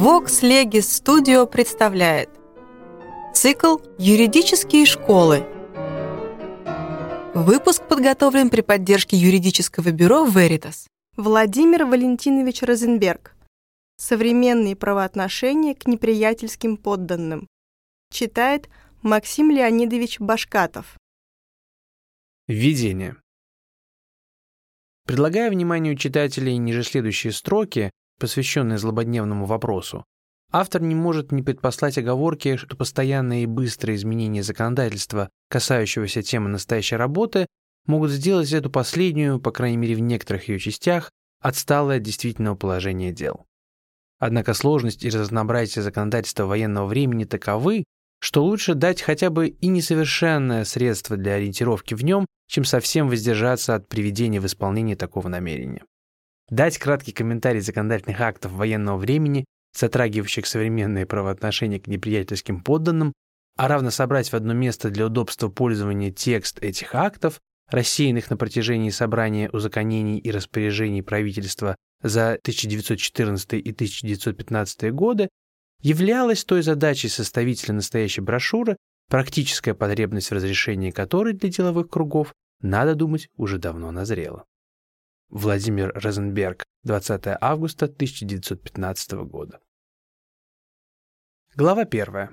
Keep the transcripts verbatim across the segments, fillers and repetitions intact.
Vox Legis Studio представляет цикл «Юридические школы». Выпуск подготовлен при поддержке юридического бюро Veritas. Владимир Валентинович Розенберг. Современные правоотношения к неприятельским подданным. Читает Максим Леонидович Башкатов. Введение. Предлагая вниманию читателей ниже следующие строки, посвященные злободневному вопросу, автор не может не предпослать оговорки, что постоянные и быстрые изменения законодательства, касающегося темы настоящей работы, могут сделать эту последнюю, по крайней мере в некоторых ее частях, отсталой от действительного положения дел. Однако сложность и разнообразие законодательства военного времени таковы, что лучше дать хотя бы и несовершенное средство для ориентировки в нем, чем совсем воздержаться от приведения в исполнение такого намерения. Дать краткий комментарий законодательных актов военного времени, затрагивающих современные правоотношения к неприятельским подданным, а равно собрать в одно место для удобства пользования текст этих актов, рассеянных на протяжении собрания узаконений и распоряжений правительства за тысяча девятьсот четырнадцатый и тысяча девятьсот пятнадцатый годы, являлась той задачей составителя настоящей брошюры, практическая потребность в разрешении которой для деловых кругов, надо думать, уже давно назрела. Владимир Розенберг, двадцатое августа тысяча девятьсот пятнадцатого года. Глава первая.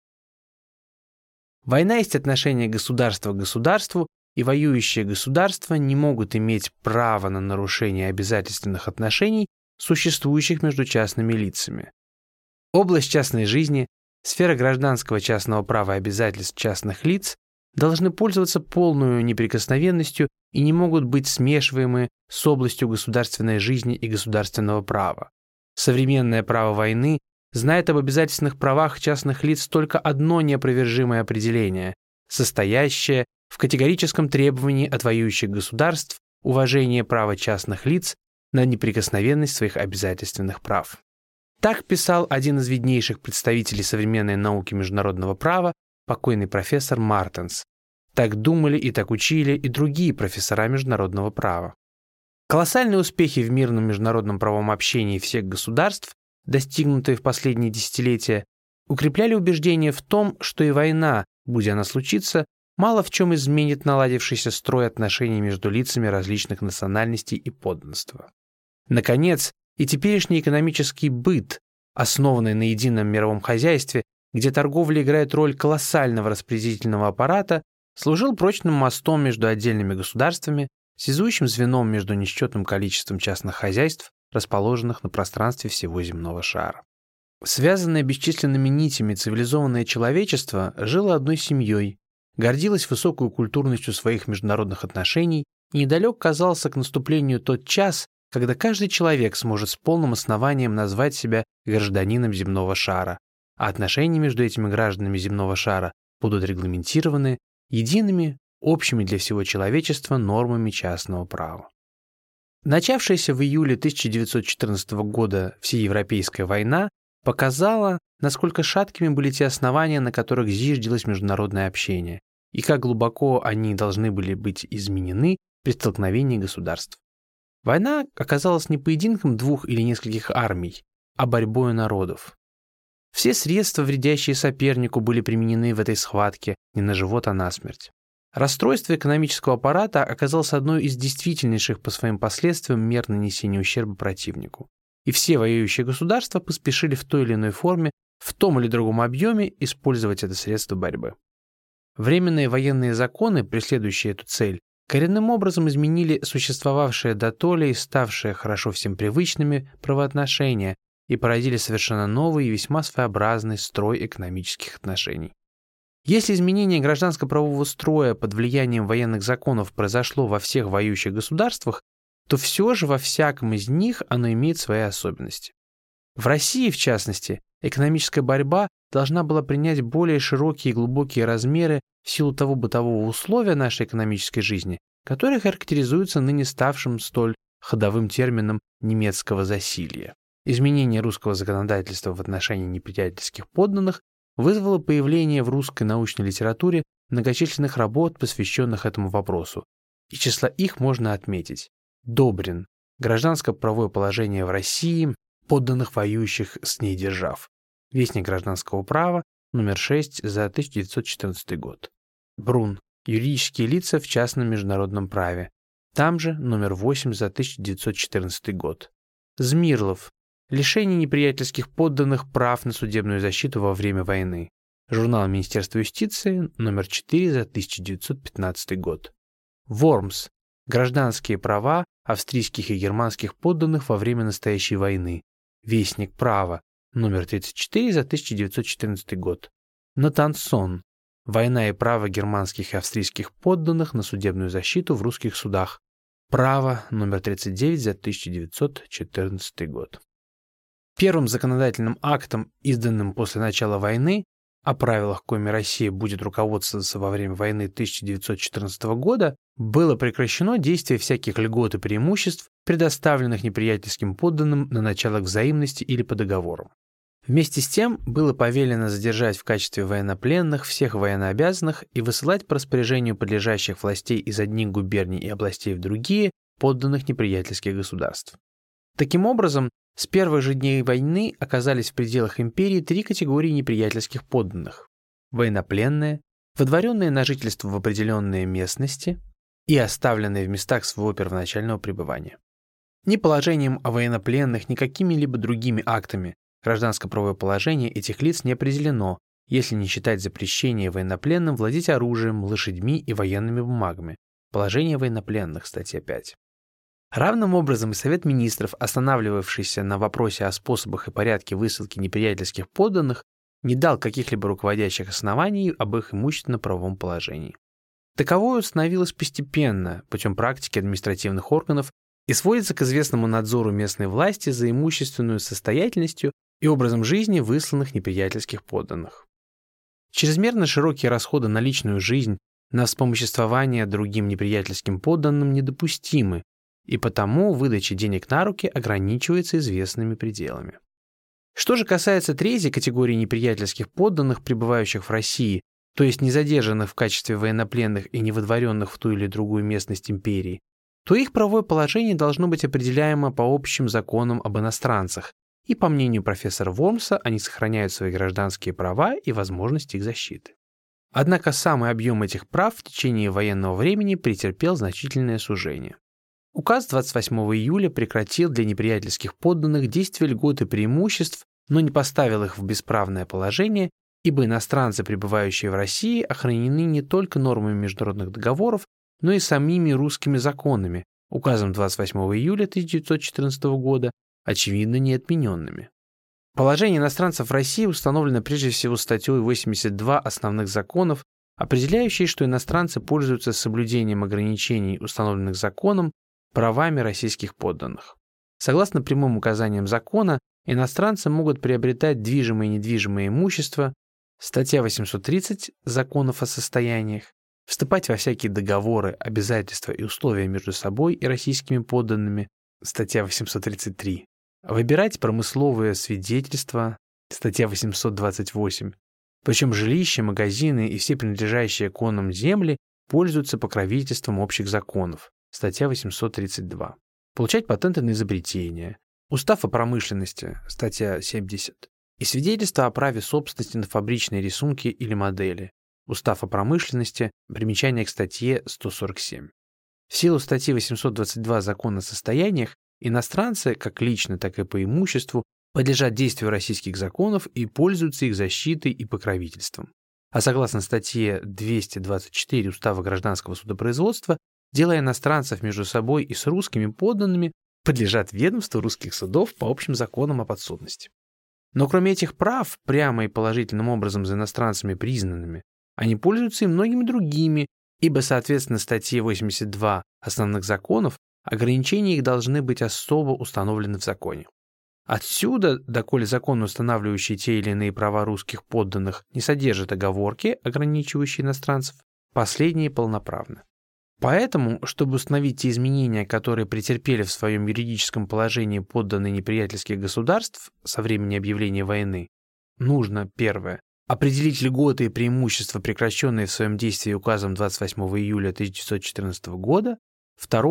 Война есть отношение государства к государству, и воюющие государства не могут иметь права на нарушение обязательственных отношений, существующих между частными лицами. Область частной жизни, сфера гражданского частного права и обязательств частных лиц должны пользоваться полной неприкосновенностью и не могут быть смешиваемы с областью государственной жизни и государственного права. Современное право войны знает об обязательственных правах частных лиц только одно неопровержимое определение, состоящее в категорическом требовании от воюющих государств уважения права частных лиц на неприкосновенность своих обязательственных прав. Так писал один из виднейших представителей современной науки международного права, покойный профессор Мартенс. Так думали и так учили и другие профессора международного права. Колоссальные успехи в мирном международном правовом общении всех государств, достигнутые в последние десятилетия, укрепляли убеждение в том, что и война, будь она случиться, мало в чем изменит наладившийся строй отношений между лицами различных национальностей и подданства. Наконец, и теперешний экономический быт, основанный на едином мировом хозяйстве, где торговля играет роль колоссального распределительного аппарата, служил прочным мостом между отдельными государствами, связующим звеном между несчетным количеством частных хозяйств, расположенных на пространстве всего земного шара. Связанное бесчисленными нитями цивилизованное человечество жило одной семьей, гордилось высокой культурностью своих международных отношений и недалек казался к наступлению тот час, когда каждый человек сможет с полным основанием назвать себя гражданином земного шара, а отношения между этими гражданами земного шара будут регламентированы едиными, общими для всего человечества нормами частного права. Начавшаяся в июле тысяча девятьсот четырнадцатого года всеевропейская война показала, насколько шаткими были те основания, на которых зиждилось международное общение, и как глубоко они должны были быть изменены при столкновении государств. Война оказалась не поединком двух или нескольких армий, а борьбой народов. Все средства, вредящие сопернику, были применены в этой схватке не на живот, а на смерть. Расстройство экономического аппарата оказалось одной из действительнейших по своим последствиям мер нанесения ущерба противнику. И все воюющие государства поспешили в той или иной форме, в том или другом объеме использовать это средство борьбы. Временные военные законы, преследующие эту цель, коренным образом изменили существовавшие дотоле и ставшие хорошо всем привычными правоотношения и породили совершенно новый и весьма своеобразный строй экономических отношений. Если изменение гражданско-правового строя под влиянием военных законов произошло во всех воюющих государствах, то все же во всяком из них оно имеет свои особенности. В России, в частности, экономическая борьба должна была принять более широкие и глубокие размеры в силу того бытового условия нашей экономической жизни, которое характеризуется ныне ставшим столь ходовым термином немецкого засилья. Изменение русского законодательства в отношении неприятельских подданных вызвало появление в русской научной литературе многочисленных работ, посвященных этому вопросу. Из числа их можно отметить: Добрин. Гражданско-правовое положение в России, подданных воюющих с ней держав. Вестник гражданского права, номер шесть за тысяча девятьсот четырнадцатый год. Брун. Юридические лица в частном международном праве. Там же номер восемь за тысяча девятьсот четырнадцатый год. Змирлов. Лишение неприятельских подданных прав на судебную защиту во время войны. Журнал Министерства юстиции, номер четыре за тысяча девятьсот пятнадцатый год. Вормс. Гражданские права австрийских и германских подданных во время настоящей войны. Вестник права, номер тридцать четыре за тысяча девятьсот четырнадцатый год. Натансон. Война и право германских и австрийских подданных на судебную защиту в русских судах. Право, номер тридцать девять за тысяча девятьсот четырнадцатый год. Первым законодательным актом, изданным после начала войны, о правилах, коими Россия будет руководствоваться во время войны тысяча девятьсот четырнадцатого года, было прекращено действие всяких льгот и преимуществ, предоставленных неприятельским подданным на началах взаимности или по договорам. Вместе с тем было повелено задержать в качестве военнопленных всех военнообязанных и высылать по распоряжению подлежащих властей из одних губерний и областей в другие подданных неприятельских государств. Таким образом, с первых же дней войны оказались в пределах империи три категории неприятельских подданных: военнопленные, водворенные на жительство в определенные местности и оставленные в местах своего первоначального пребывания. Ни положением о военнопленных, ни какими-либо другими актами гражданско-правовое положение этих лиц не определено, если не считать запрещение военнопленным владеть оружием, лошадьми и военными бумагами. Положение военнопленных, статья пять. Равным образом и Совет министров, останавливавшийся на вопросе о способах и порядке высылки неприятельских подданных, не дал каких-либо руководящих оснований об их имущественно-правовом положении. Таковое установилось постепенно, путем практики административных органов, и сводится к известному надзору местной власти за имущественную состоятельностью и образом жизни высланных неприятельских подданных. Чрезмерно широкие расходы на личную жизнь, на вспомоществование другим неприятельским подданным недопустимы, и потому выдача денег на руки ограничивается известными пределами. Что же касается третьей категории неприятельских подданных, пребывающих в России, то есть не задержанных в качестве военнопленных и не выдворенных в ту или другую местность империи, то их правовое положение должно быть определяемо по общим законам об иностранцах, и, по мнению профессора Вормса, они сохраняют свои гражданские права и возможности их защиты. Однако самый объем этих прав в течение военного времени претерпел значительное сужение. Указ двадцать восьмого июля прекратил для неприятельских подданных действие льгот и преимуществ, но не поставил их в бесправное положение, ибо иностранцы, пребывающие в России, охранены не только нормами международных договоров, но и самими русскими законами, указом двадцать восьмого июля тысяча девятьсот четырнадцатого года, очевидно неотмененными. Положение иностранцев в России установлено прежде всего статьей восемьдесят два основных законов, определяющей, что иностранцы пользуются соблюдением ограничений, установленных законом, правами российских подданных. Согласно прямым указаниям закона, иностранцы могут приобретать движимое и недвижимое имущество, статья восемьсот тридцать законов о состояниях, вступать во всякие договоры, обязательства и условия между собой и российскими подданными, статья восемьсот тридцать три, выбирать промысловые свидетельства, статья восемьсот двадцать восемь, причем жилища, магазины и все принадлежащие конным земли пользуются покровительством общих законов, статья восемьсот тридцать два, получать патенты на изобретения, устав о промышленности, статья семьдесят, и свидетельство о праве собственности на фабричные рисунки или модели, устав о промышленности, примечание к статье сто сорок семь. В силу статьи восемьсот двадцать два Закона о состояниях иностранцы, как лично, так и по имуществу, подлежат действию российских законов и пользуются их защитой и покровительством. А согласно статье двести двадцать четыре Устава гражданского судопроизводства, дела иностранцев между собой и с русскими подданными подлежат ведомству русских судов по общим законам о подсудности. Но кроме этих прав, прямо и положительным образом за иностранцами признанными, они пользуются и многими другими, ибо, соответственно, статье восемьдесят два основных законов, ограничения их должны быть особо установлены в законе. Отсюда, доколе закон, устанавливающий те или иные права русских подданных, не содержит оговорки, ограничивающие иностранцев, последние полноправны. Поэтому, чтобы установить те изменения, которые претерпели в своем юридическом положении подданные неприятельских государств со времени объявления войны, нужно, первое, определить льготы и преимущества, прекращенные в своем действии указом двадцать восьмого июля тысяча девятьсот четырнадцатого года, второе,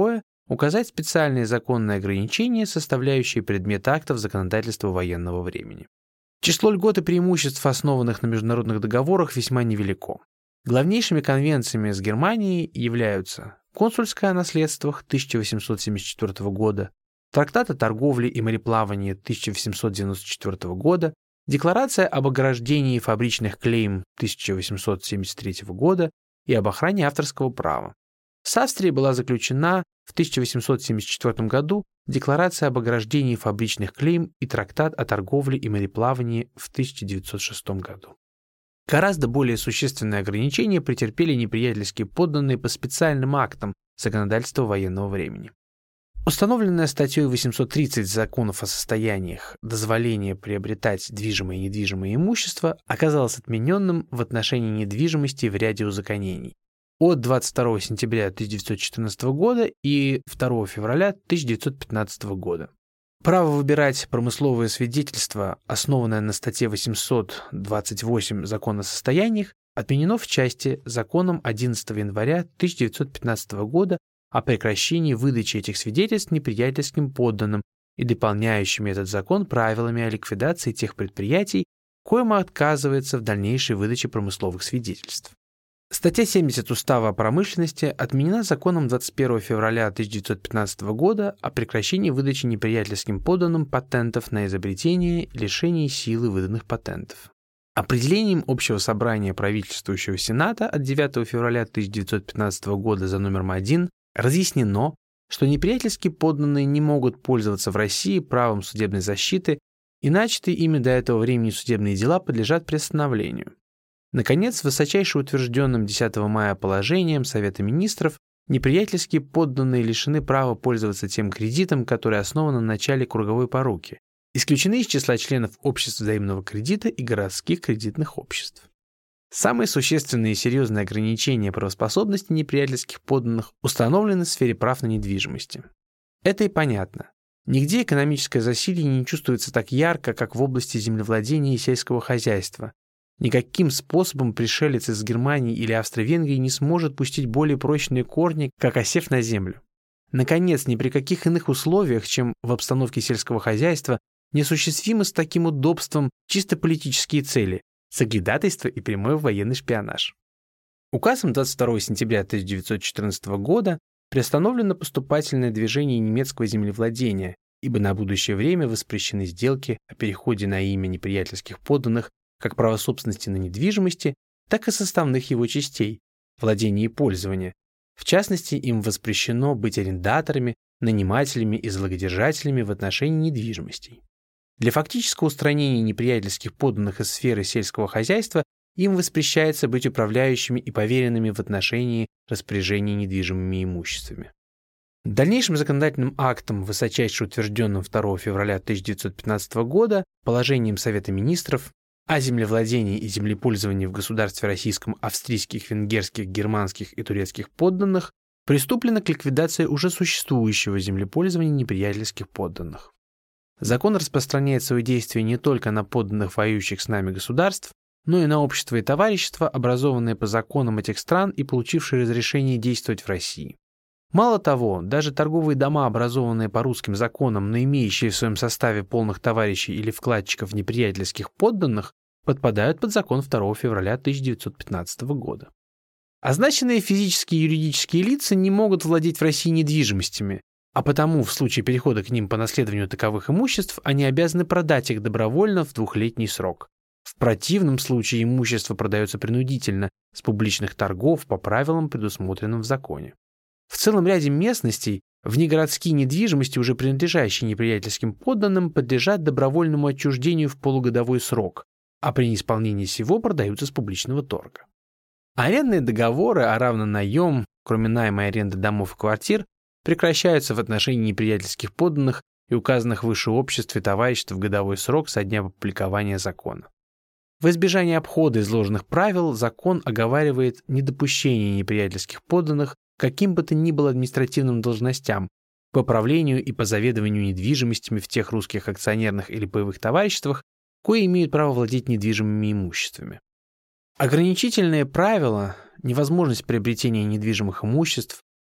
указать специальные законные ограничения, составляющие предмет актов законодательства военного времени. Число льгот и преимуществ, основанных на международных договорах, весьма невелико. Главнейшими конвенциями с Германией являются Консульское о наследствах тысяча восемьсот семьдесят четвёртого года, Трактат о торговле и мореплавании тысяча восемьсот девяносто четвёртого года, Декларация об ограждении фабричных клейм тысяча восемьсот семьдесят третьего года и об охране авторского права. С Австрией была заключена в тысяча восемьсот семьдесят четвёртом году Декларация об ограждении фабричных клейм и Трактат о торговле и мореплавании в тысяча девятьсот шестом году. Гораздо более существенные ограничения претерпели неприятельские подданные по специальным актам законодательства военного времени. Установленное статьей восемьсот тридцать законов о состояниях дозволение приобретать движимое и недвижимое имущество оказалось отмененным в отношении недвижимости в ряде узаконений от двадцать второго сентября тысяча девятьсот четырнадцатого года и второго февраля тысяча девятьсот пятнадцатого года. Право выбирать промысловое свидетельство, основанное на статье восемьсот двадцать восемь Закона о состояниях, отменено в части законом одиннадцатого января тысяча девятьсот пятнадцатого года о прекращении выдачи этих свидетельств неприятельским подданным и дополняющими этот закон правилами о ликвидации тех предприятий, коим отказывается в дальнейшей выдаче промысловых свидетельств. Статья семьдесят Устава о промышленности отменена законом двадцать первого февраля тысяча девятьсот пятнадцатого года о прекращении выдачи неприятельским подданным патентов на изобретение и лишении силы выданных патентов. Определением Общего собрания правительствующего Сената от девятого февраля тысяча девятьсот пятнадцатого года за номером один разъяснено, что неприятельские подданные не могут пользоваться в России правом судебной защиты, и начатые ими до этого времени судебные дела подлежат приостановлению. Наконец, высочайше утвержденным десятого мая положением Совета министров неприятельские подданные лишены права пользоваться тем кредитом, который основан на начале круговой поруки, исключены из числа членов обществ взаимного кредита и городских кредитных обществ. Самые существенные и серьезные ограничения правоспособности неприятельских подданных установлены в сфере прав на недвижимости. Это и понятно. Нигде экономическое засилье не чувствуется так ярко, как в области землевладения и сельского хозяйства. Никаким способом пришелец из Германии или Австро-Венгрии не сможет пустить более прочные корни, как осев на землю. Наконец, ни при каких иных условиях, чем в обстановке сельского хозяйства, неосуществимы с таким удобством чисто политические цели – соглядатайство и прямой военный шпионаж. Указом двадцать второго сентября тысяча девятьсот четырнадцатого года приостановлено поступательное движение немецкого землевладения, ибо на будущее время воспрещены сделки о переходе на имя неприятельских подданных как право собственности на недвижимости, так и составных его частей, владения и пользования. В частности, им воспрещено быть арендаторами, нанимателями и залогодержателями в отношении недвижимостей. Для фактического устранения неприятельских подданных из сферы сельского хозяйства им воспрещается быть управляющими и поверенными в отношении распоряжения недвижимыми имуществами. Дальнейшим законодательным актом, высочайше утвержденным второго февраля тысяча девятьсот пятнадцатого года, положением Совета министров о землевладении и землепользовании в государстве российском австрийских, венгерских, германских и турецких подданных приступлено к ликвидации уже существующего землепользования неприятельских подданных. Закон распространяет свои действия не только на подданных воюющих с нами государств, но и на общества и товарищества, образованные по законам этих стран и получившие разрешение действовать в России. Мало того, даже торговые дома, образованные по русским законам, но имеющие в своем составе полных товарищей или вкладчиков неприятельских подданных, подпадают под закон второго февраля тысяча девятьсот пятнадцатого года. Означенные физические и юридические лица не могут владеть в России недвижимостями, а потому в случае перехода к ним по наследованию таковых имуществ они обязаны продать их добровольно в двухлетний срок. В противном случае имущество продается принудительно с публичных торгов по правилам, предусмотренным в законе. В целом ряде местностей внегородские недвижимости, уже принадлежащие неприятельским подданным, подлежат добровольному отчуждению в полугодовой срок, а при неисполнении сего продаются с публичного торга. Арендные договоры, а равно наем, кроме найма и аренды домов и квартир, прекращаются в отношении неприятельских подданных и указанных выше обществ и товариществ в годовой срок со дня опубликования закона. В избежание обхода изложенных правил закон оговаривает недопущение неприятельских подданных каким бы то ни было административным должностям по правлению и по заведованию недвижимостями в тех русских акционерных или паевых товариществах, кои имеют право владеть недвижимыми имуществами. Ограничительные правила, невозможность приобретения недвижимых имуществ,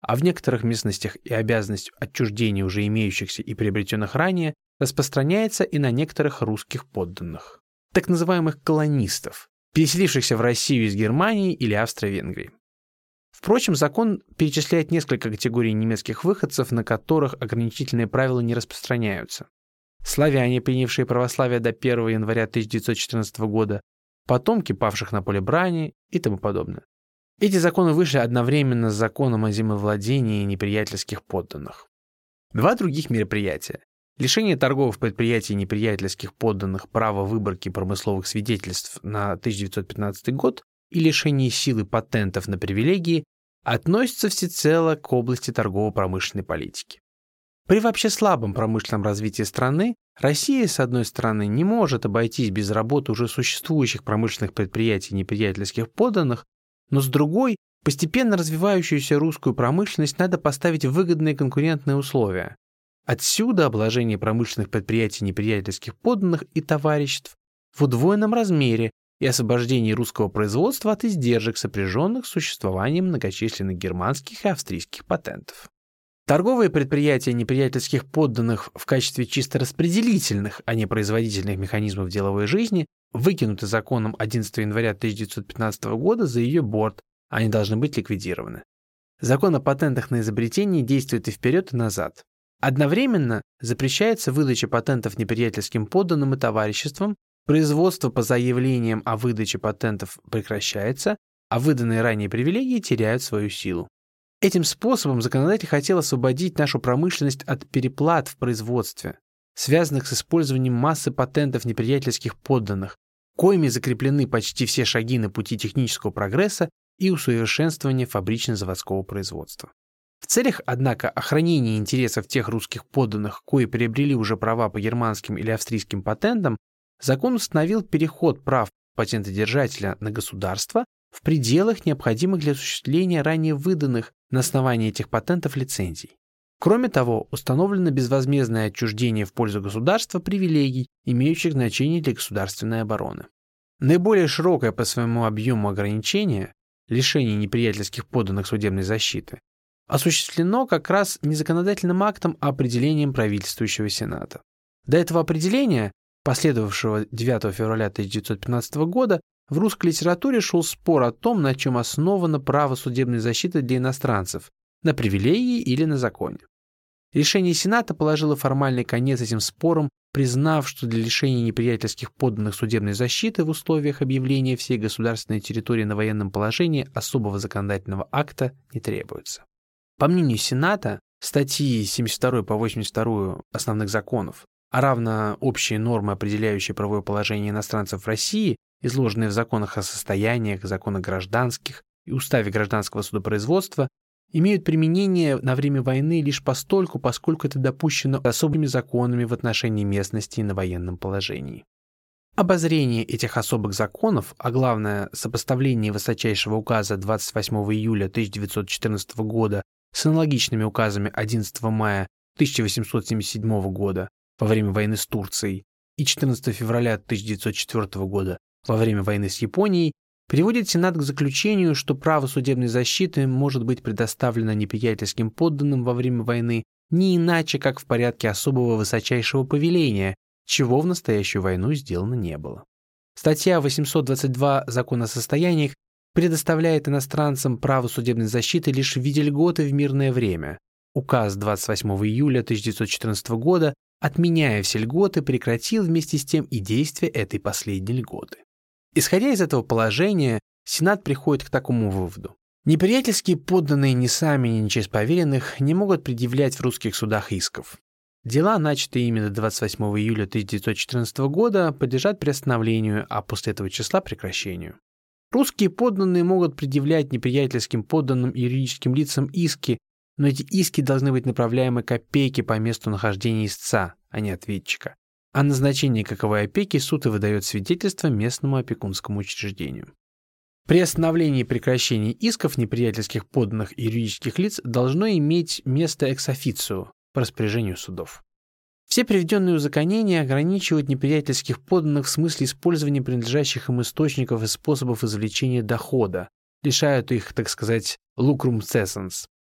а в некоторых местностях и обязанность отчуждения уже имеющихся и приобретенных ранее распространяется и на некоторых русских подданных, так называемых колонистов, переселившихся в Россию из Германии или Австро-Венгрии. Впрочем, закон перечисляет несколько категорий немецких выходцев, на которых ограничительные правила не распространяются. Славяне, принявшие православие до первого января тысяча девятьсот четырнадцатого года, потомки павших на поле брани и тому подобное. Эти законы вышли одновременно с законом о землевладении неприятельских подданных. Два других мероприятия – лишение торговых предприятий неприятельских подданных права выборки промысловых свидетельств на тысяча девятьсот пятнадцатый год и лишение силы патентов на привилегии относятся всецело к области торгово-промышленной политики. При вообще слабом промышленном развитии страны Россия, с одной стороны, не может обойтись без работы уже существующих промышленных предприятий неприятельских подданных, но с другой, постепенно развивающуюся русскую промышленность надо поставить в выгодные конкурентные условия. Отсюда обложение промышленных предприятий неприятельских подданных и товариществ в удвоенном размере и освобождение русского производства от издержек, сопряженных с существованием многочисленных германских и австрийских патентов. Торговые предприятия неприятельских подданных в качестве чисто распределительных, а не производительных механизмов деловой жизни выкинуты законом одиннадцатого января тысяча девятьсот пятнадцатого года за ее борт, они должны быть ликвидированы. Закон о патентах на изобретение действует и вперед, и назад. Одновременно запрещается выдача патентов неприятельским подданным и товариществам, производство по заявлениям о выдаче патентов прекращается, а выданные ранее привилегии теряют свою силу. Этим способом законодатель хотел освободить нашу промышленность от переплат в производстве, связанных с использованием массы патентов неприятельских подданных, коими закреплены почти все шаги на пути технического прогресса и усовершенствования фабрично-заводского производства. В целях, однако, охранения интересов тех русских подданных, кои приобрели уже права по германским или австрийским патентам, закон установил переход прав патентодержателя на государство в пределах, необходимых для осуществления ранее выданных на основании этих патентов лицензий. Кроме того, установлено безвозмездное отчуждение в пользу государства привилегий, имеющих значение для государственной обороны. Наиболее широкое по своему объему ограничение – лишение неприятельских подданных судебной защиты – осуществлено как раз не законодательным актом, а определением правительствующего Сената. До этого определения, последовавшего девятого февраля тысяча девятьсот пятнадцатого года, в русской литературе шел спор о том, на чем основано право судебной защиты для иностранцев – на привилегии или на законе. Решение Сената положило формальный конец этим спорам, признав, что для лишения неприятельских подданных судебной защиты в условиях объявления всей государственной территории на военном положении особого законодательного акта не требуется. По мнению Сената, статьи семьдесят второй по восемьдесят второй основных законов, а равно общие нормы, определяющие правовое положение иностранцев в России, изложенные в законах о состояниях, законах гражданских и уставе гражданского судопроизводства, имеют применение на время войны лишь постольку, поскольку это допущено особыми законами в отношении местности на военном положении. Обозрение этих особых законов, а главное сопоставление высочайшего указа двадцать восьмого июля тысяча девятьсот четырнадцатого года с аналогичными указами одиннадцатого мая тысяча восемьсот семьдесят седьмого года во время войны с Турцией и четырнадцатого февраля тысяча девятьсот четвёртого года во время войны с Японией, приводит Сенат к заключению, что право судебной защиты может быть предоставлено неприятельским подданным во время войны не иначе, как в порядке особого высочайшего повеления, чего в настоящую войну сделано не было. Статья восемьсот двадцать два Закона о состояниях предоставляет иностранцам право судебной защиты лишь в виде льготы в мирное время. Указ двадцать восьмого июля тысяча девятьсот четырнадцатого года, отменяя все льготы, прекратил вместе с тем и действие этой последней льготы. Исходя из этого положения, Сенат приходит к такому выводу. Неприятельские подданные ни сами, ни через поверенных не могут предъявлять в русских судах исков. Дела, начатые ими до двадцать восьмого июля тысяча девятьсот четырнадцатого года, подлежат приостановлению, а после этого числа прекращению. Русские подданные могут предъявлять неприятельским подданным и юридическим лицам иски, но эти иски должны быть направляемы к опеке по месту нахождения истца, а не ответчика. О назначении каковой опеки суд и выдает свидетельство местному опекунскому учреждению. При остановлении и прекращении исков неприятельских подданных и юридических лиц должно иметь место экс-официо по распоряжению судов. Все приведенные узаконения ограничивают неприятельских подданных в смысле использования принадлежащих им источников и способов извлечения дохода, лишают их, так сказать, lucrum cessans.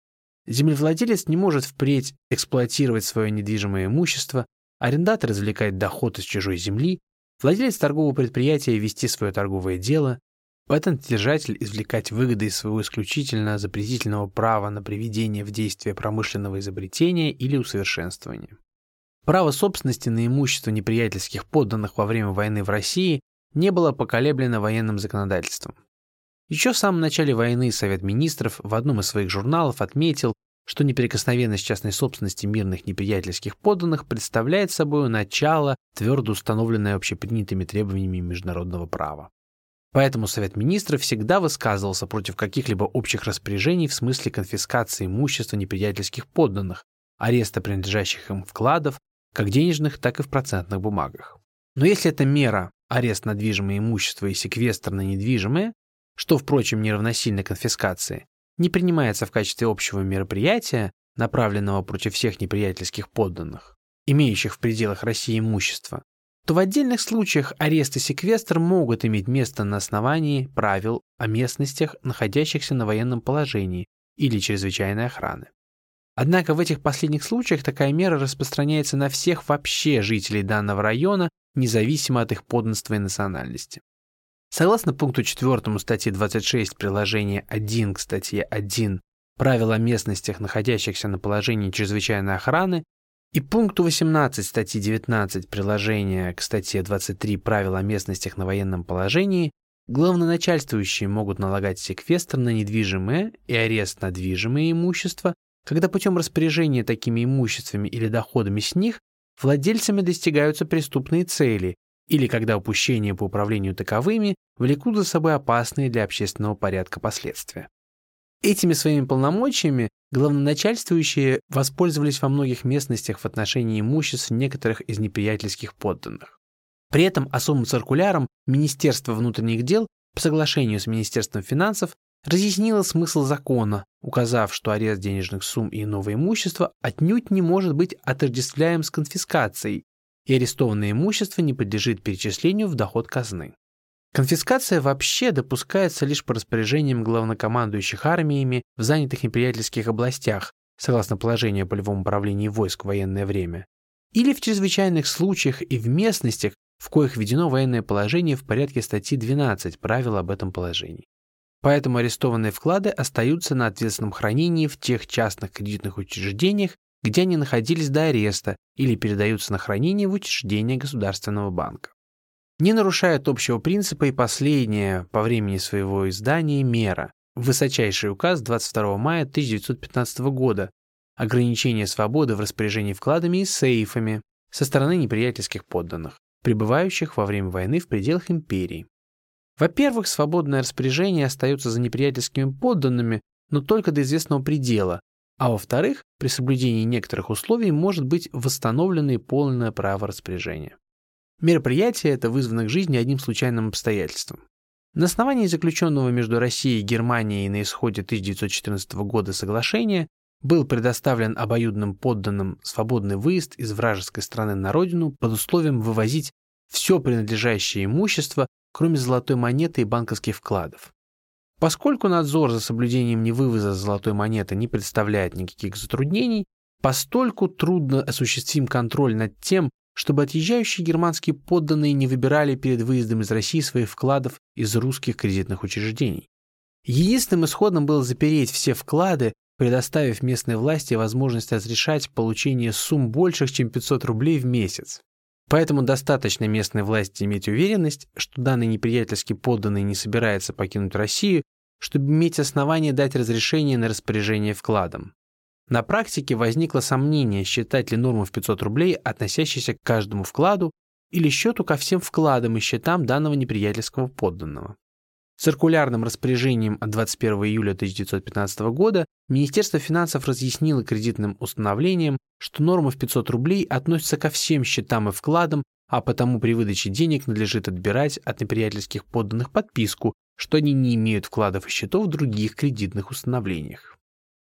Землевладелец не может впредь эксплуатировать свое недвижимое имущество, арендатор извлекать доход из чужой земли, владелец торгового предприятия вести свое торговое дело, патентодержатель извлекать выгоды из своего исключительно запретительного права на приведение в действие промышленного изобретения или усовершенствования. Право собственности на имущество неприятельских подданных во время войны в России не было поколеблено военным законодательством. Еще в самом начале войны Совет Министров в одном из своих журналов отметил, что неприкосновенность частной собственности мирных неприятельских подданных представляет собой начало, твердо установленное общепринятыми требованиями международного права. Поэтому Совет Министров всегда высказывался против каких-либо общих распоряжений в смысле конфискации имущества неприятельских подданных, ареста принадлежащих им вкладов, как денежных, так и в процентных бумагах. Но если эта мера, арест на движимое имущество и секвестр на недвижимое, что, впрочем, не равносильно конфискации, не принимается в качестве общего мероприятия, направленного против всех неприятельских подданных, имеющих в пределах России имущество, то в отдельных случаях арест и секвестр могут иметь место на основании правил о местностях, находящихся на военном положении или чрезвычайной охраны. Однако в этих последних случаях такая мера распространяется на всех вообще жителей данного района, независимо от их подданства и национальности. Согласно пункту четвёртому статьи двадцать шесть приложения один к статье один «Правила о местностях, находящихся на положении чрезвычайной охраны» и пункту восемнадцать статьи девятнадцать приложения к статье двадцать три «Правила о местностях на военном положении», главноначальствующие могут налагать секвестр на недвижимое и арест на движимое имущество, когда путем распоряжения такими имуществами или доходами с них владельцами достигаются преступные цели, или когда упущения по управлению таковыми влекут за собой опасные для общественного порядка последствия. Этими своими полномочиями главноначальствующие воспользовались во многих местностях в отношении имуществ некоторых из неприятельских подданных. При этом особым циркуляром Министерство внутренних дел по соглашению с Министерством финансов разъяснило смысл закона, указав, что арест денежных сумм и иного имущества отнюдь не может быть отождествляем с конфискацией, и арестованное имущество не подлежит перечислению в доход казны. Конфискация вообще допускается лишь по распоряжениям главнокомандующих армиями в занятых неприятельских областях, согласно положению о полевом управлении войск в военное время, или в чрезвычайных случаях и в местностях, в коих введено военное положение в порядке статьи двенадцать правил об этом положении. Поэтому арестованные вклады остаются на ответственном хранении в тех частных кредитных учреждениях, где они находились до ареста, или передаются на хранение в учреждение Государственного банка. Не нарушает общего принципа и последняя по времени своего издания мера, высочайший указ двадцать второго мая тысяча девятьсот пятнадцатого года, ограничение свободы в распоряжении вкладами и сейфами со стороны неприятельских подданных, пребывающих во время войны в пределах империи. Во-первых, свободное распоряжение остается за неприятельскими подданными, но только до известного предела, а во-вторых, при соблюдении некоторых условий может быть восстановлено и полное право распоряжения. Мероприятие это вызвано к жизни одним случайным обстоятельством. На основании заключенного между Россией и Германией на исходе тысяча девятьсот четырнадцатого года соглашения был предоставлен обоюдным подданным свободный выезд из вражеской страны на родину под условием вывозить все принадлежащее имущество, кроме золотой монеты и банковских вкладов. Поскольку надзор за соблюдением невывоза золотой монеты не представляет никаких затруднений, постольку трудно осуществим контроль над тем, чтобы отъезжающие германские подданные не выбирали перед выездом из России своих вкладов из русских кредитных учреждений. Единственным исходом было запереть все вклады, предоставив местной власти возможность разрешать получение сумм больших, чем пятьсот рублей в месяц. Поэтому достаточно местной власти иметь уверенность, что данный неприятельский подданный не собирается покинуть Россию, чтобы иметь основание дать разрешение на распоряжение вкладом. На практике возникло сомнение, считать ли норму в пятьсот рублей, относящейся к каждому вкладу, или счету ко всем вкладам и счетам данного неприятельского подданного. Циркулярным распоряжением от двадцать первого июля тысяча девятьсот пятнадцатого года Министерство финансов разъяснило кредитным установлениям, что норма в пятьсот рублей относится ко всем счетам и вкладам, а потому при выдаче денег надлежит отбирать от неприятельских подданных подписку, что они не имеют вкладов и счетов в других кредитных установлениях.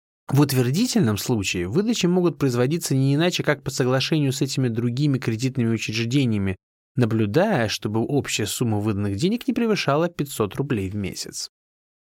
В утвердительном случае выдачи могут производиться не иначе, как по соглашению с этими другими кредитными учреждениями, наблюдая, чтобы общая сумма выданных денег не превышала пятьсот рублей в месяц.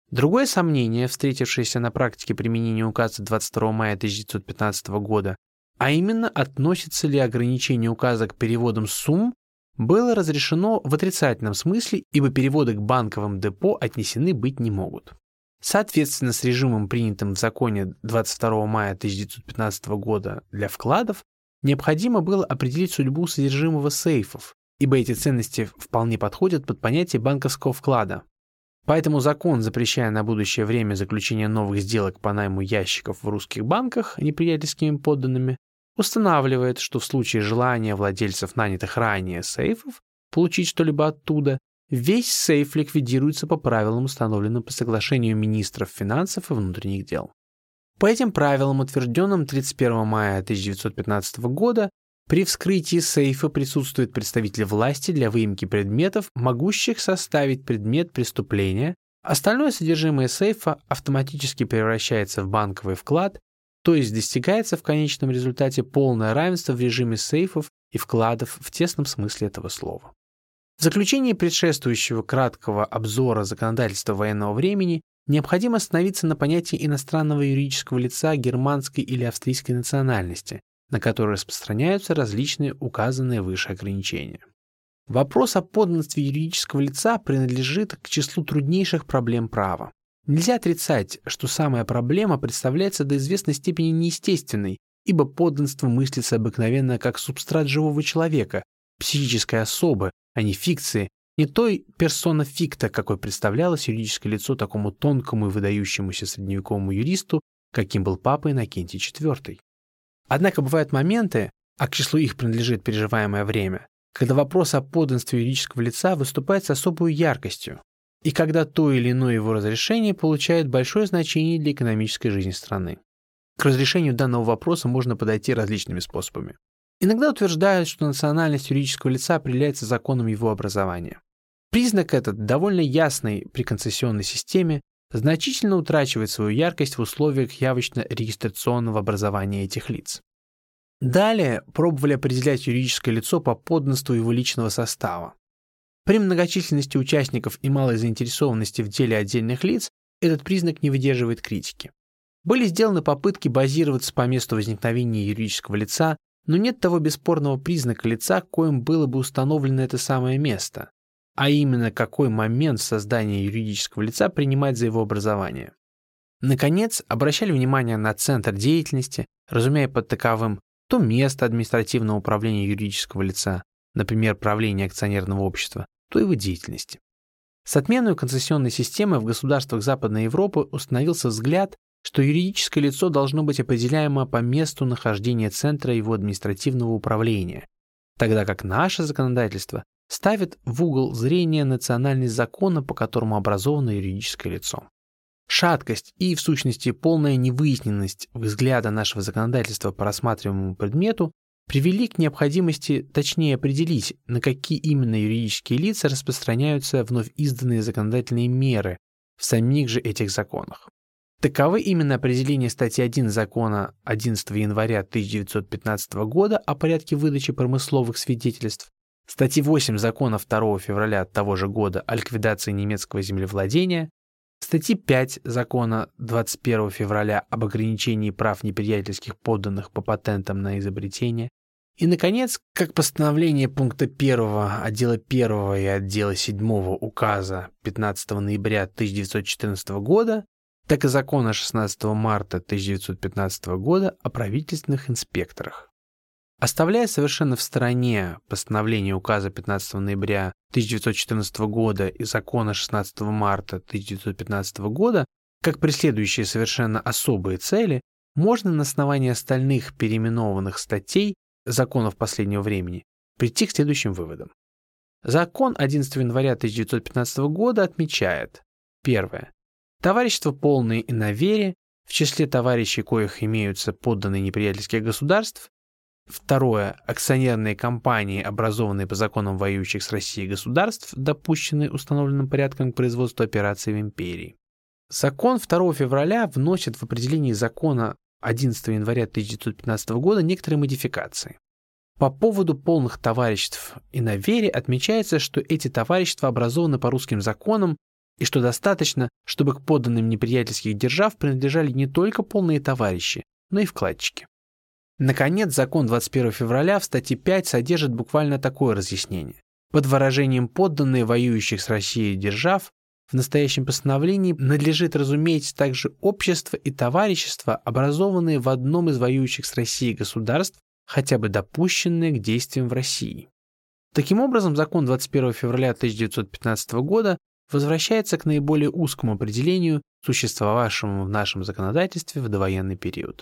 Другое сомнение, встретившееся на практике применения указа двадцать второго мая тысяча девятьсот пятнадцатого года, а именно, относится ли ограничение указа к переводам сумм, было разрешено в отрицательном смысле, ибо переводы к банковым депо отнесены быть не могут. Соответственно, с режимом, принятым в законе двадцать второго мая тысяча девятьсот пятнадцатого года для вкладов, необходимо было определить судьбу содержимого сейфов, ибо эти ценности вполне подходят под понятие банковского вклада. Поэтому закон, запрещая на будущее время заключение новых сделок по найму ящиков в русских банках неприятельскими подданными, устанавливает, что в случае желания владельцев нанятых ранее сейфов получить что-либо оттуда, весь сейф ликвидируется по правилам, установленным по соглашению министров финансов и внутренних дел. По этим правилам, утвержденным тридцать первого мая тысяча девятьсот пятнадцатого года, при вскрытии сейфа присутствует представитель власти для выемки предметов, могущих составить предмет преступления. Остальное содержимое сейфа автоматически превращается в банковый вклад, то есть достигается в конечном результате полное равенство в режиме сейфов и вкладов в тесном смысле этого слова. В заключении предшествующего краткого обзора законодательства военного времени необходимо остановиться на понятии иностранного юридического лица германской или австрийской национальности, на которые распространяются различные указанные выше ограничения. Вопрос о подданстве юридического лица принадлежит к числу труднейших проблем права. Нельзя отрицать, что самая проблема представляется до известной степени неестественной, ибо подданство мыслится обыкновенно как субстрат живого человека, психической особы, а не фикции, не той персона фикта, какой представлялось юридическое лицо такому тонкому и выдающемуся средневековому юристу, каким был папа Иннокентий четвёртый. Однако бывают моменты, а к числу их принадлежит переживаемое время, когда вопрос о подданстве юридического лица выступает с особой яркостью, и когда то или иное его разрешение получает большое значение для экономической жизни страны. К разрешению данного вопроса можно подойти различными способами. Иногда утверждают, что национальность юридического лица определяется законом его образования. Признак этот, довольно ясный при концессионной системе, значительно утрачивает свою яркость в условиях явочно-регистрационного образования этих лиц. Далее пробовали определять юридическое лицо по подданству его личного состава. При многочисленности участников и малой заинтересованности в деле отдельных лиц этот признак не выдерживает критики. Были сделаны попытки базироваться по месту возникновения юридического лица, но нет того бесспорного признака лица, коим было бы установлено это самое место, а именно какой момент создания юридического лица принимать за его образование. Наконец, обращали внимание на центр деятельности, разумея под таковым то место административного управления юридического лица, например, правление акционерного общества, то его деятельности. С отменой концессионной системы в государствах Западной Европы установился взгляд, что юридическое лицо должно быть определяемо по месту нахождения центра его административного управления, тогда как наше законодательство ставит в угол зрения национальность закона, по которому образовано юридическое лицо. Шаткость и, в сущности, полная невыясненность взгляда нашего законодательства по рассматриваемому предмету привели к необходимости точнее определить, на какие именно юридические лица распространяются вновь изданные законодательные меры в самих же этих законах. Таковы именно определения статьи один Закона одиннадцатого января тысяча девятьсот пятнадцатого года о порядке выдачи промысловых свидетельств, статьи восемь Закона второго февраля того же года о ликвидации немецкого землевладения, статьи пять Закона двадцать первого февраля об ограничении прав неприятельских подданных по патентам на изобретение, и, наконец, как постановление пункта первого отдела первого и отдела седьмого указа пятнадцатого ноября тысяча девятьсот четырнадцатого года, так и закона шестнадцатого марта тысяча девятьсот пятнадцатого года о правительственных инспекторах. Оставляя совершенно в стороне постановление указа пятнадцатого ноября тысяча девятьсот четырнадцатого года и закона шестнадцатого марта тысяча девятьсот пятнадцатого года, как преследующие совершенно особые цели, можно на основании остальных переименованных статей законов последнего времени прийти к следующим выводам. Закон одиннадцатого января тысяча девятьсот пятнадцатого года отмечает: первое. Товарищества полные и на вере, в числе товарищей, коих имеются подданные неприятельских государств. Второе. Акционерные компании, образованные по законам воюющих с Россией государств, допущенные установленным порядком к производству операций в империи. Закон второго февраля вносит в определение закона одиннадцатого января тысяча девятьсот пятнадцатого года некоторые модификации. По поводу полных товариществ и на вере отмечается, что эти товарищества образованы по русским законам, и что достаточно, чтобы к подданным неприятельских держав принадлежали не только полные товарищи, но и вкладчики. Наконец, закон двадцать первого февраля в статье пять содержит буквально такое разъяснение. Под выражением «подданные воюющих с Россией держав» в настоящем постановлении надлежит разуметь также общества и товарищества, образованные в одном из воюющих с Россией государств, хотя бы допущенные к действиям в России. Таким образом, закон двадцать первого февраля тысяча девятьсот пятнадцатого года возвращается к наиболее узкому определению, существовавшему в нашем законодательстве в довоенный период.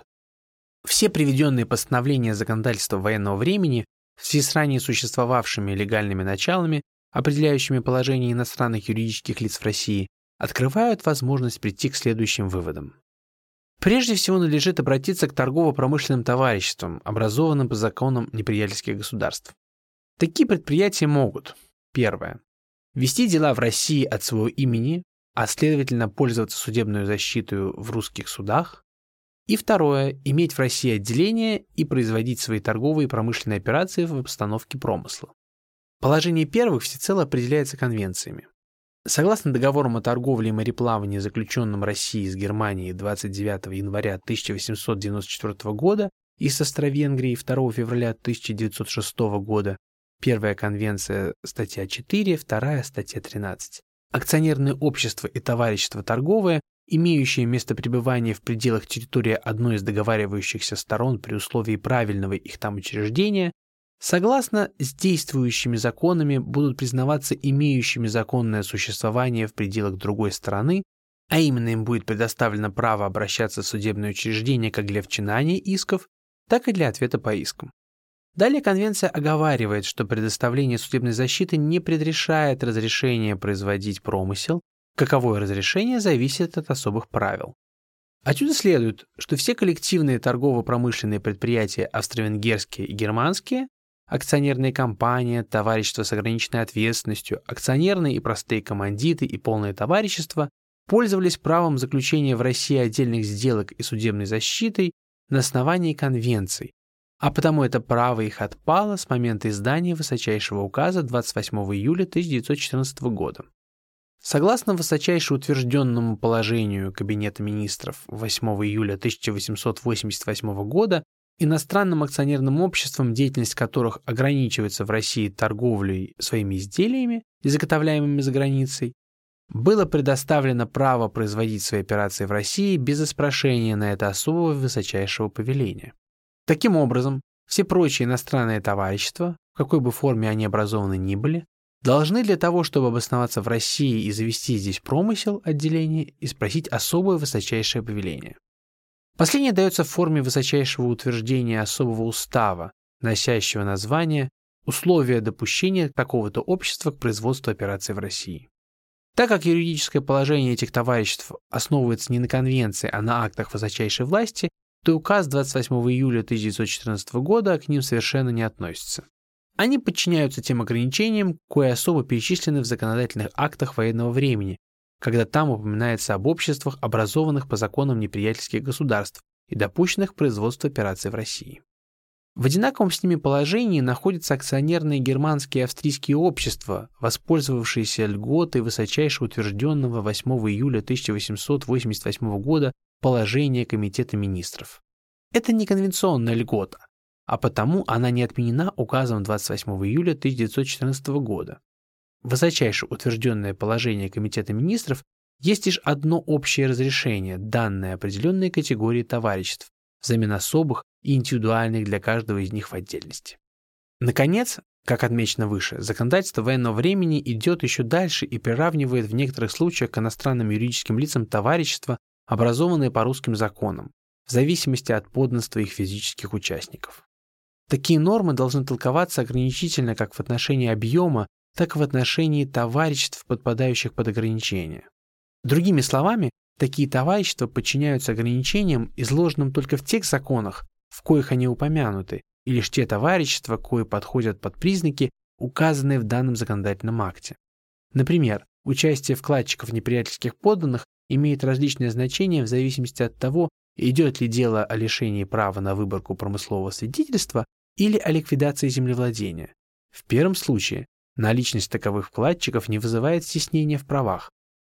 Все приведенные постановления законодательства военного времени в связи с ранее существовавшими легальными началами, определяющими положение иностранных юридических лиц в России, открывают возможность прийти к следующим выводам. Прежде всего надлежит обратиться к торгово-промышленным товариществам, образованным по законам неприятельских государств. Такие предприятия могут: первое. Вести дела в России от своего имени, а следовательно пользоваться судебной защитой в русских судах. И второе. Иметь в России отделение и производить свои торговые и промышленные операции в обстановке промысла. Положение первых всецело определяется конвенциями. Согласно договорам о торговле и мореплавании, заключенным Россией с Германией двадцать девятого января тысяча восемьсот девяносто четвёртого года и с Австро-Венгрией второго февраля тысяча девятьсот шестого года, первая конвенция, статья четыре, вторая, статья тринадцать. Акционерные общества и товарищества торговые, имеющие место пребывания в пределах территории одной из договаривающихся сторон при условии правильного их там учреждения, согласно с действующими законами будут признаваться имеющими законное существование в пределах другой стороны, а именно им будет предоставлено право обращаться в судебное учреждение как для вчинания исков, так и для ответа по искам. Далее конвенция оговаривает, что предоставление судебной защиты не предрешает разрешение производить промысел, каковое разрешение зависит от особых правил. Отсюда следует, что все коллективные торгово-промышленные предприятия австро-венгерские и германские, акционерные компании, товарищества с ограниченной ответственностью, акционерные и простые командиты и полное товарищество пользовались правом заключения в России отдельных сделок и судебной защитой на основании конвенций, а потому это право их отпало с момента издания высочайшего указа двадцать восьмого июля тысяча девятьсот четырнадцатого года. Согласно высочайше утвержденному положению Кабинета министров восьмого июля тысяча восемьсот восемьдесят восьмого года, иностранным акционерным обществам, деятельность которых ограничивается в России торговлей своими изделиями, изготовляемыми за границей, было предоставлено право производить свои операции в России без испрошения на это особого высочайшего повеления. Таким образом, все прочие иностранные товарищества, в какой бы форме они образованы ни были, должны для того, чтобы обосноваться в России и завести здесь промысел отделения, и спросить особое высочайшее повеление. Последнее дается в форме высочайшего утверждения особого устава, носящего название «Условия допущения такого-то общества к производству операций в России». Так как юридическое положение этих товариществ основывается не на конвенции, а на актах высочайшей власти, то указ двадцать восьмого июля тысяча девятьсот четырнадцатого года к ним совершенно не относится. Они подчиняются тем ограничениям, кои особо перечислены в законодательных актах военного времени, когда там упоминается об обществах, образованных по законам неприятельских государств и допущенных к производству операций в России. В одинаковом с ними положении находятся акционерные германские и австрийские общества, воспользовавшиеся льготой высочайше утвержденного восьмого июля тысяча восемьсот восемьдесят восьмого года положения Комитета министров. Это не конвенционная льгота, а потому она не отменена указом двадцать восьмого июля тысяча девятьсот четырнадцатого года. Высочайше утвержденное положение Комитета министров есть лишь одно общее разрешение, данное определенной категории товариществ, взамен особых и индивидуальных для каждого из них в отдельности. Наконец, как отмечено выше, законодательство военного времени идет еще дальше и приравнивает в некоторых случаях к иностранным юридическим лицам товарищества, образованные по русским законам, в зависимости от подданства их физических участников. Такие нормы должны толковаться ограничительно как в отношении объема, так и в отношении товариществ, подпадающих под ограничения. Другими словами, такие товарищества подчиняются ограничениям, изложенным только в тех законах, в коих они упомянуты, и лишь те товарищества, кои подходят под признаки, указанные в данном законодательном акте. Например, участие вкладчиков неприятельских подданных имеет различное значение в зависимости от того, идет ли дело о лишении права на выборку промыслового свидетельства или о ликвидации землевладения. В первом случае наличность таковых вкладчиков не вызывает стеснения в правах.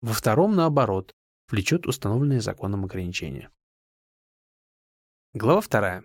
Во втором, наоборот, влечет установленные законом ограничения. Глава вторая.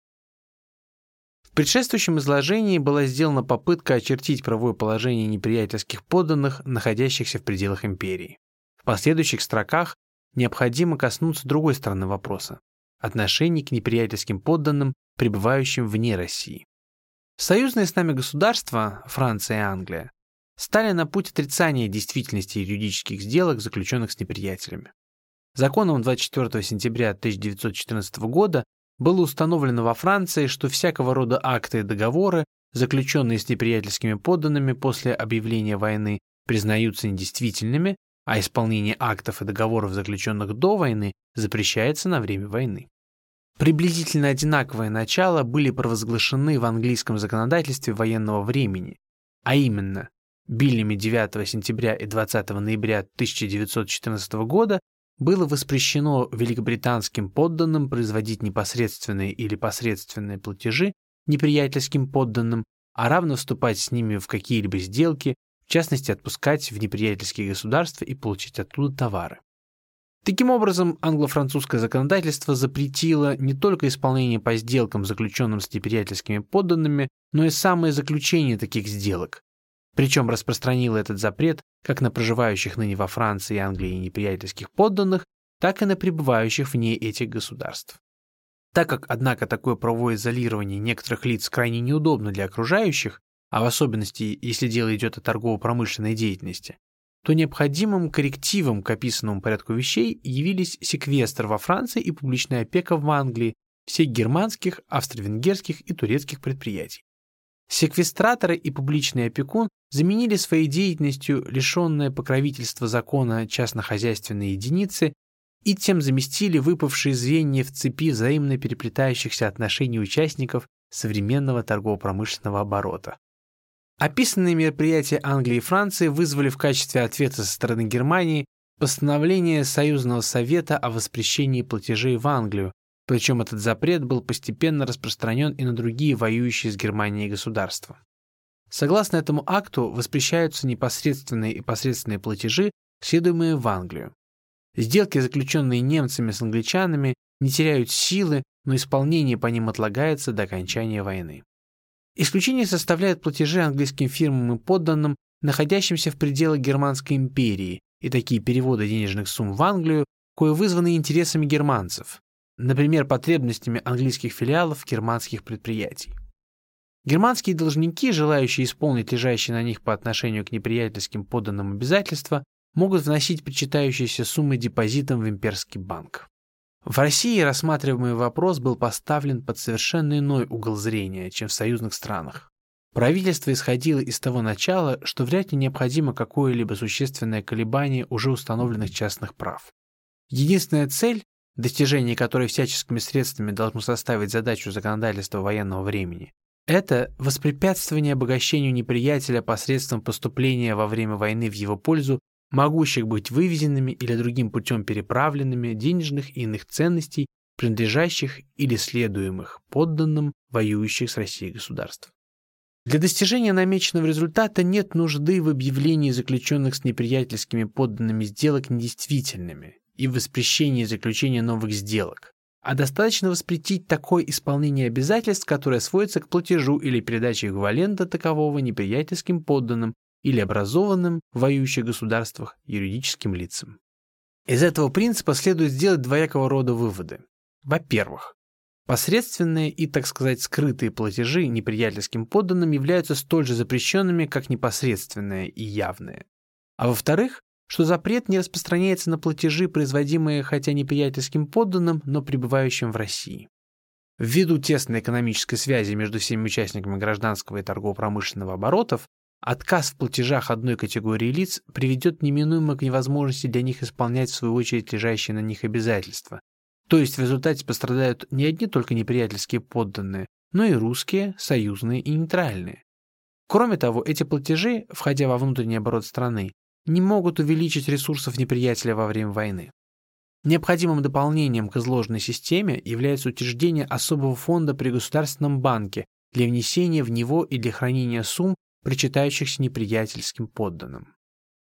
В предшествующем изложении была сделана попытка очертить правовое положение неприятельских подданных, находящихся в пределах империи. В последующих строках необходимо коснуться другой стороны вопроса – отношений к неприятельским подданным, пребывающим вне России. Союзные с нами государства, Франция и Англия, стали на путь отрицания действительности юридических сделок, заключенных с неприятелями. Законом двадцать четвёртого сентября тысяча девятьсот четырнадцатого года было установлено во Франции, что всякого рода акты и договоры, заключенные с неприятельскими подданными после объявления войны, признаются недействительными, а исполнение актов и договоров, заключенных до войны, запрещается на время войны. Приблизительно одинаковые начала были провозглашены в английском законодательстве военного времени, а именно Биллями девятого сентября и двадцатого ноября тысяча девятьсот четырнадцатого года было воспрещено великобританским подданным производить непосредственные или посредственные платежи неприятельским подданным, а равно вступать с ними в какие-либо сделки, в частности отпускать в неприятельские государства и получить оттуда товары. Таким образом, англо-французское законодательство запретило не только исполнение по сделкам, заключенным с неприятельскими подданными, но и самое заключение таких сделок. Причем распространило этот запрет как на проживающих ныне во Франции и Англии неприятельских подданных, так и на пребывающих вне этих государств. Так как, однако, такое правовое изолирование некоторых лиц крайне неудобно для окружающих, а в особенности, если дело идет о торгово-промышленной деятельности, то необходимым коррективом к описанному порядку вещей явились секвестр во Франции и публичная опека в Англии всех германских, австро-венгерских и турецких предприятий. Секвестраторы и публичный опекун заменили своей деятельностью лишенное покровительства закона частнохозяйственные единицы и тем заместили выпавшие звенья в цепи взаимно переплетающихся отношений участников современного торгово-промышленного оборота. Описанные мероприятия Англии и Франции вызвали в качестве ответа со стороны Германии постановление Союзного совета о воспрещении платежей в Англию, причем этот запрет был постепенно распространен и на другие воюющие с Германией государства. Согласно этому акту воспрещаются непосредственные и посредственные платежи, следуемые в Англию. Сделки, заключенные немцами с англичанами, не теряют силы, но исполнение по ним отлагается до окончания войны. Исключение составляют платежи английским фирмам и подданным, находящимся в пределах Германской империи, и такие переводы денежных сумм в Англию, кое вызваны интересами германцев, например, потребностями английских филиалов германских предприятий. Германские должники, желающие исполнить лежащие на них по отношению к неприятельским подданным обязательства, могут вносить причитающиеся суммы депозитом в имперский банк. В России рассматриваемый вопрос был поставлен под совершенно иной угол зрения, чем в союзных странах. Правительство исходило из того начала, что вряд ли необходимо какое-либо существенное колебание уже установленных частных прав. Единственная цель, достижение которой всяческими средствами должно составить задачу законодательства военного времени, это воспрепятствование обогащению неприятеля посредством поступления во время войны в его пользу могущих быть вывезенными или другим путем переправленными денежных и иных ценностей, принадлежащих или следуемых подданным воюющих с Россией государств. Для достижения намеченного результата нет нужды в объявлении заключенных с неприятельскими подданными сделок недействительными и в воспрещении заключения новых сделок, а достаточно воспретить такое исполнение обязательств, которое сводится к платежу или передаче эквивалента такового неприятельским подданным или образованным в воюющих государствах юридическим лицам. Из этого принципа следует сделать двоякого рода выводы. Во-первых, посредственные и, так сказать, скрытые платежи неприятельским подданным являются столь же запрещенными, как непосредственные и явные. А во-вторых, что запрет не распространяется на платежи, производимые хотя неприятельским подданным, но пребывающим в России. Ввиду тесной экономической связи между всеми участниками гражданского и торгово-промышленного оборотов, отказ в платежах одной категории лиц приведет неминуемо к невозможности для них исполнять в свою очередь лежащие на них обязательства. То есть в результате пострадают не одни только неприятельские подданные, но и русские, союзные и нейтральные. Кроме того, эти платежи, входя во внутренний оборот страны, не могут увеличить ресурсов неприятеля во время войны. Необходимым дополнением к изложенной системе является учреждение особого фонда при Государственном банке для внесения в него и для хранения сумм, причитающихся неприятельским подданным.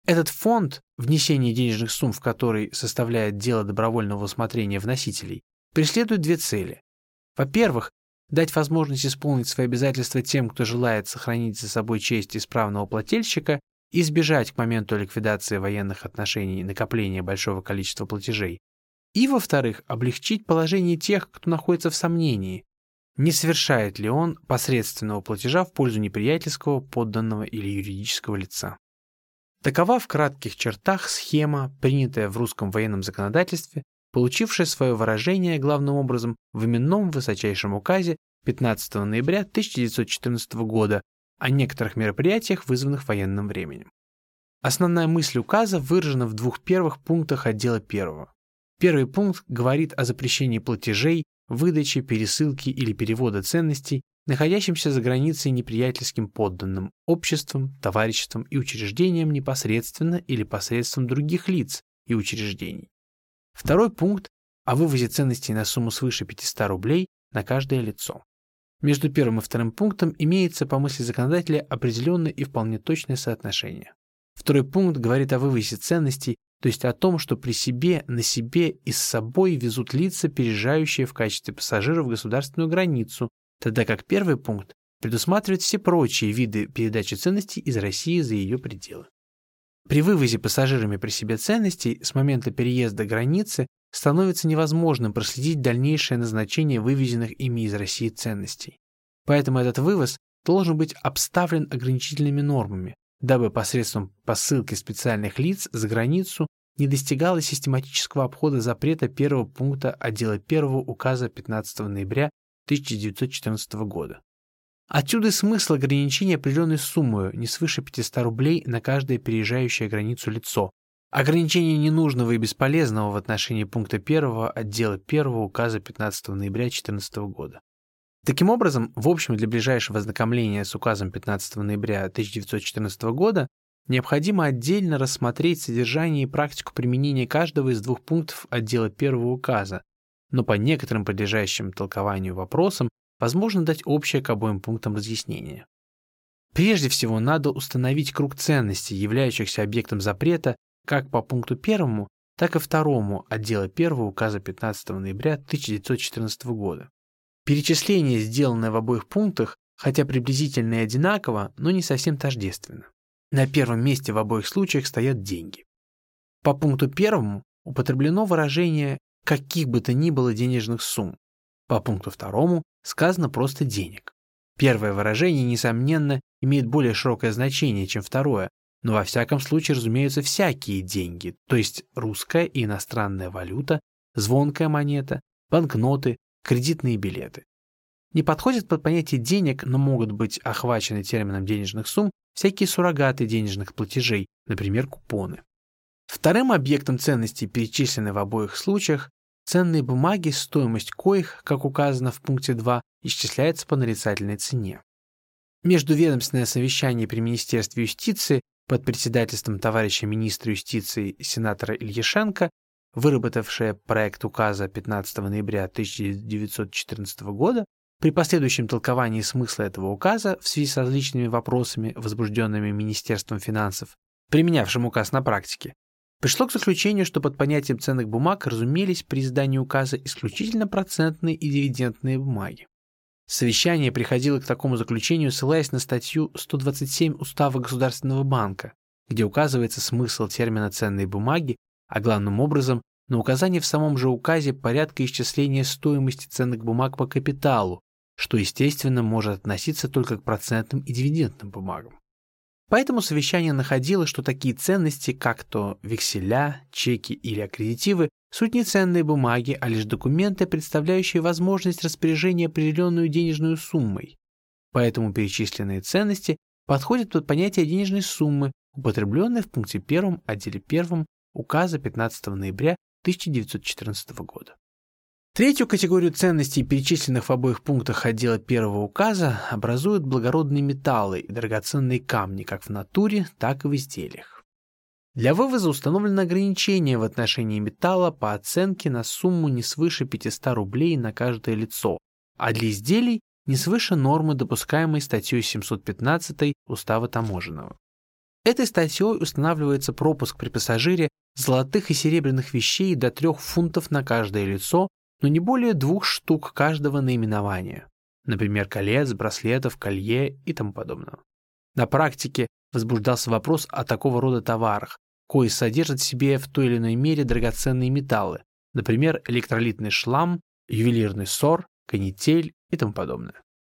Этот фонд, внесение денежных сумм в который составляет дело добровольного усмотрения вносителей, преследует две цели. Во-первых, дать возможность исполнить свои обязательства тем, кто желает сохранить за собой честь исправного плательщика и избежать к моменту ликвидации военных отношений накопления большого количества платежей. И, во-вторых, облегчить положение тех, кто находится в сомнении, не совершает ли он посредственного платежа в пользу неприятельского, подданного или юридического лица. Такова в кратких чертах схема, принятая в русском военном законодательстве, получившая свое выражение главным образом в именном высочайшем указе пятнадцатого ноября тысяча девятьсот четырнадцатого года о некоторых мероприятиях, вызванных военным временем. Основная мысль указа выражена в двух первых пунктах отдела первого. Первый пункт говорит о запрещении платежей, выдачи, пересылки или перевода ценностей, находящимся за границей неприятельским подданным, обществом, товариществом и учреждением непосредственно или посредством других лиц и учреждений. Второй пункт о вывозе ценностей на сумму свыше пятисот рублей на каждое лицо. Между первым и вторым пунктом имеется, по мысли законодателя, определенное и вполне точное соотношение. Второй пункт говорит о вывозе ценностей, то есть о том, что при себе, на себе и с собой везут лица, переезжающие в качестве пассажиров государственную границу, тогда как первый пункт предусматривает все прочие виды передачи ценностей из России за ее пределы. При вывозе пассажирами при себе ценностей с момента переезда границы становится невозможным проследить дальнейшее назначение вывезенных ими из России ценностей. Поэтому этот вывоз должен быть обставлен ограничительными нормами, дабы посредством посылки специальных лиц за границу не достигалось систематического обхода запрета первого пункта отдела первого указа пятнадцатого ноября тысяча девятьсот четырнадцатого года. Отсюда и смысл ограничения определенной суммой не свыше пятисот рублей на каждое переезжающее границу лицо. Ограничение ненужного и бесполезного в отношении пункта первого отдела первого указа пятнадцатого ноября две тысячи четырнадцатого года. Таким образом, в общем, для ближайшего ознакомления с указом пятнадцатого ноября тысяча девятьсот четырнадцатого года необходимо отдельно рассмотреть содержание и практику применения каждого из двух пунктов отдела первого указа, но по некоторым подлежащим толкованию вопросам возможно дать общее к обоим пунктам разъяснение. Прежде всего, надо установить круг ценностей, являющихся объектом запрета как по пункту первому, так и второму отдела первого указа пятнадцатого ноября тысяча девятьсот четырнадцатого года. Перечисление, сделанное в обоих пунктах, хотя приблизительно и одинаково, но не совсем тождественно. На первом месте в обоих случаях стоят деньги. По пункту первому употреблено выражение «каких бы то ни было денежных сумм». По пункту второму сказано просто «денег». Первое выражение, несомненно, имеет более широкое значение, чем второе, но во всяком случае разумеются всякие деньги, то есть русская и иностранная валюта, звонкая монета, банкноты, кредитные билеты. Не подходят под понятие денег, но могут быть охвачены термином денежных сумм всякие суррогаты денежных платежей, например, купоны. Вторым объектом ценностей, перечисленной в обоих случаях, ценные бумаги, стоимость коих, как указано в пункте два, исчисляется по нарицательной цене. Междуведомственное совещание при Министерстве юстиции под председательством товарища министра юстиции сенатора Ильяшенко, выработавшее проект указа пятнадцатого ноября тысяча девятьсот четырнадцатого года, при последующем толковании смысла этого указа в связи с различными вопросами, возбужденными Министерством финансов, применявшим указ на практике, пришло к заключению, что под понятием ценных бумаг разумелись при издании указа исключительно процентные и дивидендные бумаги. Совещание приходило к такому заключению, ссылаясь на статью сто двадцать семь Устава Государственного банка, где указывается смысл термина «ценные бумаги», а главным образом на указание в самом же указе порядка исчисления стоимости ценных бумаг по капиталу, что, естественно, может относиться только к процентным и дивидендным бумагам. Поэтому совещание находило, что такие ценности, как то векселя, чеки или аккредитивы, суть не ценные бумаги, а лишь документы, представляющие возможность распоряжения определенную денежную суммой. Поэтому перечисленные ценности подходят под понятие денежной суммы, употребленной в пункте первом отделе первом указа пятнадцатого ноября тысяча девятьсот четырнадцатого года. Третью категорию ценностей, перечисленных в обоих пунктах отдела первого указа, образуют благородные металлы и драгоценные камни как в натуре, так и в изделиях. Для вывоза установлено ограничение в отношении металла по оценке на сумму не свыше пятисот рублей на каждое лицо, а для изделий не свыше нормы, допускаемой статьей семьсот пятнадцать Устава таможенного. Этой статьей устанавливается пропуск при пассажире золотых и серебряных вещей до трех фунтов на каждое лицо, но не более двух штук каждого наименования, например, колец, браслетов, колье и тому подобного. На практике возбуждался вопрос о такого рода товарах, кои содержат в себе в той или иной мере драгоценные металлы, например, электролитный шлам, ювелирный ссор, канитель и тому подобное.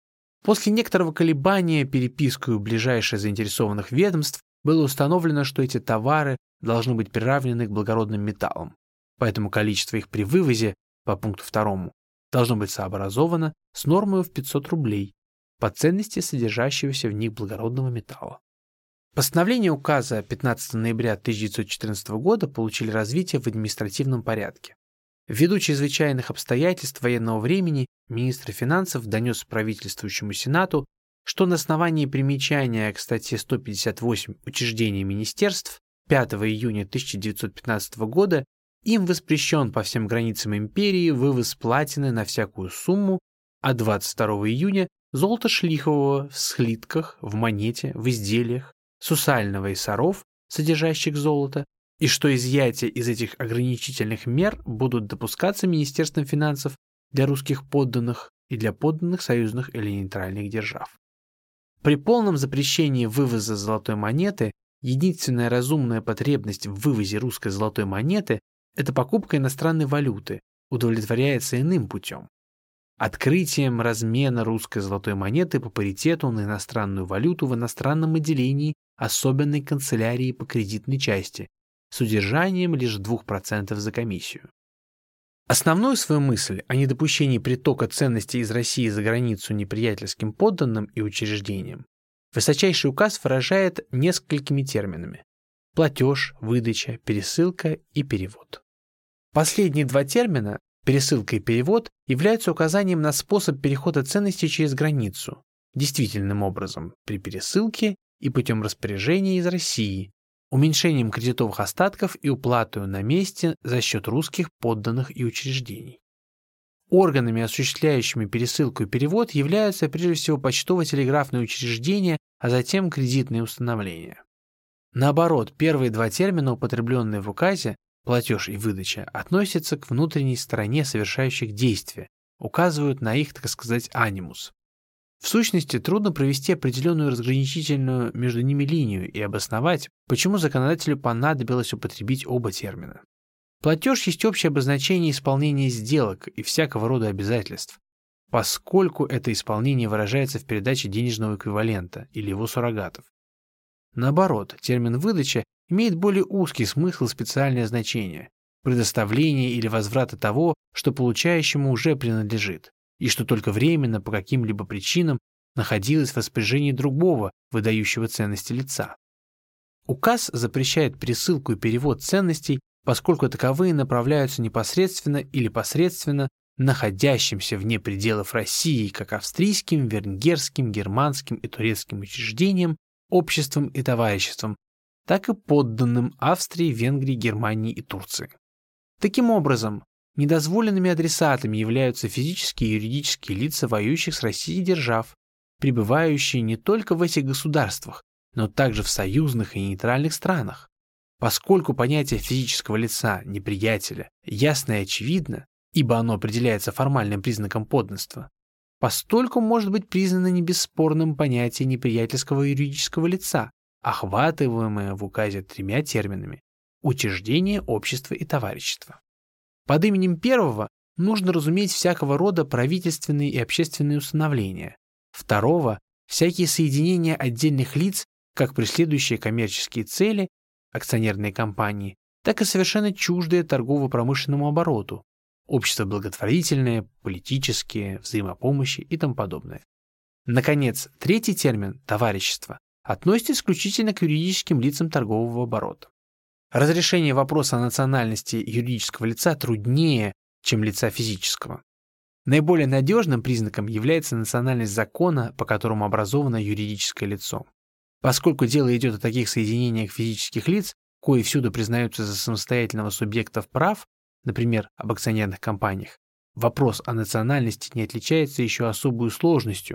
После некоторого колебания перепиской у ближайших заинтересованных ведомств было установлено, что эти товары должны быть приравнены к благородным металлам, поэтому количество их при вывозе, по пункту второму, должно быть сообразовано с нормой в пятьсот рублей по ценности содержащегося в них благородного металла. Постановления указа пятнадцатого ноября тысяча девятьсот четырнадцатого года получили развитие в административном порядке. Ввиду чрезвычайных обстоятельств военного времени министр финансов донес правительствующему Сенату, что на основании примечания к статье сто пятьдесят восемь «Учреждения министерств» пятого июня тысяча девятьсот пятнадцатого года им воспрещен по всем границам империи вывоз платины на всякую сумму, а двадцать второго июня золото шлихового в слитках, в монете, в изделиях, сусального и соров, содержащих золото, и что изъятия из этих ограничительных мер будут допускаться Министерством финансов для русских подданных и для подданных союзных или нейтральных держав. При полном запрещении вывоза золотой монеты единственная разумная потребность в вывозе русской золотой монеты – это покупка иностранной валюты, удовлетворяется иным путем. Открытием размена русской золотой монеты по паритету на иностранную валюту в иностранном отделении особенной канцелярии по кредитной части с удержанием лишь двух процентов за комиссию. Основную свою мысль о недопущении притока ценностей из России за границу неприятельским подданным и учреждениям высочайший указ выражает несколькими терминами: платеж, выдача, пересылка и перевод. Последние два термина, пересылка и перевод, являются указанием на способ перехода ценностей через границу, действительным образом при пересылке и путем распоряжения из России, уменьшением кредитовых остатков и уплатой на месте за счет русских подданных и учреждений. Органами, осуществляющими пересылку и перевод, являются прежде всего почтово-телеграфные учреждения, а затем кредитные установления. Наоборот, первые два термина, употребленные в указе, платеж и выдача, относятся к внутренней стороне совершающих действия, указывают на их, так сказать, анимус. В сущности, трудно провести определенную разграничительную между ними линию и обосновать, почему законодателю понадобилось употребить оба термина. Платеж есть общее обозначение исполнения сделок и всякого рода обязательств, поскольку это исполнение выражается в передаче денежного эквивалента или его суррогатов. Наоборот, термин «выдача» имеет более узкий смысл и специальное значение – предоставление или возврата того, что получающему уже принадлежит, и что только временно по каким-либо причинам находилось в распоряжении другого, выдающего ценности лица. Указ запрещает присылку и перевод ценностей, поскольку таковые направляются непосредственно или посредственно находящимся вне пределов России как австрийским, венгерским, германским и турецким учреждениям, обществам и товариществам, так и подданным Австрии, Венгрии, Германии и Турции. Таким образом, недозволенными адресатами являются физические и юридические лица воюющих с Россией держав, пребывающие не только в этих государствах, но также в союзных и нейтральных странах. Поскольку понятие физического лица, неприятеля, ясно и очевидно, ибо оно определяется формальным признаком подданства, постольку может быть признано небесспорным понятие неприятельского юридического лица, охватываемое в указе тремя терминами – учреждение, общество и товарищество. Под именем первого нужно разуметь всякого рода правительственные и общественные установления, второго – всякие соединения отдельных лиц, как преследующие коммерческие цели, акционерные компании, так и совершенно чуждые торгово-промышленному обороту, общества благотворительные, политические, взаимопомощи и тому подобное. Наконец, третий термин «товарищество» относится исключительно к юридическим лицам торгового оборота. Разрешение вопроса о национальности юридического лица труднее, чем лица физического. Наиболее надежным признаком является национальность закона, по которому образовано юридическое лицо. Поскольку дело идет о таких соединениях физических лиц, кои всюду признаются за самостоятельного субъектов прав, например, об акционерных компаниях, вопрос о национальности не отличается еще особой сложностью,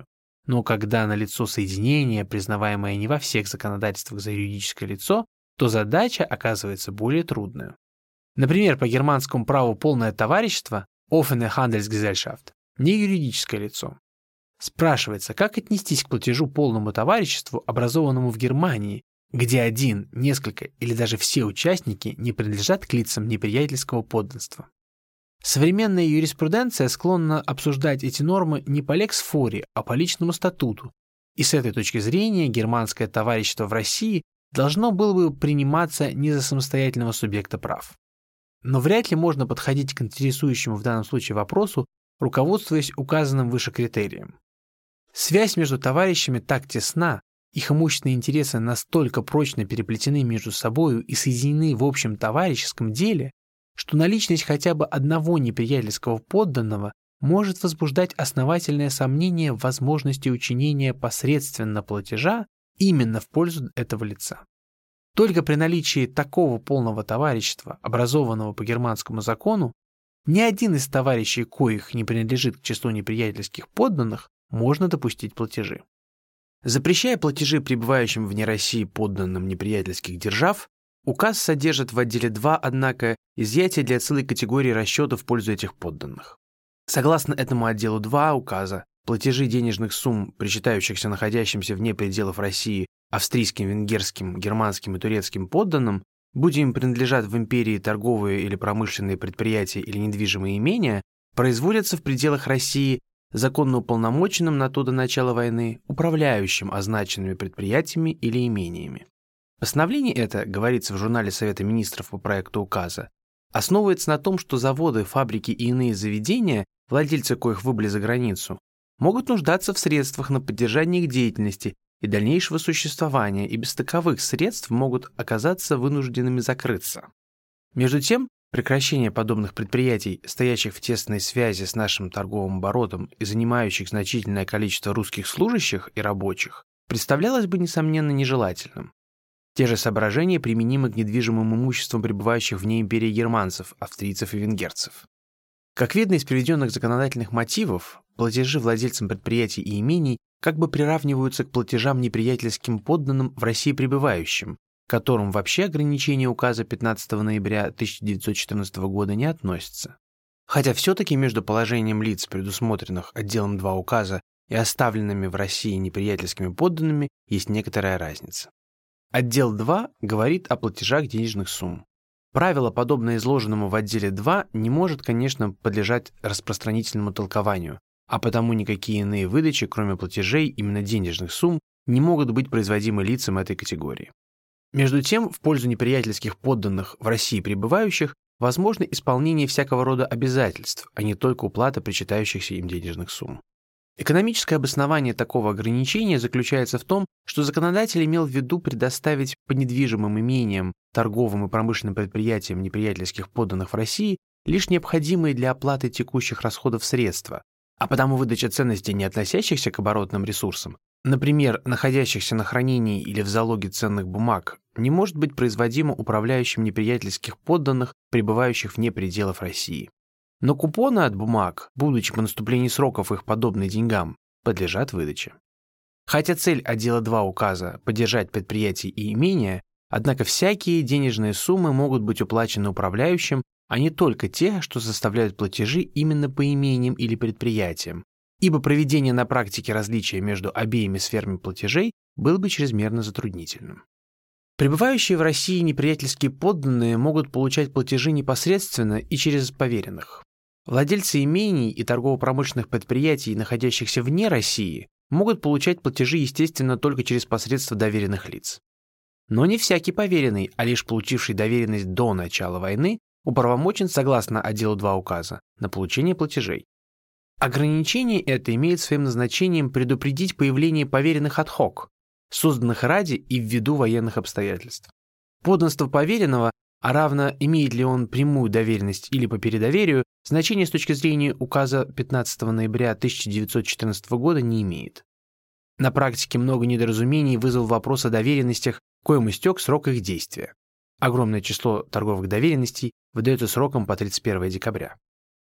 Но когда налицо соединение, признаваемое не во всех законодательствах за юридическое лицо, то задача оказывается более трудной. Например, по германскому праву полное товарищество offene Handelsgesellschaft не юридическое лицо. Спрашивается, как отнестись к платежу полному товариществу, образованному в Германии, где один, несколько или даже все участники не принадлежат к лицам неприятельского подданства. Современная юриспруденция склонна обсуждать эти нормы не по lex fori, а по личному статуту, и с этой точки зрения германское товарищество в России должно было бы приниматься не за самостоятельного субъекта прав. Но вряд ли можно подходить к интересующему в данном случае вопросу, руководствуясь указанным выше критерием. Связь между товарищами так тесна, их имущественные интересы настолько прочно переплетены между собою и соединены в общем товарищеском деле, что наличность хотя бы одного неприятельского подданного может возбуждать основательное сомнение в возможности учинения посредственно платежа именно в пользу этого лица. Только при наличии такого полного товарищества, образованного по германскому закону, ни один из товарищей, коих не принадлежит к числу неприятельских подданных, можно допустить платежи. Запрещая платежи пребывающим вне России подданным неприятельских держав, указ содержит в отделе два, однако, изъятие для целой категории расчетов в пользу этих подданных. Согласно этому отделу два указа, платежи денежных сумм, причитающихся находящимся вне пределов России австрийским, венгерским, германским и турецким подданным, будь им принадлежат в империи торговые или промышленные предприятия или недвижимые имения, производятся в пределах России законно уполномоченным на то до начала войны управляющим означенными предприятиями или имениями. Постановление это, говорится в журнале Совета министров по проекту указа, основывается на том, что заводы, фабрики и иные заведения, владельцы коих выбыли за границу, могут нуждаться в средствах на поддержание их деятельности и дальнейшего существования, и без таковых средств могут оказаться вынужденными закрыться. Между тем, прекращение подобных предприятий, стоящих в тесной связи с нашим торговым оборотом и занимающих значительное количество русских служащих и рабочих, представлялось бы, несомненно, нежелательным. Те же соображения применимы к недвижимым имуществам пребывающих вне империи германцев, австрийцев и венгерцев. Как видно из приведенных законодательных мотивов, платежи владельцам предприятий и имений как бы приравниваются к платежам неприятельским подданным в России пребывающим, к которым вообще ограничения указа пятнадцатого ноября тысяча девятьсот четырнадцатого года не относятся. Хотя все-таки между положением лиц, предусмотренных отделом два указа, и оставленными в России неприятельскими подданными, есть некоторая разница. Отдел два говорит о платежах денежных сумм. Правило, подобное изложенному в отделе два, не может, конечно, подлежать распространительному толкованию, а потому никакие иные выдачи, кроме платежей именно денежных сумм, не могут быть производимы лицам этой категории. Между тем, в пользу неприятельских подданных в России пребывающих возможно исполнение всякого рода обязательств, а не только уплата причитающихся им денежных сумм. Экономическое обоснование такого ограничения заключается в том, что законодатель имел в виду предоставить по недвижимым имениям, торговым и промышленным предприятиям неприятельских подданных в России лишь необходимые для оплаты текущих расходов средства, а потому выдача ценностей, не относящихся к оборотным ресурсам, например, находящихся на хранении или в залоге ценных бумаг, не может быть производима управляющим неприятельских подданных, пребывающих вне пределов России. Но купоны от бумаг, будучи по наступлении сроков их подобны деньгам, подлежат выдаче. Хотя цель отдела два указа – поддержать предприятия и имения, однако всякие денежные суммы могут быть уплачены управляющим, а не только те, что составляют платежи именно по имениям или предприятиям, ибо проведение на практике различия между обеими сферами платежей было бы чрезмерно затруднительным. Пребывающие в России неприятельские подданные могут получать платежи непосредственно и через поверенных. Владельцы имений и торгово-промышленных предприятий, находящихся вне России, могут получать платежи, естественно, только через посредство доверенных лиц. Но не всякий поверенный, а лишь получивший доверенность до начала войны, уполномочен, согласно отделу два указа, на получение платежей. Ограничение это имеет своим назначением предупредить появление поверенных ad hoc, созданных ради и ввиду военных обстоятельств. Подданство поверенного, а равно имеет ли он прямую доверенность или по передоверию, значение с точки зрения указа пятнадцатого ноября тысяча девятьсот четырнадцатого года не имеет. На практике много недоразумений вызвал вопрос о доверенностях, коим истек срок их действия. Огромное число торговых доверенностей выдается сроком по тридцать первого декабря.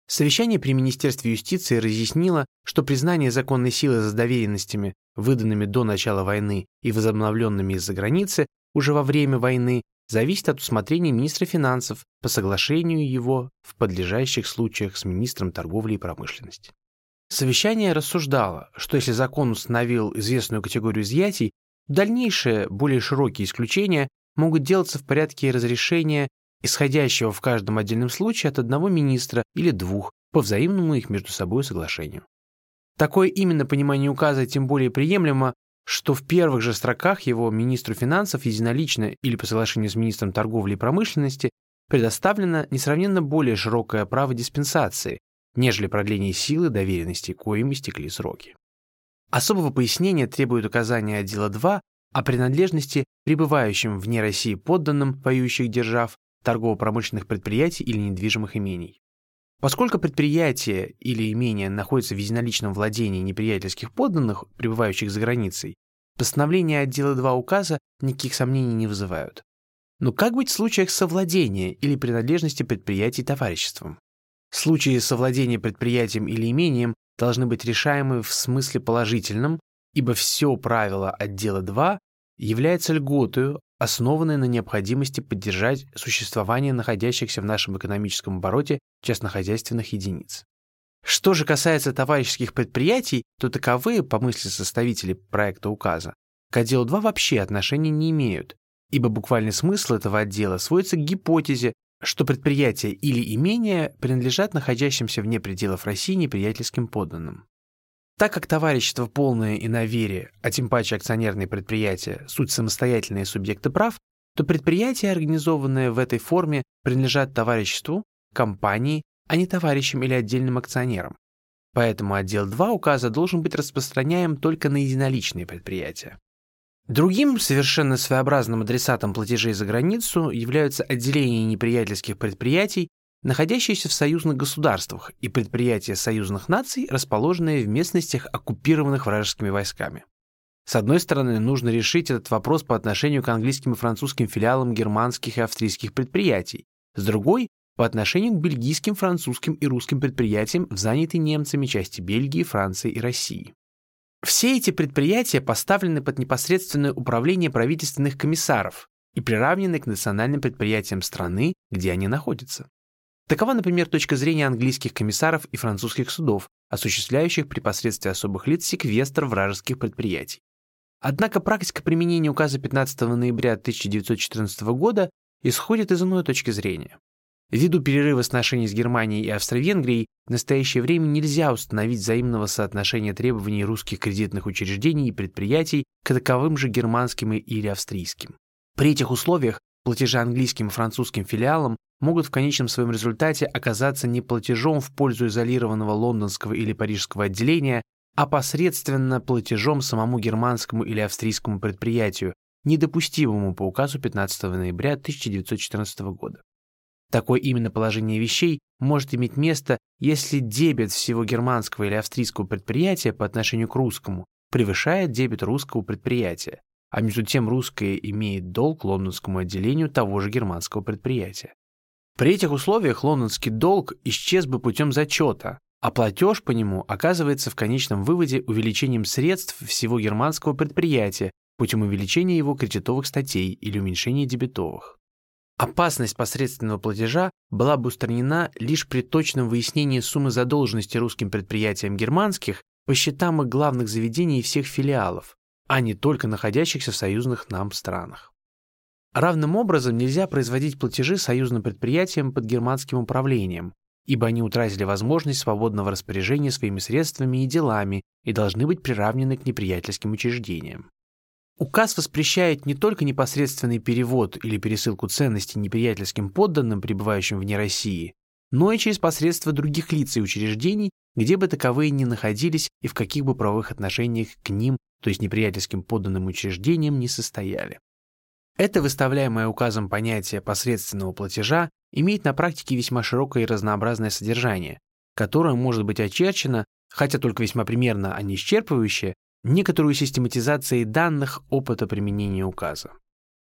Совещание при Министерстве юстиции разъяснило, что признание законной силы за доверенностями, выданными до начала войны и возобновленными из-за границы уже во время войны, зависит от усмотрения министра финансов по соглашению его в подлежащих случаях с министром торговли и промышленности. Совещание рассуждало, что если закон установил известную категорию изъятий, дальнейшие, более широкие исключения могут делаться в порядке разрешения, исходящего в каждом отдельном случае от одного министра или двух по взаимному их между собой соглашению. Такое именно понимание указа тем более приемлемо, что в первых же строках его министру финансов единолично или по соглашению с министром торговли и промышленности предоставлено несравненно более широкое право диспенсации, нежели продление силы доверенности, коим истекли сроки. Особого пояснения требует указание отдела два о принадлежности пребывающим вне России подданным воюющих держав, торгово-промышленных предприятий или недвижимых имений. Поскольку предприятие или имение находится в единоличном владении неприятельских подданных, пребывающих за границей, постановления отдела два указа никаких сомнений не вызывают. Но как быть в случаях совладения или принадлежности предприятий товариществом? Случаи совладения предприятием или имением должны быть решаемы в смысле положительном, ибо все правило отдела два является льготою, основанной на необходимости поддержать существование находящихся в нашем экономическом обороте частнохозяйственных единиц. Что же касается товарищеских предприятий, то таковые, по мысли составителей проекта указа, к отделу два вообще отношения не имеют, ибо буквальный смысл этого отдела сводится к гипотезе, что предприятия или имения принадлежат находящимся вне пределов России неприятельским подданным. Так как товарищество полное и на вере, а тем паче акционерные предприятия, суть самостоятельные субъекты прав, то предприятия, организованные в этой форме, принадлежат товариществу, компании, а не товарищам или отдельным акционерам. Поэтому отдел два указа должен быть распространяем только на единоличные предприятия. Другим совершенно своеобразным адресатом платежей за границу являются отделения неприятельских предприятий, находящиеся в союзных государствах, и предприятия союзных наций, расположенные в местностях, оккупированных вражескими войсками. С одной стороны, нужно решить этот вопрос по отношению к английским и французским филиалам германских и австрийских предприятий, с другой – по отношению к бельгийским, французским и русским предприятиям в занятой немцами части Бельгии, Франции и России. Все эти предприятия поставлены под непосредственное управление правительственных комиссаров и приравнены к национальным предприятиям страны, где они находятся. Такова, например, точка зрения английских комиссаров и французских судов, осуществляющих при посредстве особых лиц секвестр вражеских предприятий. Однако практика применения указа пятнадцатого ноября тысяча девятьсот четырнадцатого года исходит из иной точки зрения. Ввиду перерыва сношений с Германией и Австро-Венгрией в настоящее время нельзя установить взаимного соотношения требований русских кредитных учреждений и предприятий к таковым же германским или австрийским. При этих условиях платежи английским и французским филиалам могут в конечном своем результате оказаться не платежом в пользу изолированного лондонского или парижского отделения, а посредственно платежом самому германскому или австрийскому предприятию, недопустимому по указу пятнадцатого ноября тысяча девятьсот четырнадцатого года. Такое именно положение вещей может иметь место, если дебет всего германского или австрийского предприятия по отношению к русскому превышает дебет русского предприятия, а между тем русское имеет долг лондонскому отделению того же германского предприятия. При этих условиях лондонский долг исчез бы путем зачета, а платеж по нему оказывается в конечном выводе увеличением средств всего германского предприятия путем увеличения его кредитовых статей или уменьшения дебетовых. Опасность посредственного платежа была бы устранена лишь при точном выяснении суммы задолженности русским предприятиям германских по счетам их главных заведений и всех филиалов, а не только находящихся в союзных нам странах. Равным образом нельзя производить платежи союзным предприятиям под германским управлением, ибо они утратили возможность свободного распоряжения своими средствами и делами и должны быть приравнены к неприятельским учреждениям. Указ воспрещает не только непосредственный перевод или пересылку ценностей неприятельским подданным, пребывающим вне России, но и через посредство других лиц и учреждений, где бы таковые ни находились и в каких бы правовых отношениях к ним, то есть неприятельским подданным учреждениям, не состояли. Это выставляемое указом понятие посредственного платежа имеет на практике весьма широкое и разнообразное содержание, которое может быть очерчено, хотя только весьма примерно, а не исчерпывающе, некоторую систематизацией данных опыта применения указа.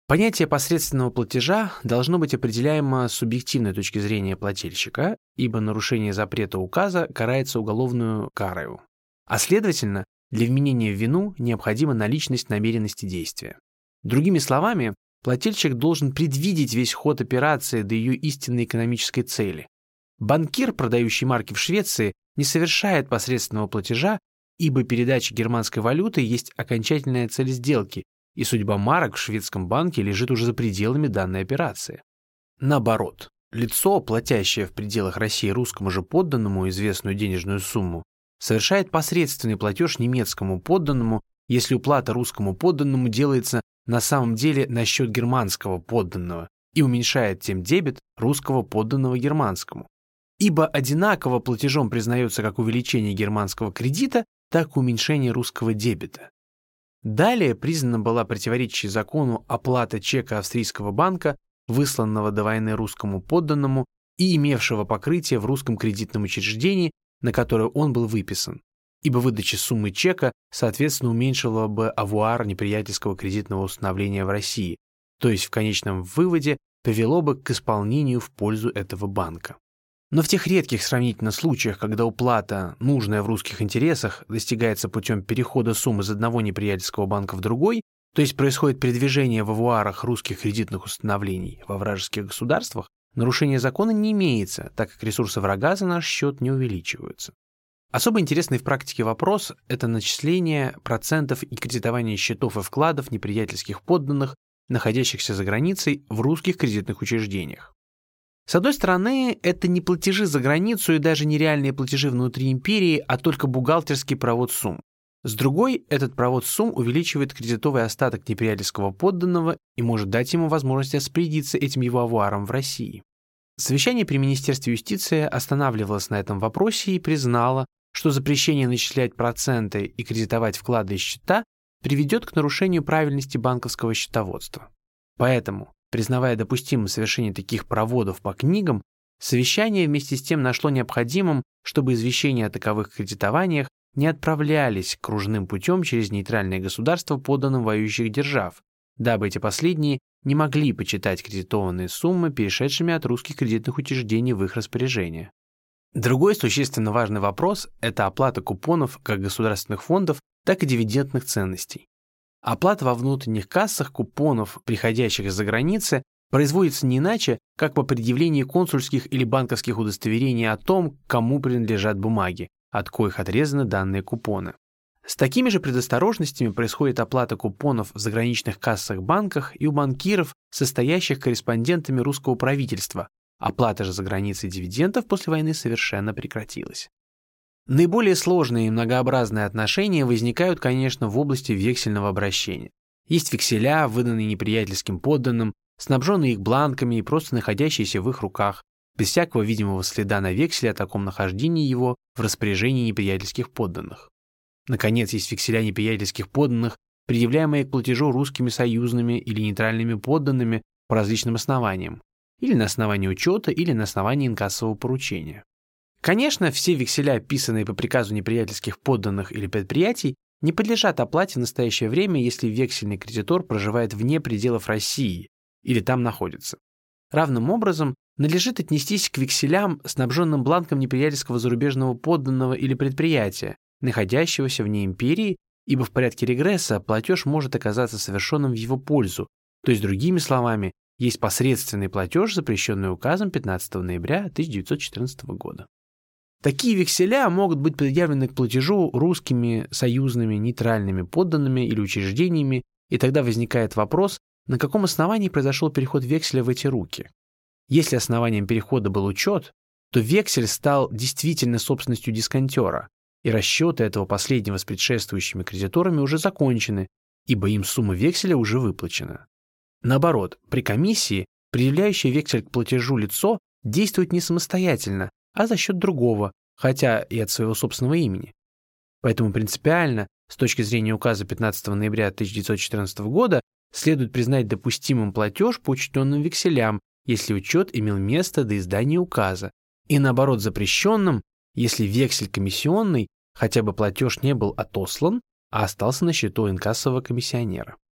Понятие посредственного платежа должно быть определяемо с субъективной точки зрения плательщика, ибо нарушение запрета указа карается уголовную карою. А следовательно, для вменения в вину необходима наличность намеренности действия. Другими словами, плательщик должен предвидеть весь ход операции до ее истинной экономической цели. Банкир, продающий марки в Швеции, не совершает посредственного платежа, ибо передача германской валюты есть окончательная цель сделки, и судьба марок в шведском банке лежит уже за пределами данной операции. Наоборот, лицо, платящее в пределах России русскому же подданному известную денежную сумму, совершает посредственный платеж немецкому подданному, если уплата русскому подданному делается на самом деле на счет германского подданного и уменьшает тем дебет русского подданного германскому. Ибо одинаково платежом признается как увеличение германского кредита, так и уменьшение русского дебета. Далее признана была противоречащей закону оплата чека австрийского банка, высланного до войны русскому подданному и имевшего покрытие в русском кредитном учреждении, на которое он был выписан, ибо выдача суммы чека, соответственно, уменьшила бы авуар неприятельского кредитного установления в России, то есть в конечном выводе привело бы к исполнению в пользу этого банка. Но в тех редких сравнительно случаях, когда уплата, нужная в русских интересах, достигается путем перехода сумм из одного неприятельского банка в другой, то есть происходит передвижение в авуарах русских кредитных установлений во вражеских государствах, нарушение закона не имеется, так как ресурсы врага за наш счет не увеличиваются. Особо интересный в практике вопрос – это начисление процентов и кредитование счетов и вкладов неприятельских подданных, находящихся за границей в русских кредитных учреждениях. С одной стороны, это не платежи за границу и даже не реальные платежи внутри империи, а только бухгалтерский провод сумм. С другой, этот провод сумм увеличивает кредитовый остаток неприятельского подданного и может дать ему возможность распорядиться этим его авуаром в России. Совещание при Министерстве юстиции останавливалось на этом вопросе и признало, что запрещение начислять проценты и кредитовать вклады и счета приведет к нарушению правильности банковского счетоводства. Поэтому, признавая допустимым совершение таких проводов по книгам, совещание вместе с тем нашло необходимым, чтобы извещения о таковых кредитованиях не отправлялись кружным путем через нейтральные государства подданным воюющих держав, дабы эти последние не могли почитать кредитованные суммы, перешедшими от русских кредитных учреждений в их распоряжение. Другой существенно важный вопрос – это оплата купонов как государственных фондов, так и дивидендных ценностей. Оплата во внутренних кассах купонов, приходящих из-за границы, производится не иначе, как по предъявлении консульских или банковских удостоверений о том, кому принадлежат бумаги, от коих отрезаны данные купоны. С такими же предосторожностями происходит оплата купонов в заграничных кассах-банках и у банкиров, состоящих корреспондентами русского правительства. Оплата же за границей дивидендов после войны совершенно прекратилась. Наиболее сложные и многообразные отношения возникают, конечно, в области вексельного обращения. Есть векселя, выданные неприятельским подданным, снабженные их бланками и просто находящиеся в их руках, без всякого видимого следа на векселе о таком нахождении его в распоряжении неприятельских подданных. Наконец, есть векселя неприятельских подданных, предъявляемые к платежу русскими союзными или нейтральными подданными по различным основаниям, или на основании учета, или на основании инкассового поручения. Конечно, все векселя, описанные по приказу неприятельских подданных или предприятий, не подлежат оплате в настоящее время, если вексельный кредитор проживает вне пределов России или там находится. Равным образом, надлежит отнестись к векселям, снабженным бланком неприятельского зарубежного подданного или предприятия, находящегося вне империи, ибо в порядке регресса платеж может оказаться совершенным в его пользу, то есть, другими словами, есть посредственный платеж, запрещенный указом пятнадцатого ноября тысяча девятьсот четырнадцатого года. Такие векселя могут быть предъявлены к платежу русскими, союзными, нейтральными подданными или учреждениями, и тогда возникает вопрос, на каком основании произошел переход векселя в эти руки. Если основанием перехода был учет, то вексель стал действительно собственностью дисконтера, и расчеты этого последнего с предшествующими кредиторами уже закончены, ибо им сумма векселя уже выплачена. Наоборот, при комиссии, предъявляющее вексель к платежу лицо действует не самостоятельно, а за счет другого, хотя и от своего собственного имени. Поэтому принципиально, с точки зрения указа пятнадцатого ноября тысяча девятьсот четырнадцатого года, следует признать допустимым платеж по учтенным векселям, если учет имел место до издания указа, и наоборот запрещенным, если вексель комиссионный, хотя бы платеж не был отослан, а остался на счету инкассового комиссионера.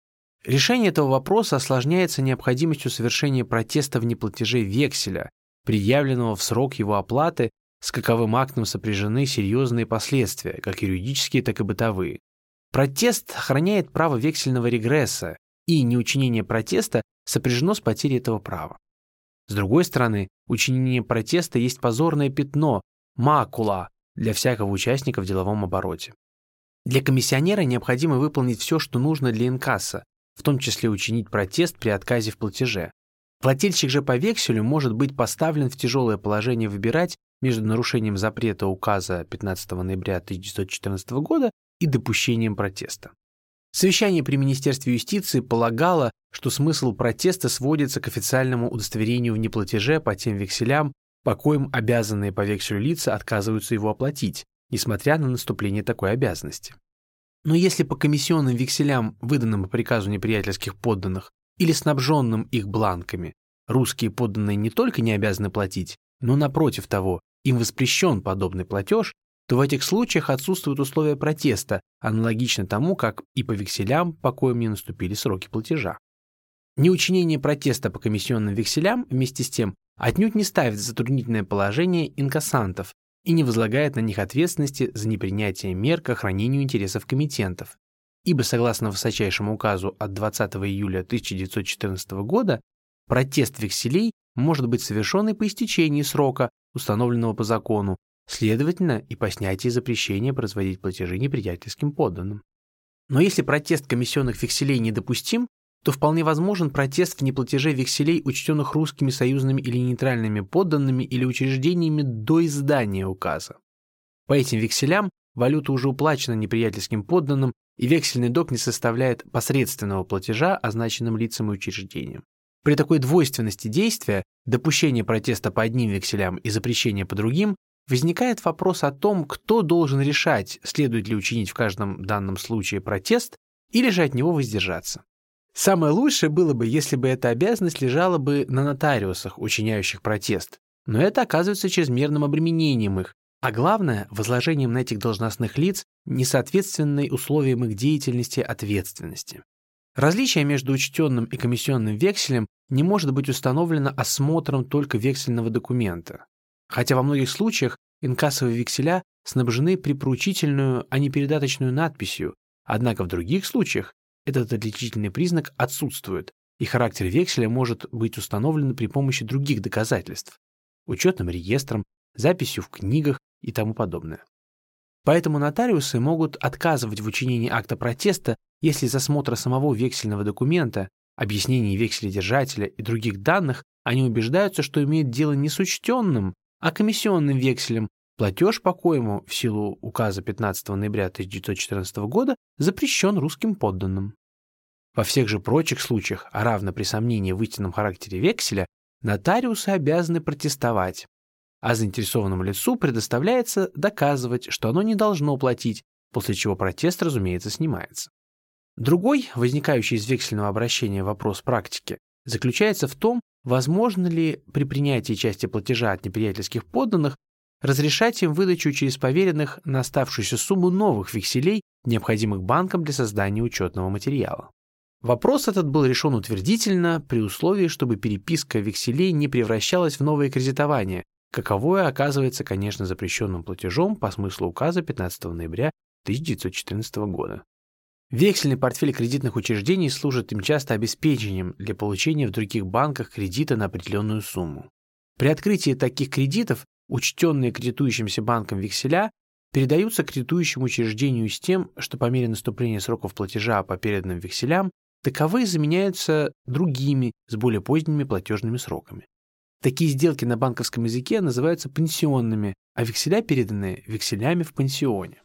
Решение этого вопроса осложняется необходимостью совершения протеста в неплатеже векселя, предъявленного в срок его оплаты, с каковым актом сопряжены серьезные последствия, как юридические, так и бытовые. Протест охраняет право вексельного регресса, и неучинение протеста сопряжено с потерей этого права. С другой стороны, учинение протеста есть позорное пятно, макула, для всякого участника в деловом обороте. Для комиссионера необходимо выполнить все, что нужно для инкасса, в том числе учинить протест при отказе в платеже. Плательщик же по векселю может быть поставлен в тяжелое положение выбирать между нарушением запрета указа пятнадцатого ноября тысяча девятьсот четырнадцатого года и допущением протеста. Совещание при Министерстве юстиции полагало, что смысл протеста сводится к официальному удостоверению в неплатеже по тем векселям, по коим обязанные по векселю лица отказываются его оплатить, несмотря на наступление такой обязанности. Но если по комиссионным векселям, выданным по приказу неприятельских подданных или снабженным их бланками, русские подданные не только не обязаны платить, но, напротив того, им воспрещен подобный платеж, то в этих случаях отсутствуют условия протеста, аналогично тому, как и по векселям, по коим не наступили сроки платежа. Неучинение протеста по комиссионным векселям, вместе с тем, отнюдь не ставит в затруднительное положение инкассантов и не возлагает на них ответственности за непринятие мер к охранению интересов коммитентов, ибо, согласно высочайшему указу от двадцатого июля тысяча девятьсот четырнадцатого года, протест векселей может быть совершен и по истечении срока, установленного по закону, следовательно, и по снятии запрещения производить платежи неприятельским подданным. Но если протест комиссионных векселей недопустим, то вполне возможен протест в неплатеже векселей, учтенных русскими союзными или нейтральными подданными или учреждениями до издания указа. По этим векселям валюта уже уплачена неприятельским подданным, и вексельный долг не составляет посредственного платежа означенным лицам и учреждениям. При такой двойственности действия, допущение протеста по одним векселям и запрещение по другим, возникает вопрос о том, кто должен решать, следует ли учинить в каждом данном случае протест или же от него воздержаться. Самое лучшее было бы, если бы эта обязанность лежала бы на нотариусах, учиняющих протест, но это оказывается чрезмерным обременением их, а главное – возложением на этих должностных лиц несоответственной условиям их деятельности ответственности. Различие между учтенным и комиссионным векселем не может быть установлено осмотром только вексельного документа, хотя во многих случаях инкассовые векселя снабжены припоручительную, а не передаточную надписью, однако в других случаях этот отличительный признак отсутствует, и характер векселя может быть установлен при помощи других доказательств – учетным реестром, записью в книгах и тому подобное. Поэтому нотариусы могут отказывать в учинении акта протеста, если из осмотра самого вексельного документа, объяснений векселедержателя и других данных они убеждаются, что имеют дело не с учтенным, а комиссионным векселем, платеж по коему в силу указа пятнадцатого ноября тысяча девятьсот четырнадцатого года запрещен русским подданным. Во всех же прочих случаях, а равно при сомнении в истинном характере векселя, нотариусы обязаны протестовать, а заинтересованному лицу предоставляется доказывать, что оно не должно платить, после чего протест, разумеется, снимается. Другой, возникающий из вексельного обращения вопрос практики, заключается в том, возможно ли при принятии части платежа от неприятельских подданных разрешать им выдачу через поверенных на оставшуюся сумму новых векселей, необходимых банкам для создания учетного материала. Вопрос этот был решен утвердительно при условии, чтобы переписка векселей не превращалась в новое кредитование, каковое оказывается, конечно, запрещенным платежом по смыслу указа пятнадцатого ноября тысяча девятьсот четырнадцатого года. Вексельный портфель кредитных учреждений служит им часто обеспечением для получения в других банках кредита на определенную сумму. При открытии таких кредитов учтенные кредитующимся банком векселя передаются кредитующему учреждению с тем, что по мере наступления сроков платежа по переданным векселям таковые заменяются другими с более поздними платежными сроками. Такие сделки на банковском языке называются пансионными, а векселя переданные векселями в пансионе.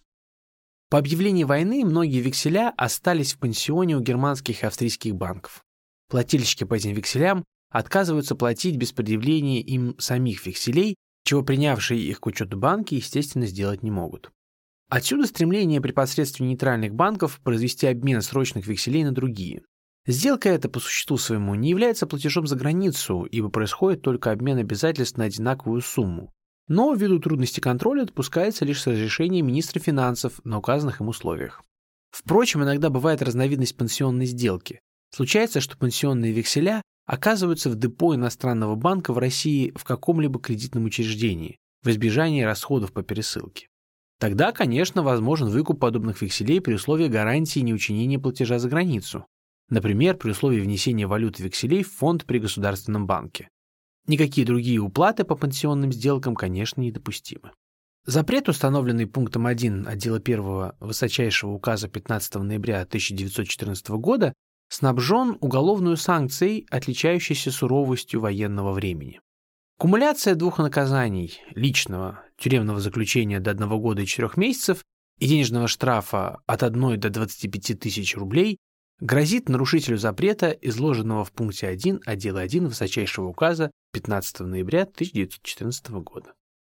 По объявлении войны многие векселя остались в пансионе у германских и австрийских банков. Плательщики по этим векселям отказываются платить без предъявления им самих векселей, чего принявшие их к учету банки, естественно, сделать не могут. Отсюда стремление при посредстве нейтральных банков произвести обмен срочных векселей на другие. Сделка эта по существу своему не является платежом за границу, ибо происходит только обмен обязательств на одинаковую сумму. Но ввиду трудности контроля допускается лишь с разрешения министра финансов на указанных им условиях. Впрочем, иногда бывает разновидность пансионной сделки. Случается, что пенсионные векселя оказываются в депо иностранного банка в России в каком-либо кредитном учреждении в избежание расходов по пересылке. Тогда, конечно, возможен выкуп подобных векселей при условии гарантии неучинения платежа за границу, например, при условии внесения валюты векселей в фонд при Государственном банке. Никакие другие уплаты по пенсионным сделкам, конечно, недопустимы. Запрет, установленный пунктом один отдела первого высочайшего указа пятнадцатого ноября тысяча девятьсот четырнадцатого года, снабжен уголовной санкцией, отличающейся суровостью военного времени. Кумуляция двух наказаний – личного, тюремного заключения до одного года и четырех месяцев и денежного штрафа от одной до двадцати пяти тысяч рублей грозит нарушителю запрета, изложенного в пункте один отдела один высочайшего указа пятнадцатого ноября тысяча девятьсот четырнадцатого года.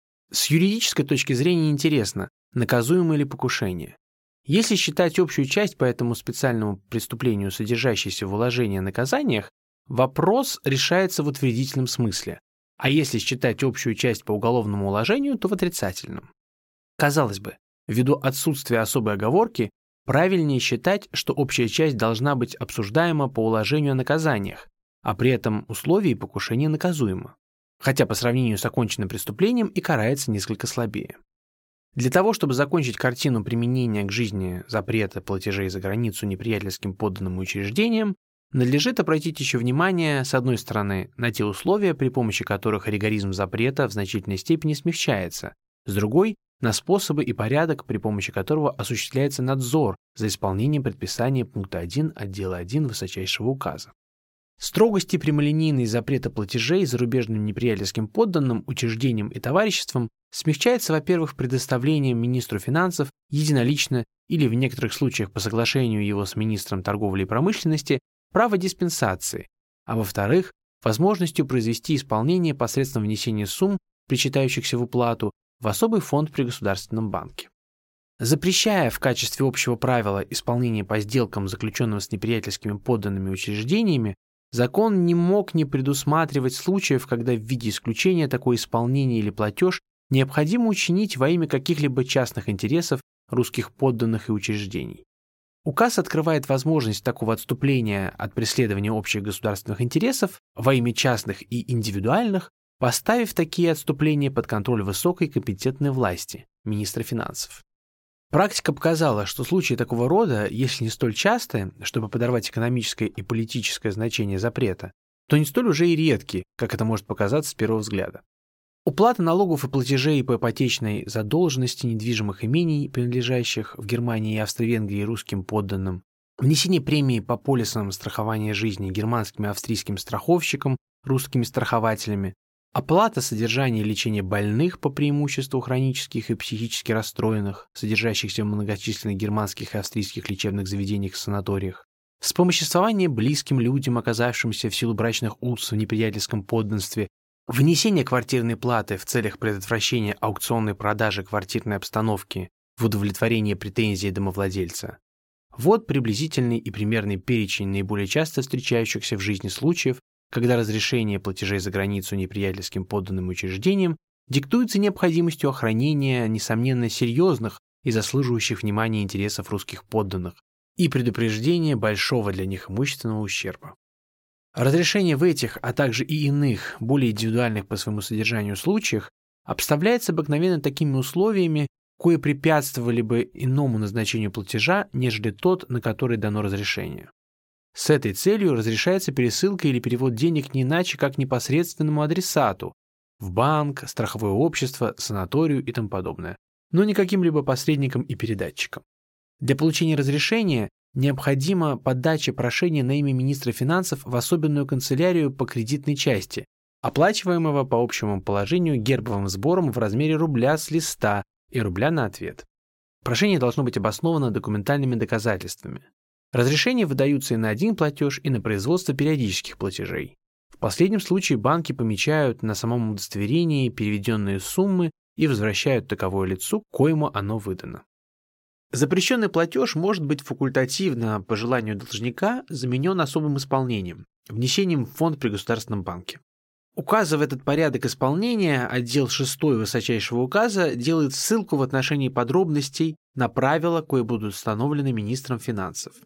С юридической точки зрения интересно, наказуемо ли покушение. Если считать общую часть по этому специальному преступлению, содержащейся в уложении о наказаниях, вопрос решается в утвердительном смысле, а если считать общую часть по уголовному уложению, то в отрицательном. Казалось бы, ввиду отсутствия особой оговорки, правильнее считать, что общая часть должна быть обсуждаема по уложению о наказаниях, а при этом условии покушения наказуемо, хотя по сравнению с оконченным преступлением и карается несколько слабее. Для того, чтобы закончить картину применения к жизни запрета платежей за границу неприятельским подданным учреждениям, надлежит обратить еще внимание, с одной стороны, на те условия, при помощи которых ригоризм запрета в значительной степени смягчается, с другой – на способы и порядок, при помощи которого осуществляется надзор за исполнением предписания пункта один отдела один высочайшего указа. Строгость и прямолинейность запрета платежей зарубежным неприятельским подданным, учреждениям и товариществам смягчается, во-первых, предоставлением министру финансов единолично или в некоторых случаях по соглашению его с министром торговли и промышленности права диспенсации, а во-вторых, возможностью произвести исполнение посредством внесения сумм, причитающихся в уплату, в особый фонд при Государственном банке. Запрещая в качестве общего правила исполнение по сделкам, заключенным с неприятельскими подданными учреждениями, закон не мог не предусматривать случаев, когда в виде исключения такое исполнение или платеж необходимо учинить во имя каких-либо частных интересов русских подданных и учреждений. Указ открывает возможность такого отступления от преследования общих государственных интересов во имя частных и индивидуальных, поставив такие отступления под контроль высокой компетентной власти, министра финансов. Практика показала, что случаи такого рода, если не столь частые, чтобы подорвать экономическое и политическое значение запрета, то не столь уже и редки, как это может показаться с первого взгляда. Уплата налогов и платежей по ипотечной задолженности недвижимых имений, принадлежащих в Германии и Австро-Венгрии русским подданным, внесение премии по полисам страхования жизни германским и австрийским страховщикам, русскими страхователями, оплата содержания и лечения больных по преимуществу хронических и психически расстроенных, содержащихся в многочисленных германских и австрийских лечебных заведениях и санаториях, вспомоществование близким людям, оказавшимся в силу брачных уз в неприятельском подданстве, внесение квартирной платы в целях предотвращения аукционной продажи квартирной обстановки в удовлетворение претензий домовладельца. Вот приблизительный и примерный перечень наиболее часто встречающихся в жизни случаев, когда разрешение платежей за границу неприятельским подданным учреждениям диктуется необходимостью охранения, несомненно, серьезных и заслуживающих внимания интересов русских подданных и предупреждения большого для них имущественного ущерба. Разрешение в этих, а также и иных, более индивидуальных по своему содержанию случаях обставляется обыкновенно такими условиями, кое препятствовали бы иному назначению платежа, нежели тот, на который дано разрешение. С этой целью разрешается пересылка или перевод денег не иначе, как непосредственному адресату в банк, страховое общество, санаторию и тому подобное, но не каким-либо посредникам и передатчикам. Для получения разрешения необходима подача прошения на имя министра финансов в особенную канцелярию по кредитной части, оплачиваемого по общему положению гербовым сбором в размере рубля с листа и рубля на ответ. Прошение должно быть обосновано документальными доказательствами. Разрешения выдаются и на один платеж, и на производство периодических платежей. В последнем случае банки помечают на самом удостоверении переведенные суммы и возвращают таковое лицу, коему оно выдано. Запрещенный платеж может быть факультативно, по желанию должника, заменен особым исполнением, внесением в фонд при Государственном банке. Указывая этот порядок исполнения, отдел шестой высочайшего указа делает ссылку в отношении подробностей на правила, кои будут установлены министром финансов.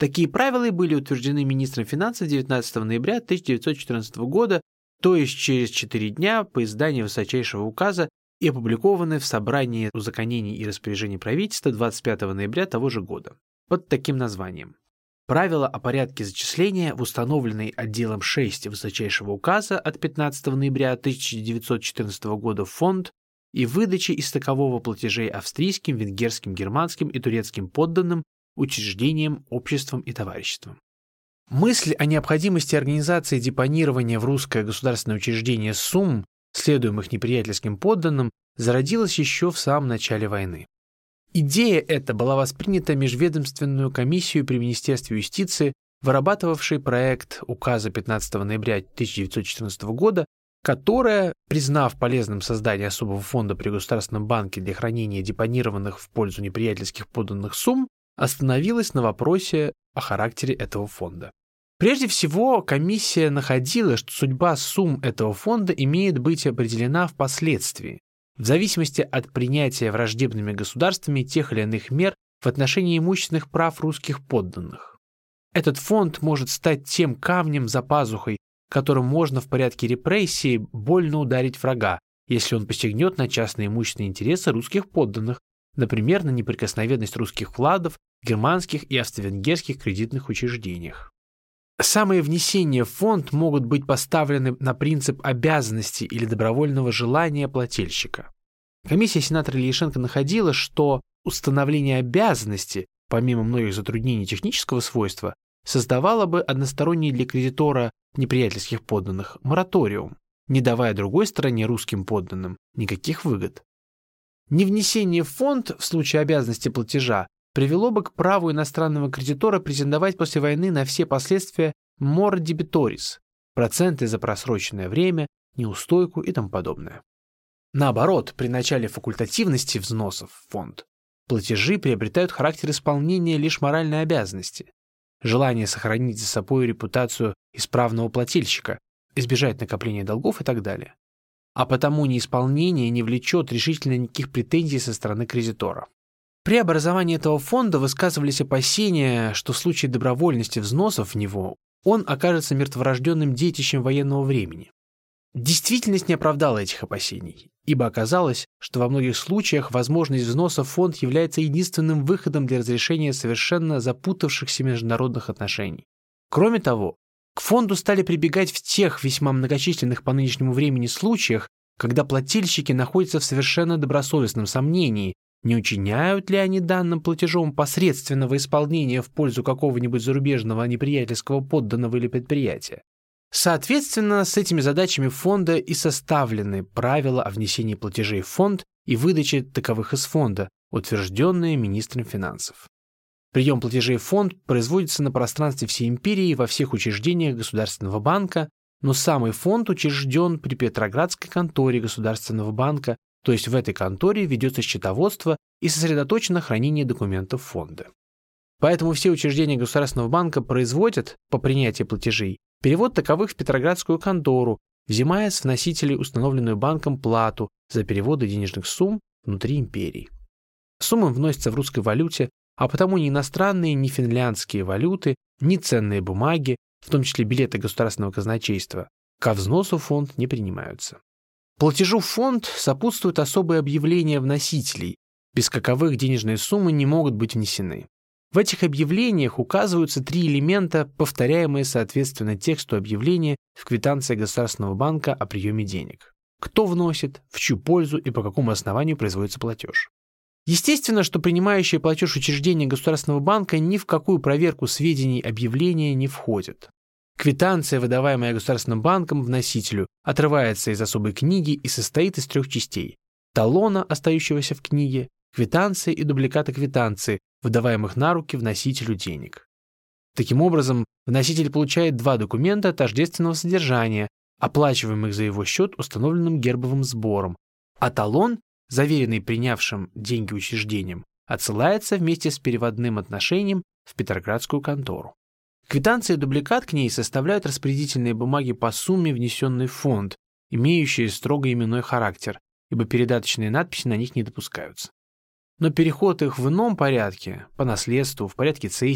Такие правила и были утверждены министром финансов девятнадцатого ноября тысяча девятьсот четырнадцатого года, то есть через четыре дня по изданию высочайшего указа, и опубликованы в собрании узаконений и распоряжений правительства двадцать пятого ноября того же года под таким названием. Правила о порядке зачисления в установленный отделом шесть высочайшего указа от пятнадцатого ноября тысяча девятьсот четырнадцатого года в фонд и выдачи из такового платежей австрийским, венгерским, германским и турецким подданным, учреждениям, обществам и товариществам. Мысль о необходимости организации депонирования в русское государственное учреждение сумм, следуемых неприятельским подданным, зародилась еще в самом начале войны. Идея эта была воспринята межведомственную комиссию при Министерстве юстиции, вырабатывавшей проект указа пятнадцатого ноября тысяча девятьсот четырнадцатого года, которая, признав полезным создание особого фонда при Государственном банке для хранения депонированных в пользу неприятельских подданных сумм, остановилась на вопросе о характере этого фонда. Прежде всего, комиссия находила, что судьба сумм этого фонда имеет быть определена впоследствии, в зависимости от принятия враждебными государствами тех или иных мер в отношении имущественных прав русских подданных. Этот фонд может стать тем камнем за пазухой, которым можно в порядке репрессии больно ударить врага, если он посягнет на частные имущественные интересы русских подданных, например, на неприкосновенность русских вкладов в германских и австро-венгерских кредитных учреждениях. Самые внесения в фонд могут быть поставлены на принцип обязанности или добровольного желания плательщика. Комиссия сенатора Ильяшенко находила, что установление обязанности, помимо многих затруднений технического свойства, создавало бы односторонний для кредитора неприятельских подданных мораториум, не давая другой стороне, русским подданным, никаких выгод. Невнесение в фонд в случае обязанности платежа привело бы к праву иностранного кредитора претендовать после войны на все последствия mora debitoris, проценты за просроченное время, неустойку и тому подобное. Наоборот, при начале факультативности взносов в фонд платежи приобретают характер исполнения лишь моральной обязанности, желание сохранить за собой репутацию исправного плательщика, избежать накопления долгов и так далее. А потому неисполнение не влечет решительно никаких претензий со стороны кредитора. При образовании этого фонда высказывались опасения, что в случае добровольности взносов в него он окажется мертворожденным детищем военного времени. Действительность не оправдала этих опасений, ибо оказалось, что во многих случаях возможность взноса в фонд является единственным выходом для разрешения совершенно запутавшихся международных отношений. Кроме того, к фонду стали прибегать в тех весьма многочисленных по нынешнему времени случаях, когда плательщики находятся в совершенно добросовестном сомнении, не учиняют ли они данным платежом посредственного исполнения в пользу какого-нибудь зарубежного неприятельского подданного или предприятия. Соответственно, с этими задачами фонда и составлены правила о внесении платежей в фонд и выдаче таковых из фонда, утвержденные министром финансов. Прием платежей в фонд производится на пространстве всей империи во всех учреждениях Государственного банка, но самый фонд учрежден при Петроградской конторе Государственного банка, то есть в этой конторе ведется счетоводство и сосредоточено хранение документов фонда. Поэтому все учреждения Государственного банка производят, по принятии платежей, перевод таковых в Петроградскую контору, взимая с вносителей установленную банком плату за переводы денежных сумм внутри империи. Суммы вносятся в русской валюте, а потому ни иностранные, ни финляндские валюты, ни ценные бумаги, в том числе билеты государственного казначейства, ко взносу в фонд не принимаются. Платежу в фонд сопутствуют особые объявления вносителей, без каковых денежные суммы не могут быть внесены. В этих объявлениях указываются три элемента, повторяемые соответственно тексту объявления в квитанции Государственного банка о приеме денег. Кто вносит, в чью пользу и по какому основанию производится платеж. Естественно, что принимающее платеж учреждение Государственного банка ни в какую проверку сведений объявления не входит. Квитанция, выдаваемая Государственным банком вносителю, отрывается из особой книги и состоит из трех частей: талона, остающегося в книге, квитанции и дубликата квитанции, выдаваемых на руки вносителю денег. Таким образом, вноситель получает два документа тождественного содержания, оплачиваемых за его счет установленным гербовым сбором, а талон, заверенный принявшим деньги учреждением, отсылается вместе с переводным отношением в Петроградскую контору. Квитанция и дубликат к ней составляют распорядительные бумаги по сумме, внесенной в фонд, имеющие строго именной характер, ибо передаточные надписи на них не допускаются. Но переход их в ином порядке, по наследству, в порядке цессии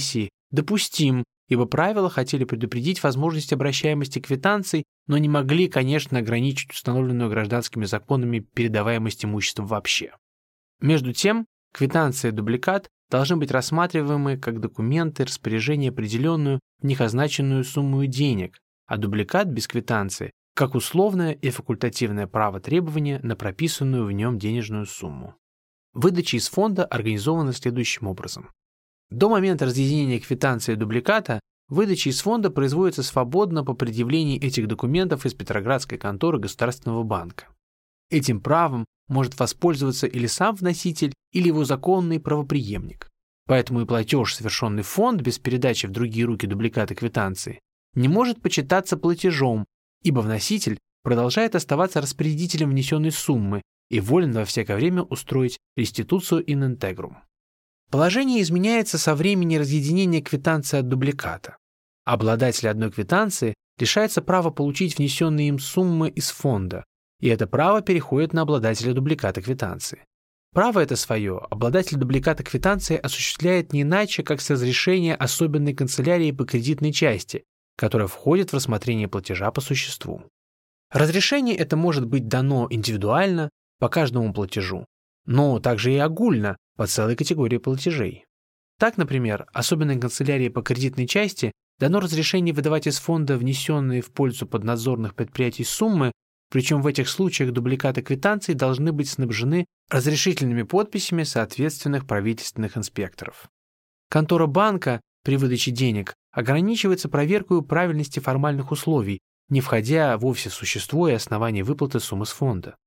допустим, ибо правила хотели предупредить возможность обращаемости квитанций, но не могли, конечно, ограничить установленную гражданскими законами передаваемость имущества вообще. Между тем, квитанция и дубликат должны быть рассматриваемы как документы распоряжения определенную в них означенную сумму денег, а дубликат без квитанции как условное и факультативное право требования на прописанную в нем денежную сумму. Выдача из фонда организована следующим образом. До момента разъединения квитанции и дубликата выдача из фонда производится свободно по предъявлении этих документов из Петроградской конторы Государственного банка. Этим правом может воспользоваться или сам вноситель, или его законный правопреемник. Поэтому и платеж, совершенный в фонд без передачи в другие руки дубликата квитанции, не может почитаться платежом, ибо вноситель продолжает оставаться распорядителем внесенной суммы и волен во всякое время устроить реституцию in integrum. Положение изменяется со времени разъединения квитанции от дубликата. Обладатель одной квитанции лишается права получить внесенные им суммы из фонда, и это право переходит на обладателя дубликата квитанции. Право это свое обладатель дубликата квитанции осуществляет не иначе, как с разрешения особенной канцелярии по кредитной части, которая входит в рассмотрение платежа по существу. Разрешение это может быть дано индивидуально по каждому платежу, но также и огульно по целой категории платежей. Так, например, особенной канцелярии по кредитной части дано разрешение выдавать из фонда внесенные в пользу поднадзорных предприятий суммы, причем в этих случаях дубликаты квитанций должны быть снабжены разрешительными подписями соответственных правительственных инспекторов. Контора банка при выдаче денег ограничивается проверкой правильности формальных условий, не входя вовсе в существо и основание выплаты суммы с фонда.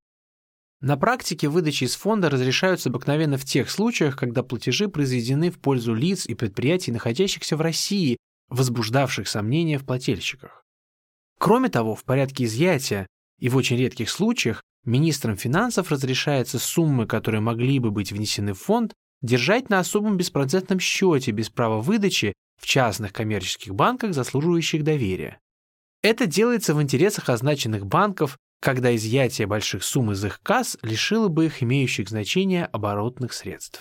На практике выдачи из фонда разрешаются обыкновенно в тех случаях, когда платежи произведены в пользу лиц и предприятий, находящихся в России, возбуждавших сомнения в плательщиках. Кроме того, в порядке изъятия и в очень редких случаях министрам финансов разрешается суммы, которые могли бы быть внесены в фонд, держать на особом беспроцентном счете без права выдачи в частных коммерческих банках, заслуживающих доверия. Это делается в интересах означенных банков, когда изъятие больших сумм из их касс лишило бы их имеющих значение оборотных средств.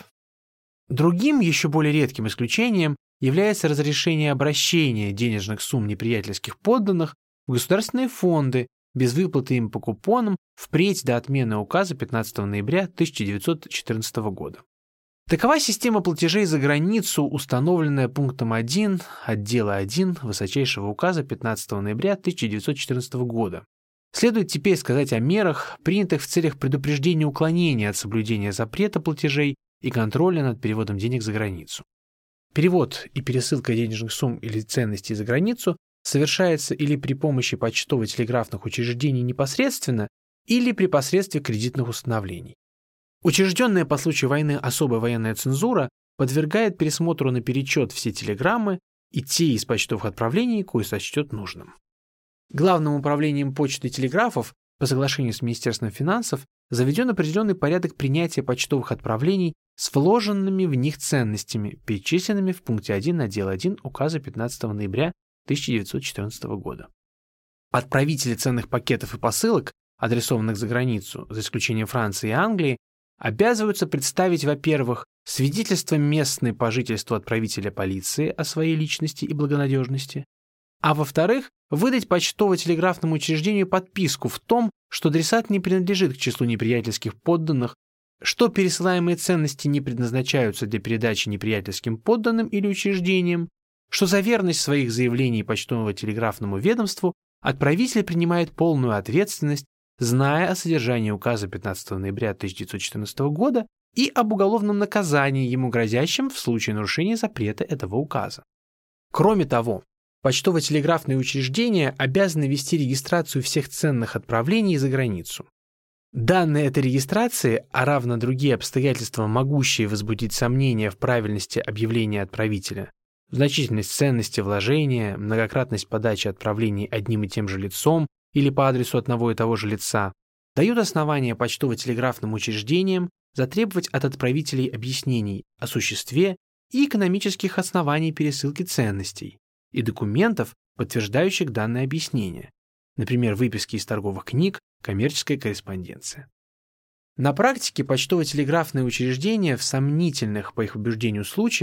Другим, еще более редким исключением является разрешение обращения денежных сумм неприятельских подданных в государственные фонды без выплаты им по купонам впредь до отмены указа пятнадцатого ноября тысяча девятьсот четырнадцатого года. Такова система платежей за границу, установленная пунктом один отдела один высочайшего указа пятнадцатого ноября тысяча девятьсот четырнадцатого года. Следует теперь сказать о мерах, принятых в целях предупреждения уклонения от соблюдения запрета платежей и контроля над переводом денег за границу. Перевод и пересылка денежных сумм или ценностей за границу совершается или при помощи почтово-телеграфных учреждений непосредственно, или при посредстве кредитных установлений. Учрежденная по случаю войны особая военная цензура подвергает пересмотру наперечет все телеграммы и те из почтовых отправлений, кои сочтет нужным. Главным управлением почты и телеграфов по соглашению с Министерством финансов заведен определенный порядок принятия почтовых отправлений с вложенными в них ценностями, перечисленными в пункте один отдела один указа пятнадцатого ноября тысяча девятьсот четырнадцатого года. Отправители ценных пакетов и посылок, адресованных за границу, за исключением Франции и Англии, обязываются представить, во-первых, свидетельство местной по жительству отправителя полиции о своей личности и благонадежности, а во-вторых, выдать почтово-телеграфному учреждению подписку в том, что адресат не принадлежит к числу неприятельских подданных, что пересылаемые ценности не предназначаются для передачи неприятельским подданным или учреждениям, что за верность своих заявлений почтово-телеграфному ведомству отправитель принимает полную ответственность, зная о содержании указа пятнадцатого ноября тысяча девятьсот четырнадцатого года и об уголовном наказании ему грозящем в случае нарушения запрета этого указа. Кроме того, почтово-телеграфные учреждения обязаны вести регистрацию всех ценных отправлений за границу. Данные этой регистрации, а равно другие обстоятельства, могущие возбудить сомнения в правильности объявления отправителя, значительность ценности вложения, многократность подачи отправлений одним и тем же лицом или по адресу одного и того же лица, дают основания почтово-телеграфным учреждениям затребовать от отправителей объяснений о существе и экономических оснований пересылки ценностей и документов, подтверждающих данное объяснение, например, выписки из торговых книг, коммерческая корреспонденция. На практике почтово-телеграфные учреждения в сомнительных, по их убеждению, случаях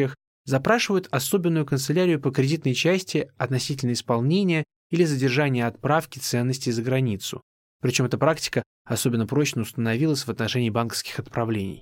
запрашивают особенную канцелярию по кредитной части относительно исполнения или задержания отправки ценностей за границу. Причем эта практика особенно прочно установилась в отношении банковских отправлений.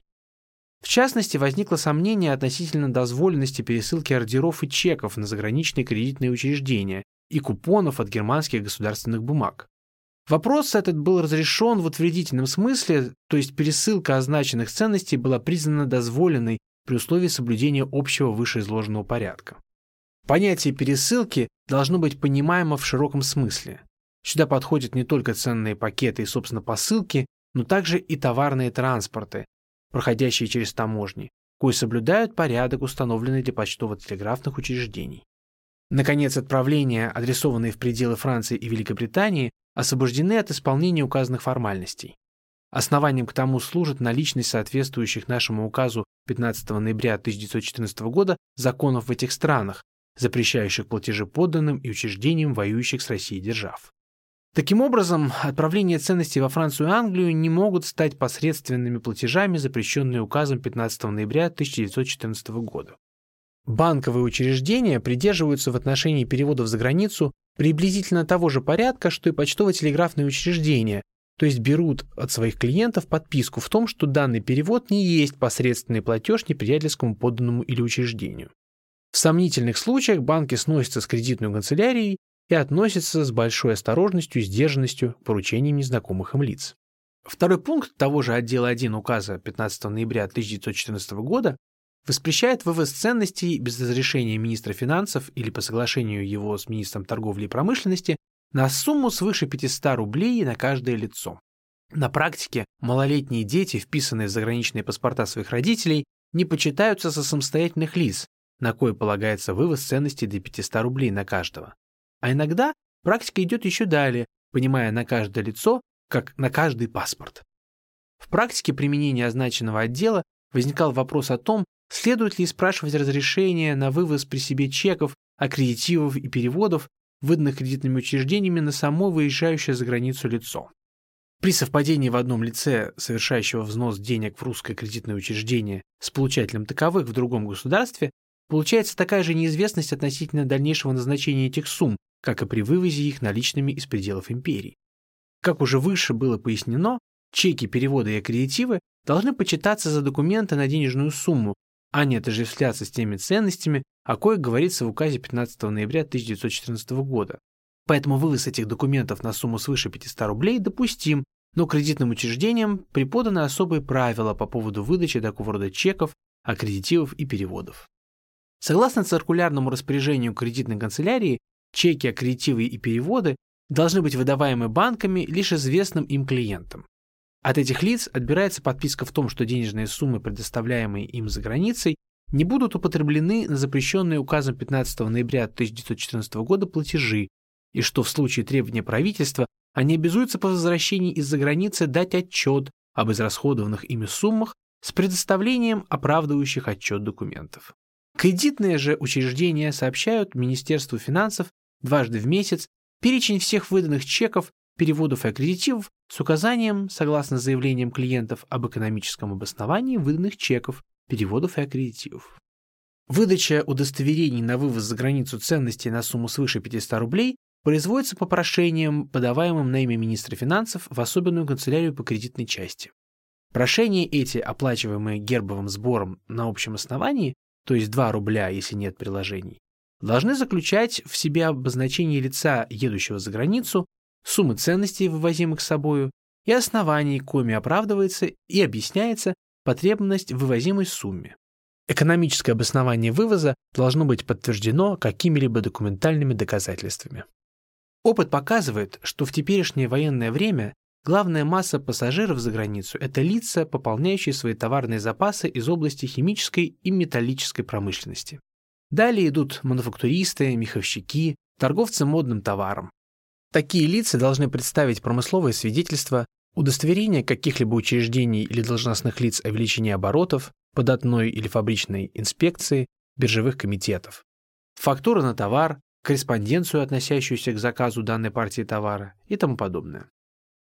В частности, возникло сомнение относительно дозволенности пересылки ордеров и чеков на заграничные кредитные учреждения и купонов от германских государственных бумаг. Вопрос этот был разрешен в утвердительном смысле, то есть пересылка означенных ценностей была признана дозволенной при условии соблюдения общего вышеизложенного порядка. Понятие пересылки должно быть понимаемо в широком смысле. Сюда подходят не только ценные пакеты и, собственно, посылки, но также и товарные транспорты, проходящие через таможни, кои соблюдают порядок, установленный для почтово-телеграфных учреждений. Наконец, отправления, адресованные в пределы Франции и Великобритании, освобождены от исполнения указанных формальностей. Основанием к тому служит наличность соответствующих нашему указу пятнадцатого ноября тысяча девятьсот четырнадцатого года законов в этих странах, запрещающих платежи подданным и учреждениям воюющих с Россией держав. Таким образом, отправление ценностей во Францию и Англию не могут стать посредственными платежами, запрещенные указом пятнадцатого ноября тысяча девятьсот четырнадцатого года. Банковые учреждения придерживаются в отношении переводов за границу приблизительно того же порядка, что и почтово-телеграфные учреждения, то есть берут от своих клиентов подписку в том, что данный перевод не есть посредственный платеж неприятельскому подданному или учреждению. В сомнительных случаях банки сносятся с кредитной канцелярией и относятся с большой осторожностью и сдержанностью к поручениям незнакомых им лиц. Второй пункт того же отдела один указа пятнадцатого ноября тысяча девятьсот четырнадцатого года воспрещает вывоз ценностей без разрешения министра финансов или по соглашению его с министром торговли и промышленности на сумму свыше пятисот рублей на каждое лицо. На практике малолетние дети, вписанные в заграничные паспорта своих родителей, не почитаются со самостоятельных лиц, на кое полагается вывоз ценностей до пятисот рублей на каждого. А иногда практика идет еще далее, понимая на каждое лицо, как на каждый паспорт. В практике применения означенного отдела возникал вопрос о том, следует ли спрашивать разрешение на вывоз при себе чеков, аккредитивов и переводов, выданных кредитными учреждениями на само выезжающее за границу лицо. При совпадении в одном лице, совершающего взнос денег в русское кредитное учреждение, с получателем таковых в другом государстве, получается такая же неизвестность относительно дальнейшего назначения этих сумм, как и при вывозе их наличными из пределов империи. Как уже выше было пояснено, чеки, переводы и аккредитивы должны почитаться за документы на денежную сумму, а не отождествляться с теми ценностями, о коих говорится в указе пятнадцатого ноября тысяча девятьсот четырнадцатого года. Поэтому вывоз этих документов на сумму свыше пятисот рублей допустим, но кредитным учреждениям преподаны особые правила по поводу выдачи такого рода чеков, аккредитивов и переводов. Согласно циркулярному распоряжению кредитной канцелярии, чеки, аккредитивы и переводы должны быть выдаваемы банками лишь известным им клиентам. От этих лиц отбирается подписка в том, что денежные суммы, предоставляемые им за границей, не будут употреблены на запрещенные указом пятнадцатого ноября тысяча девятьсот четырнадцатого года платежи, и что в случае требования правительства они обязуются по возвращении из-за границы дать отчет об израсходованных ими суммах с предоставлением оправдывающих отчет документов. Кредитные же учреждения сообщают Министерству финансов дважды в месяц перечень всех выданных чеков, переводов и аккредитивов с указанием, согласно заявлениям клиентов, об экономическом обосновании выданных чеков, переводов и аккредитивов. Выдача удостоверений на вывоз за границу ценностей на сумму свыше пятисот рублей производится по прошениям, подаваемым на имя министра финансов в особенную канцелярию по кредитной части. Прошения эти, оплачиваемые гербовым сбором на общем основании, то есть два рубля, если нет приложений, должны заключать в себе обозначение лица, едущего за границу, суммы ценностей, вывозимых с собою, и оснований, коими оправдывается и объясняется потребность в вывозимой сумме. Экономическое обоснование вывоза должно быть подтверждено какими-либо документальными доказательствами. Опыт показывает, что в теперешнее военное время главная масса пассажиров за границу – это лица, пополняющие свои товарные запасы из области химической и металлической промышленности. Далее идут мануфактуристы, меховщики, торговцы модным товаром. Такие лица должны представить промысловое свидетельство, удостоверение каких-либо учреждений или должностных лиц о величине оборотов, податной или фабричной инспекции, биржевых комитетов, фактуры на товар, корреспонденцию, относящуюся к заказу данной партии товара и тому подобное.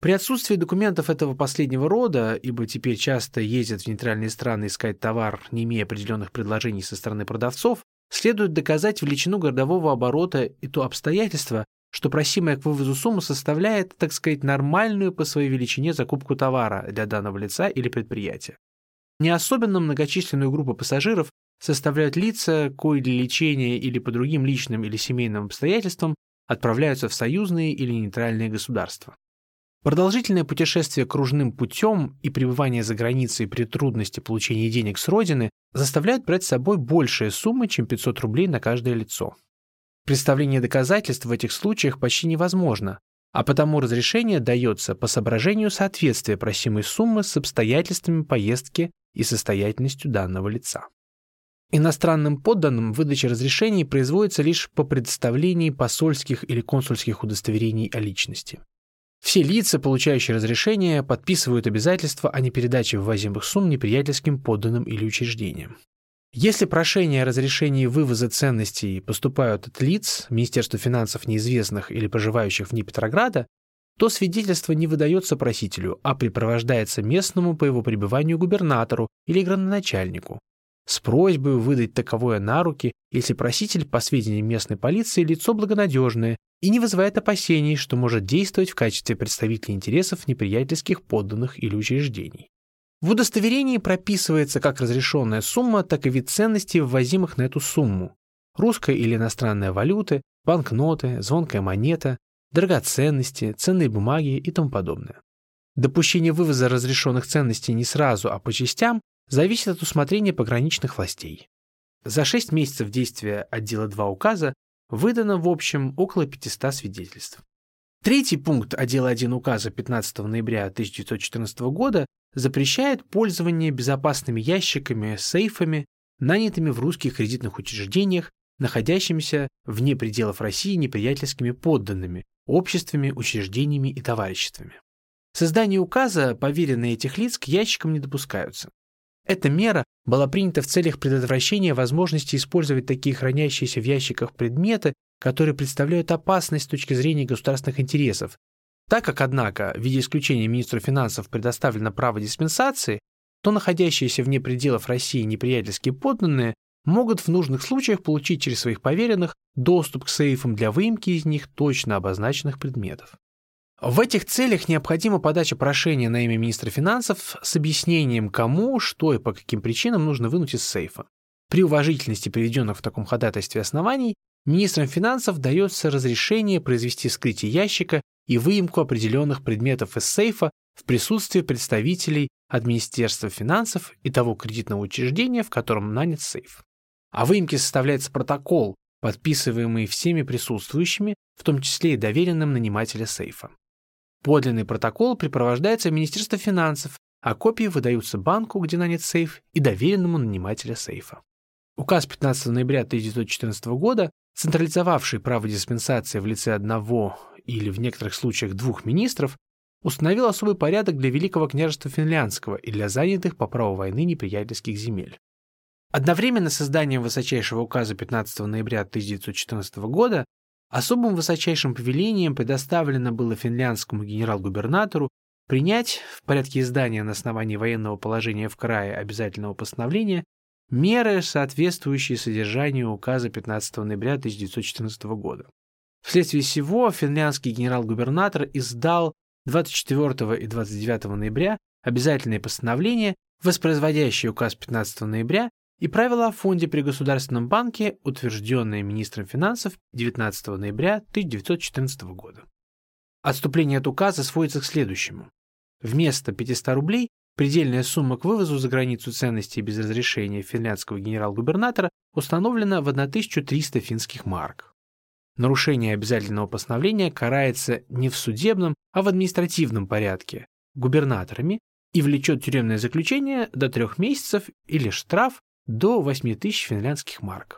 При отсутствии документов этого последнего рода, ибо теперь часто ездят в нейтральные страны искать товар, не имея определенных предложений со стороны продавцов, следует доказать величину годового оборота и то обстоятельство, что просимая к вывозу сумма составляет, так сказать, нормальную по своей величине закупку товара для данного лица или предприятия. Не особенно многочисленную группу пассажиров составляют лица, кои для лечения или по другим личным или семейным обстоятельствам отправляются в союзные или нейтральные государства. Продолжительное путешествие кружным путем и пребывание за границей при трудности получения денег с родины заставляют брать с собой большие суммы, чем пятьсот рублей на каждое лицо. Представление доказательств в этих случаях почти невозможно, а потому разрешение дается по соображению соответствия просимой суммы с обстоятельствами поездки и состоятельностью данного лица. Иностранным подданным выдача разрешений производится лишь по предоставлении посольских или консульских удостоверений о личности. Все лица, получающие разрешение, подписывают обязательства о непередаче ввозимых сумм неприятельским подданным или учреждениям. Если прошения о разрешении вывоза ценностей поступают от лиц, Министерству финансов неизвестных или проживающих вне Петрограда, то свидетельство не выдается просителю, а припровождается местному по его пребыванию губернатору или градоначальнику с просьбой выдать таковое на руки, если проситель, по сведениям местной полиции, лицо благонадежное и не вызывает опасений, что может действовать в качестве представителя интересов неприятельских подданных или учреждений. В удостоверении прописывается как разрешенная сумма, так и вид ценностей, ввозимых на эту сумму: русская или иностранная валюта, банкноты, звонкая монета, драгоценности, ценные бумаги и тому подобное. Допущение вывоза разрешенных ценностей не сразу, а по частям зависит от усмотрения пограничных властей. За шесть месяцев действия отдела два указа выдано в общем около пятисот свидетельств. Третий пункт отдела один указа пятнадцатого ноября тысяча девятьсот четырнадцатого года запрещает пользование безопасными ящиками, сейфами, нанятыми в русских кредитных учреждениях, находящимися вне пределов России неприятельскими подданными, обществами, учреждениями и товариществами. Создание указа поверенные этих лиц к ящикам не допускаются. Эта мера была принята в целях предотвращения возможности использовать такие хранящиеся в ящиках предметы, которые представляют опасность с точки зрения государственных интересов. Так как, однако, в виде исключения министру финансов предоставлено право диспенсации, то находящиеся вне пределов России неприятельские подданные могут в нужных случаях получить через своих поверенных доступ к сейфам для выемки из них точно обозначенных предметов. В этих целях необходима подача прошения на имя министра финансов с объяснением, кому, что и по каким причинам нужно вынуть из сейфа. При уважительности приведенных в таком ходатайстве оснований министрам финансов дается разрешение произвести вскрытие ящика и выемку определенных предметов из сейфа в присутствии представителей от Министерства финансов и того кредитного учреждения, в котором нанят сейф. О выемке составляется протокол, подписываемый всеми присутствующими, в том числе и доверенным нанимателя сейфа. Подлинный протокол припровождается в Министерство финансов, а копии выдаются банку, где нанят сейф, и доверенному нанимателя сейфа. Указ пятнадцатого ноября тысяча девятьсот четырнадцатого года, централизовавший право диспенсации в лице одного или в некоторых случаях двух министров, установил особый порядок для Великого княжества Финляндского и для занятых по праву войны неприятельских земель. Одновременно с созданием высочайшего указа пятнадцатого ноября тысяча девятьсот четырнадцатого года особым высочайшим повелением предоставлено было финляндскому генерал-губернатору принять в порядке издания на основании военного положения в крае обязательного постановления меры, соответствующие содержанию указа пятнадцатого ноября тысяча девятьсот четырнадцатого года. Вследствие сего финляндский генерал-губернатор издал двадцать четвёртого и двадцать девятого ноября обязательное постановление, воспроизводящее указ пятнадцатого ноября, и правила о фонде при Государственном банке, утвержденные министром финансов девятнадцатого ноября тысяча девятьсот четырнадцатого года. Отступление от указа сводится к следующему. Вместо пятисот рублей предельная сумма к вывозу за границу ценностей без разрешения финляндского генерал-губернатора установлена в тысячу триста финских марок. Нарушение обязательного постановления карается не в судебном, а в административном порядке губернаторами и влечет тюремное заключение до трех месяцев или штраф до восьми тысяч финляндских марок.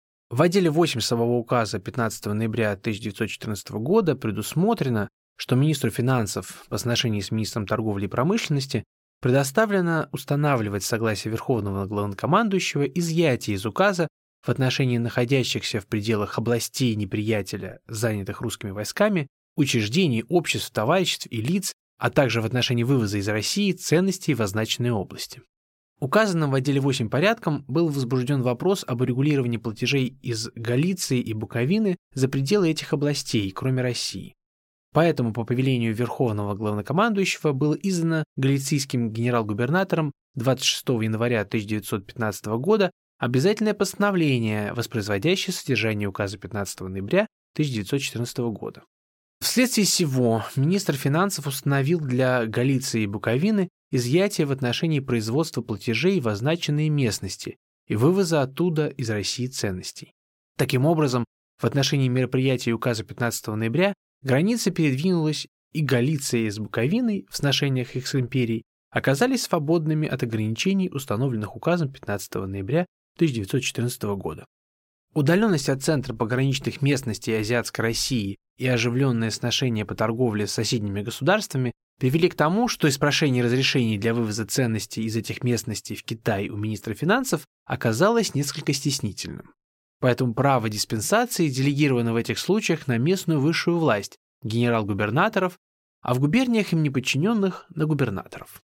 В отделе восемь самого указа пятнадцатого ноября тысяча девятьсот четырнадцатого года предусмотрено, что министру финансов по соглашению с министром торговли и промышленности предоставлено устанавливать согласие Верховного Главнокомандующего изъятие из указа в отношении находящихся в пределах областей неприятеля, занятых русскими войсками, учреждений, обществ, товариществ и лиц, а также в отношении вывоза из России ценностей в означенной области. Указанным в отделе восемь порядком был возбужден вопрос об урегулировании платежей из Галиции и Буковины за пределы этих областей, кроме России. Поэтому по повелению Верховного Главнокомандующего было издано галицийским генерал-губернатором двадцать шестого января тысяча девятьсот пятнадцатого года обязательное постановление, воспроизводящее содержание указа пятнадцатого ноября тысяча девятьсот четырнадцатого года. Вследствие сего министр финансов установил для Галиции и Буковины изъятие в отношении производства платежей в означенные местности и вывоза оттуда из России ценностей. Таким образом, в отношении мероприятий указа пятнадцатого ноября граница передвинулась, и Галиция с Буковиной в сношениях их с империей оказались свободными от ограничений, установленных указом пятнадцатого ноября тысяча девятьсот четырнадцатого года. Удаленность от центра пограничных местностей Азиатской России и оживленное сношение по торговле с соседними государствами привели к тому, что из прошения разрешений для вывоза ценностей из этих местностей в Китай у министра финансов оказалось несколько стеснительным. Поэтому право диспенсации делегировано в этих случаях на местную высшую власть, генерал-губернаторов, а в губерниях им неподчиненных – на губернаторов.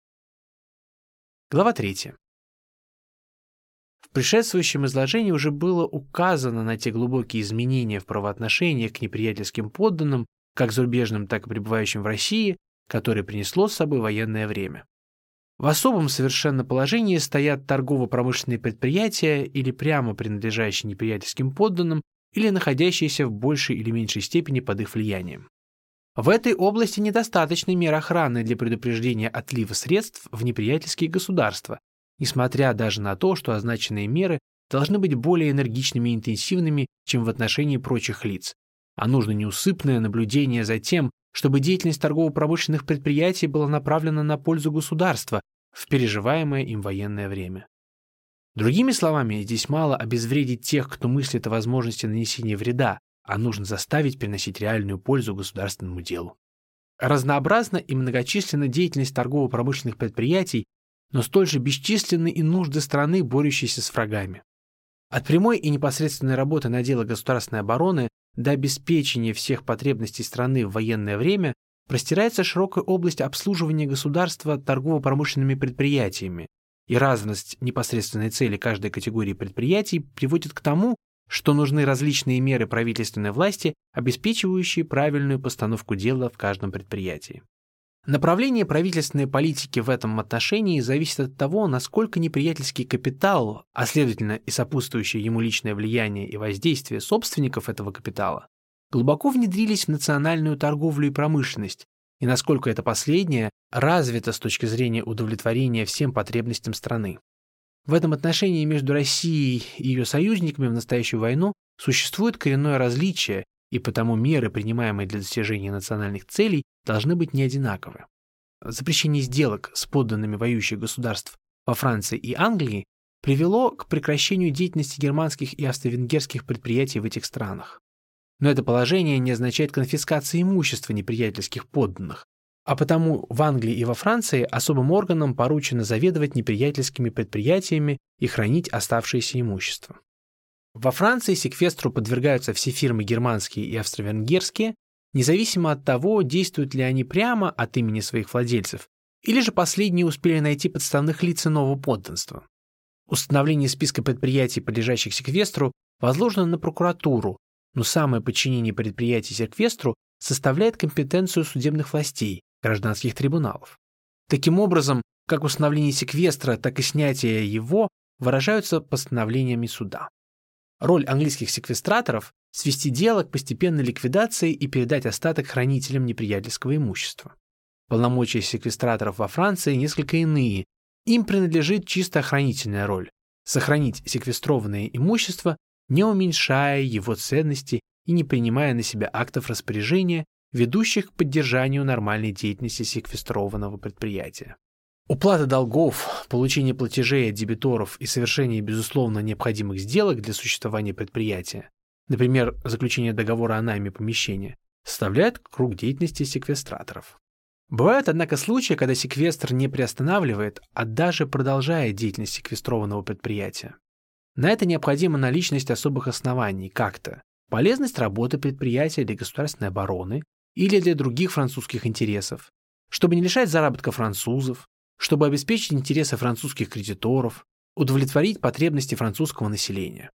Глава третья. В предшествующем изложении уже было указано на те глубокие изменения в правоотношениях к неприятельским подданным, как зарубежным, так и пребывающим в России, которые принесло с собой военное время. В особом совершенно положении стоят торгово-промышленные предприятия или прямо принадлежащие неприятельским подданным, или находящиеся в большей или меньшей степени под их влиянием. В этой области недостаточны меры охраны для предупреждения отлива средств в неприятельские государства, несмотря даже на то, что означенные меры должны быть более энергичными и интенсивными, чем в отношении прочих лиц, а нужно неусыпное наблюдение за тем, чтобы деятельность торгово-промышленных предприятий была направлена на пользу государства в переживаемое им военное время. Другими словами, здесь мало обезвредить тех, кто мыслит о возможности нанесения вреда, а нужно заставить приносить реальную пользу государственному делу. Разнообразна и многочисленна деятельность торгово-промышленных предприятий, но столь же бесчисленны и нужды страны, борющейся с врагами. От прямой и непосредственной работы на дело государственной обороны до обеспечения всех потребностей страны в военное время простирается широкая область обслуживания государства торгово-промышленными предприятиями, и разность непосредственной цели каждой категории предприятий приводит к тому, что нужны различные меры правительственной власти, обеспечивающие правильную постановку дела в каждом предприятии. Направление правительственной политики в этом отношении зависит от того, насколько неприятельский капитал, а следовательно и сопутствующее ему личное влияние и воздействие собственников этого капитала, глубоко внедрились в национальную торговлю и промышленность, и насколько это последнее развито с точки зрения удовлетворения всем потребностям страны. В этом отношении между Россией и ее союзниками в настоящую войну существует коренное различие, и потому меры, принимаемые для достижения национальных целей, должны быть не одинаковы. Запрещение сделок с подданными воюющих государств во Франции и Англии привело к прекращению деятельности германских и австро-венгерских предприятий в этих странах. Но это положение не означает конфискации имущества неприятельских подданных, а потому в Англии и во Франции особым органам поручено заведовать неприятельскими предприятиями и хранить оставшееся имущество. Во Франции секвестру подвергаются все фирмы германские и австро-венгерские, независимо от того, действуют ли они прямо от имени своих владельцев, или же последние успели найти подставных лиц иного подданства. Установление списка предприятий, подлежащих секвестру, возложено на прокуратуру, но самое подчинение предприятий секвестру составляет компетенцию судебных властей, гражданских трибуналов. Таким образом, как установление секвестра, так и снятие его выражаются постановлениями суда. Роль английских секвестраторов – свести дело к постепенной ликвидации и передать остаток хранителям неприятельского имущества. Полномочия секвестраторов во Франции несколько иные. Им принадлежит чисто охранительная роль – сохранить секвестрованное имущество, не уменьшая его ценности и не принимая на себя актов распоряжения, ведущих к поддержанию нормальной деятельности секвестрованного предприятия. Уплата долгов, получение платежей от дебиторов и совершение безусловно необходимых сделок для существования предприятия, например, заключение договора о найме помещения, составляет круг деятельности секвестраторов. Бывают, однако, случаи, когда секвестр не приостанавливает, а даже продолжает деятельность секвестрованного предприятия. На это необходима наличность особых оснований, как-то полезность работы предприятия для государственной обороны или для других французских интересов, чтобы не лишать заработка французов, чтобы обеспечить интересы французских кредиторов, удовлетворить потребности французского населения.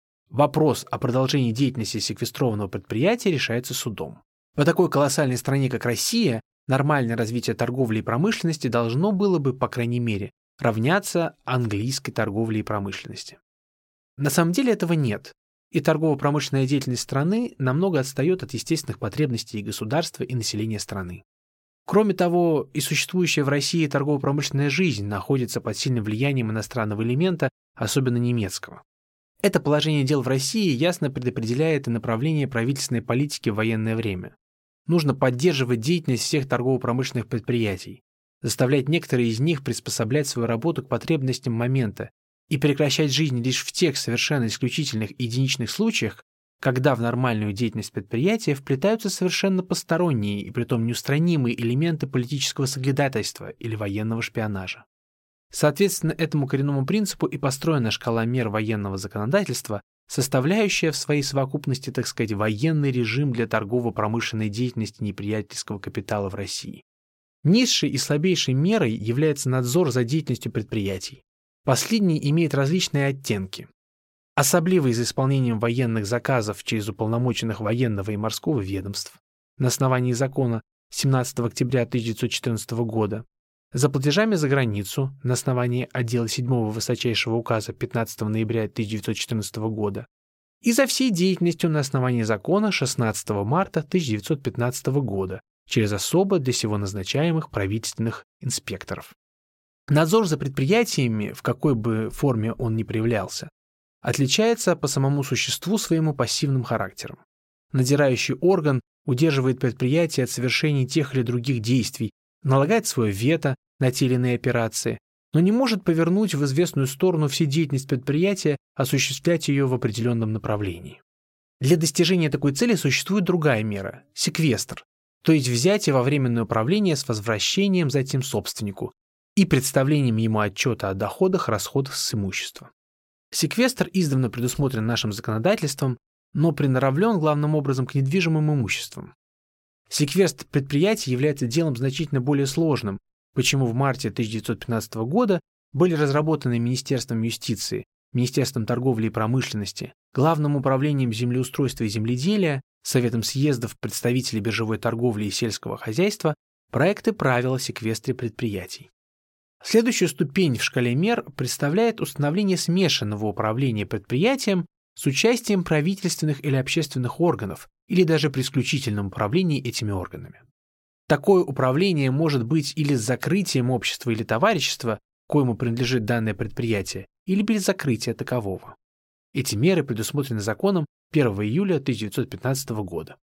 Вопрос о продолжении деятельности секвестрованного предприятия решается судом. В такой колоссальной стране, как Россия, нормальное развитие торговли и промышленности должно было бы, по крайней мере, равняться английской торговле и промышленности. На самом деле этого нет, и торгово-промышленная деятельность страны намного отстает от естественных потребностей и государства, и населения страны. Кроме того, и существующая в России торгово-промышленная жизнь находится под сильным влиянием иностранного элемента, особенно немецкого. Это положение дел в России ясно предопределяет и направление правительственной политики в военное время. Нужно поддерживать деятельность всех торгово-промышленных предприятий, заставлять некоторые из них приспособлять свою работу к потребностям момента и прекращать жизнь лишь в тех совершенно исключительных и единичных случаях, когда в нормальную деятельность предприятия вплетаются совершенно посторонние и притом неустранимые элементы политического соглядатайства или военного шпионажа. Соответственно, этому коренному принципу и построена шкала мер военного законодательства, составляющая в своей совокупности, так сказать, военный режим для торгово-промышленной деятельности неприятельского капитала в России. Низшей и слабейшей мерой является надзор за деятельностью предприятий. Последний имеет различные оттенки. Особливо из исполнением военных заказов через уполномоченных военного и морского ведомств на основании закона семнадцатого октября тысяча девятьсот четырнадцатого года, за платежами за границу на основании отдела седьмого высочайшего указа пятнадцатого ноября тысяча девятьсот четырнадцатого года и за всей деятельностью на основании закона шестнадцатого марта тысяча девятьсот пятнадцатого года через особо для сего назначаемых правительственных инспекторов. Надзор за предприятиями, в какой бы форме он ни проявлялся, отличается по самому существу своему пассивным характером. Надзирающий орган удерживает предприятие от совершения тех или других действий, налагает свое вето на те или иные операции, но не может повернуть в известную сторону всю деятельность предприятия, осуществлять ее в определенном направлении. Для достижения такой цели существует другая мера – секвестр, то есть взятие во временное управление с возвращением затем собственнику и представлением ему отчета о доходах, расходах с имущества. Секвестр издавна предусмотрен нашим законодательством, но приноравлен главным образом к недвижимым имуществам. Секвестр предприятий является делом значительно более сложным, почему в марте тысяча девятьсот пятнадцатого года были разработаны Министерством юстиции, Министерством торговли и промышленности, Главным управлением землеустройства и земледелия, Советом съездов представителей биржевой торговли и сельского хозяйства проекты правил о секвестре предприятий. Следующую ступень в шкале мер представляет установление смешанного управления предприятием с участием правительственных или общественных органов или даже при исключительном управлении этими органами. Такое управление может быть или с закрытием общества или товарищества, коему принадлежит данное предприятие, или без закрытия такового. Эти меры предусмотрены законом первого июля тысяча девятьсот пятнадцатого года.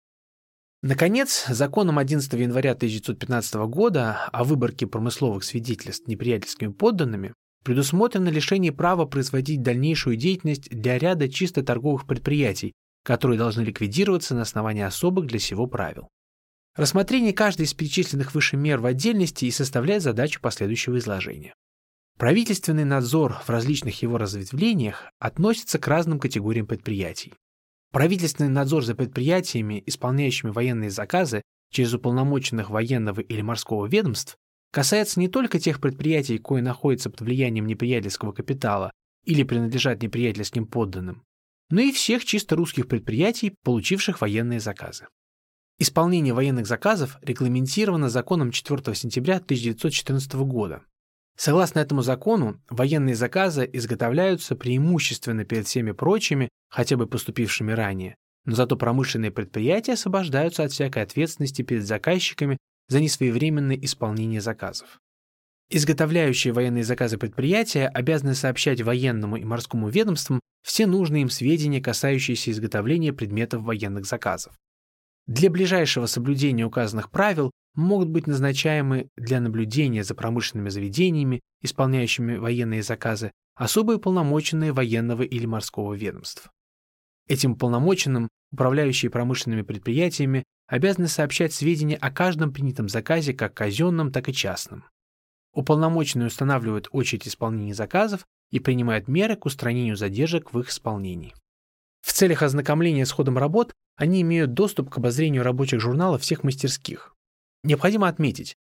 Наконец, законом одиннадцатого января тысяча девятьсот пятнадцатого года о выборке промысловых свидетельств неприятельскими подданными предусмотрено лишение права производить дальнейшую деятельность для ряда чисто торговых предприятий, которые должны ликвидироваться на основании особых для сего правил. Рассмотрение каждой из перечисленных выше мер в отдельности и составляет задачу последующего изложения. Правительственный надзор в различных его разветвлениях относится к разным категориям предприятий. Правительственный надзор за предприятиями, исполняющими военные заказы через уполномоченных военного или морского ведомств, касается не только тех предприятий, кои находятся под влиянием неприятельского капитала или принадлежат неприятельским подданным, но и всех чисто русских предприятий, получивших военные заказы. Исполнение военных заказов регламентировано законом четвёртого сентября тысяча девятьсот четырнадцатого года. Согласно этому закону, военные заказы изготовляются преимущественно перед всеми прочими, хотя бы поступившими ранее, но зато промышленные предприятия освобождаются от всякой ответственности перед заказчиками за несвоевременное исполнение заказов. Изготовляющие военные заказы предприятия обязаны сообщать военному и морскому ведомствам все нужные им сведения, касающиеся изготовления предметов военных заказов. Для ближайшего соблюдения указанных правил могут быть назначаемы для наблюдения за промышленными заведениями, исполняющими военные заказы, особые уполномоченные военного или морского ведомств. Этим уполномоченным управляющие промышленными предприятиями обязаны сообщать сведения о каждом принятом заказе, как казенном, так и частном. Уполномоченные устанавливают очередь исполнения заказов и принимают меры к устранению задержек в их исполнении. В целях ознакомления с ходом работ они имеют доступ к обозрению рабочих журналов всех мастерских. Необходимо отметить,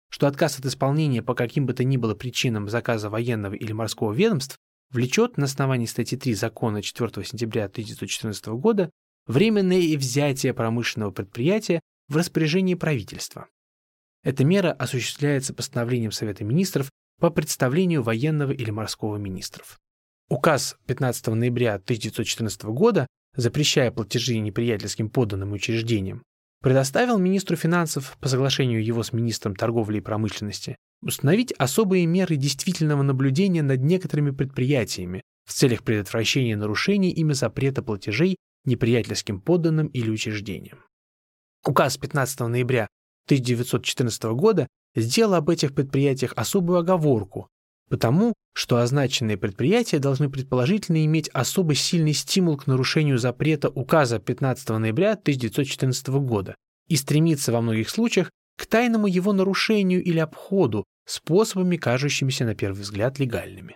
что отказ от исполнения по каким бы то ни было причинам заказа военного или морского ведомств влечет на основании статьи три Закона четвёртого сентября тысяча девятьсот четырнадцатого года временное взятие промышленного предприятия в распоряжение правительства. Эта мера осуществляется постановлением Совета министров по представлению военного или морского министров. Указ пятнадцатого ноября тысяча девятьсот четырнадцатого года, запрещая платежи неприятельским подданным учреждениям, предоставил министру финансов по соглашению его с министром торговли и промышленности установить особые меры действительного наблюдения над некоторыми предприятиями в целях предотвращения нарушений ими запрета платежей неприятельским подданным или учреждениям. Указ пятнадцатого ноября тысяча девятьсот четырнадцатого года сделал об этих предприятиях особую оговорку, потому что означенные предприятия должны предположительно иметь особо сильный стимул к нарушению запрета указа пятнадцатого ноября тысяча девятьсот четырнадцатого года и стремиться во многих случаях к тайному его нарушению или обходу способами, кажущимися на первый взгляд легальными.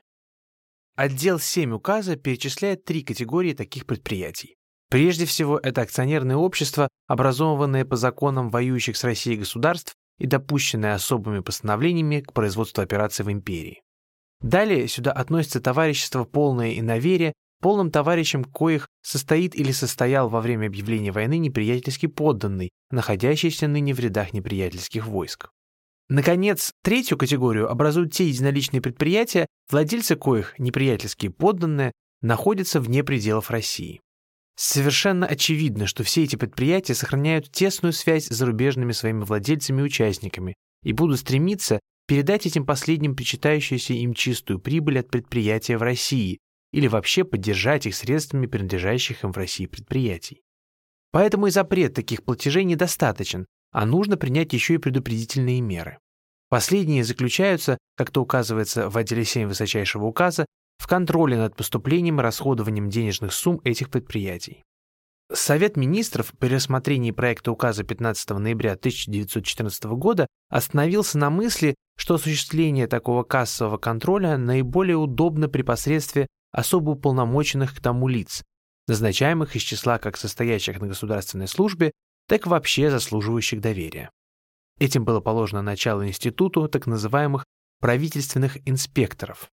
Отдел семь указа перечисляет три категории таких предприятий. Прежде всего, это акционерные общества, образованные по законам воюющих с Россией государств и допущенные особыми постановлениями к производству операций в империи. Далее сюда относятся товарищества полное иноверие, полным товарищем коих состоит или состоял во время объявления войны неприятельский подданный, находящийся ныне в рядах неприятельских войск. Наконец, третью категорию образуют те единоличные предприятия, владельцы коих, неприятельские подданные, находятся вне пределов России. Совершенно очевидно, что все эти предприятия сохраняют тесную связь с зарубежными своими владельцами и участниками и будут стремиться передать этим последним причитающуюся им чистую прибыль от предприятия в России или вообще поддержать их средствами принадлежащих им в России предприятий. Поэтому и запрет таких платежей недостаточен, а нужно принять еще и предупредительные меры. Последние заключаются, как то указывается в отделе семь высочайшего указа, в контроле над поступлением и расходованием денежных сумм этих предприятий. Совет министров при рассмотрении проекта указа пятнадцатого ноября тысяча девятьсот четырнадцатого года остановился на мысли, что осуществление такого кассового контроля наиболее удобно при посредстве особо уполномоченных к тому лиц, назначаемых из числа как состоящих на государственной службе, так и вообще заслуживающих доверия. Этим было положено начало институту так называемых правительственных инспекторов.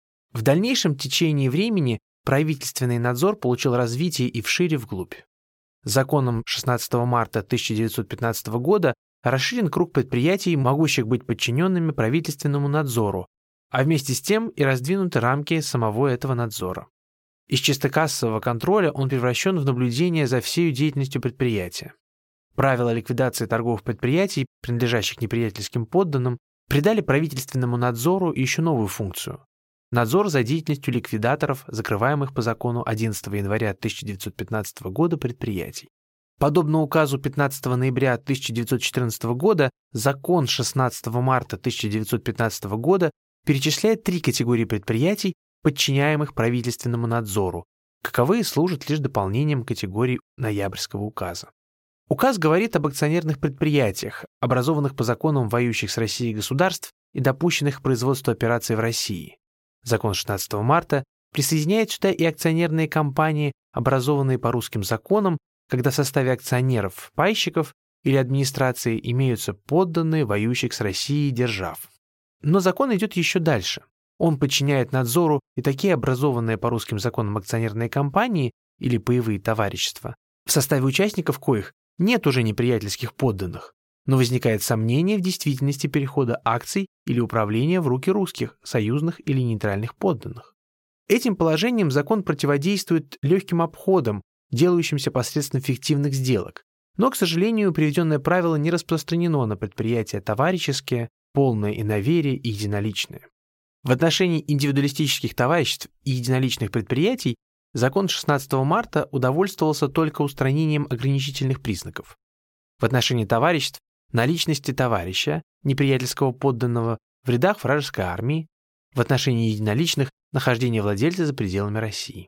В дальнейшем течении времени правительственный надзор получил развитие и вширь и вглубь. Законом шестнадцатого марта тысяча девятьсот пятнадцатого года расширен круг предприятий, могущих быть подчиненными правительственному надзору, а вместе с тем и раздвинуты рамки самого этого надзора. Из чисто кассового контроля он превращен в наблюдение за всей деятельностью предприятия. Правила ликвидации торговых предприятий, принадлежащих неприятельским подданным, придали правительственному надзору еще новую функцию – надзор за деятельностью ликвидаторов, закрываемых по закону одиннадцатого января тысяча девятьсот пятнадцатого года предприятий. Подобно указу пятнадцатого ноября тысяча девятьсот четырнадцатого года, закон шестнадцатого марта тысяча девятьсот пятнадцатого года перечисляет три категории предприятий, подчиняемых правительственному надзору, каковые служат лишь дополнением категорий ноябрьского указа. Указ говорит об акционерных предприятиях, образованных по законам воюющих с Россией государств и допущенных к производству операций в России. Закон шестнадцатого марта присоединяет сюда и акционерные компании, образованные по русским законам, когда в составе акционеров, пайщиков или администрации имеются подданные воюющих с Россией держав. Но закон идет еще дальше. Он подчиняет надзору и такие образованные по русским законам акционерные компании или паевые товарищества, в составе участников коих нет уже неприятельских подданных, но возникает сомнение в действительности перехода акций или управления в руки русских, союзных или нейтральных подданных. Этим положением закон противодействует легким обходам, делающимся посредством фиктивных сделок, но, к сожалению, приведенное правило не распространено на предприятия товарищеские, полное иноверие и единоличные. В отношении индивидуалистических товариществ и единоличных предприятий закон шестнадцатого марта удовольствовался только устранением ограничительных признаков. В отношении товариществ – наличности товарища, неприятельского подданного, в рядах вражеской армии, в отношении единоличных – нахождение владельца за пределами России.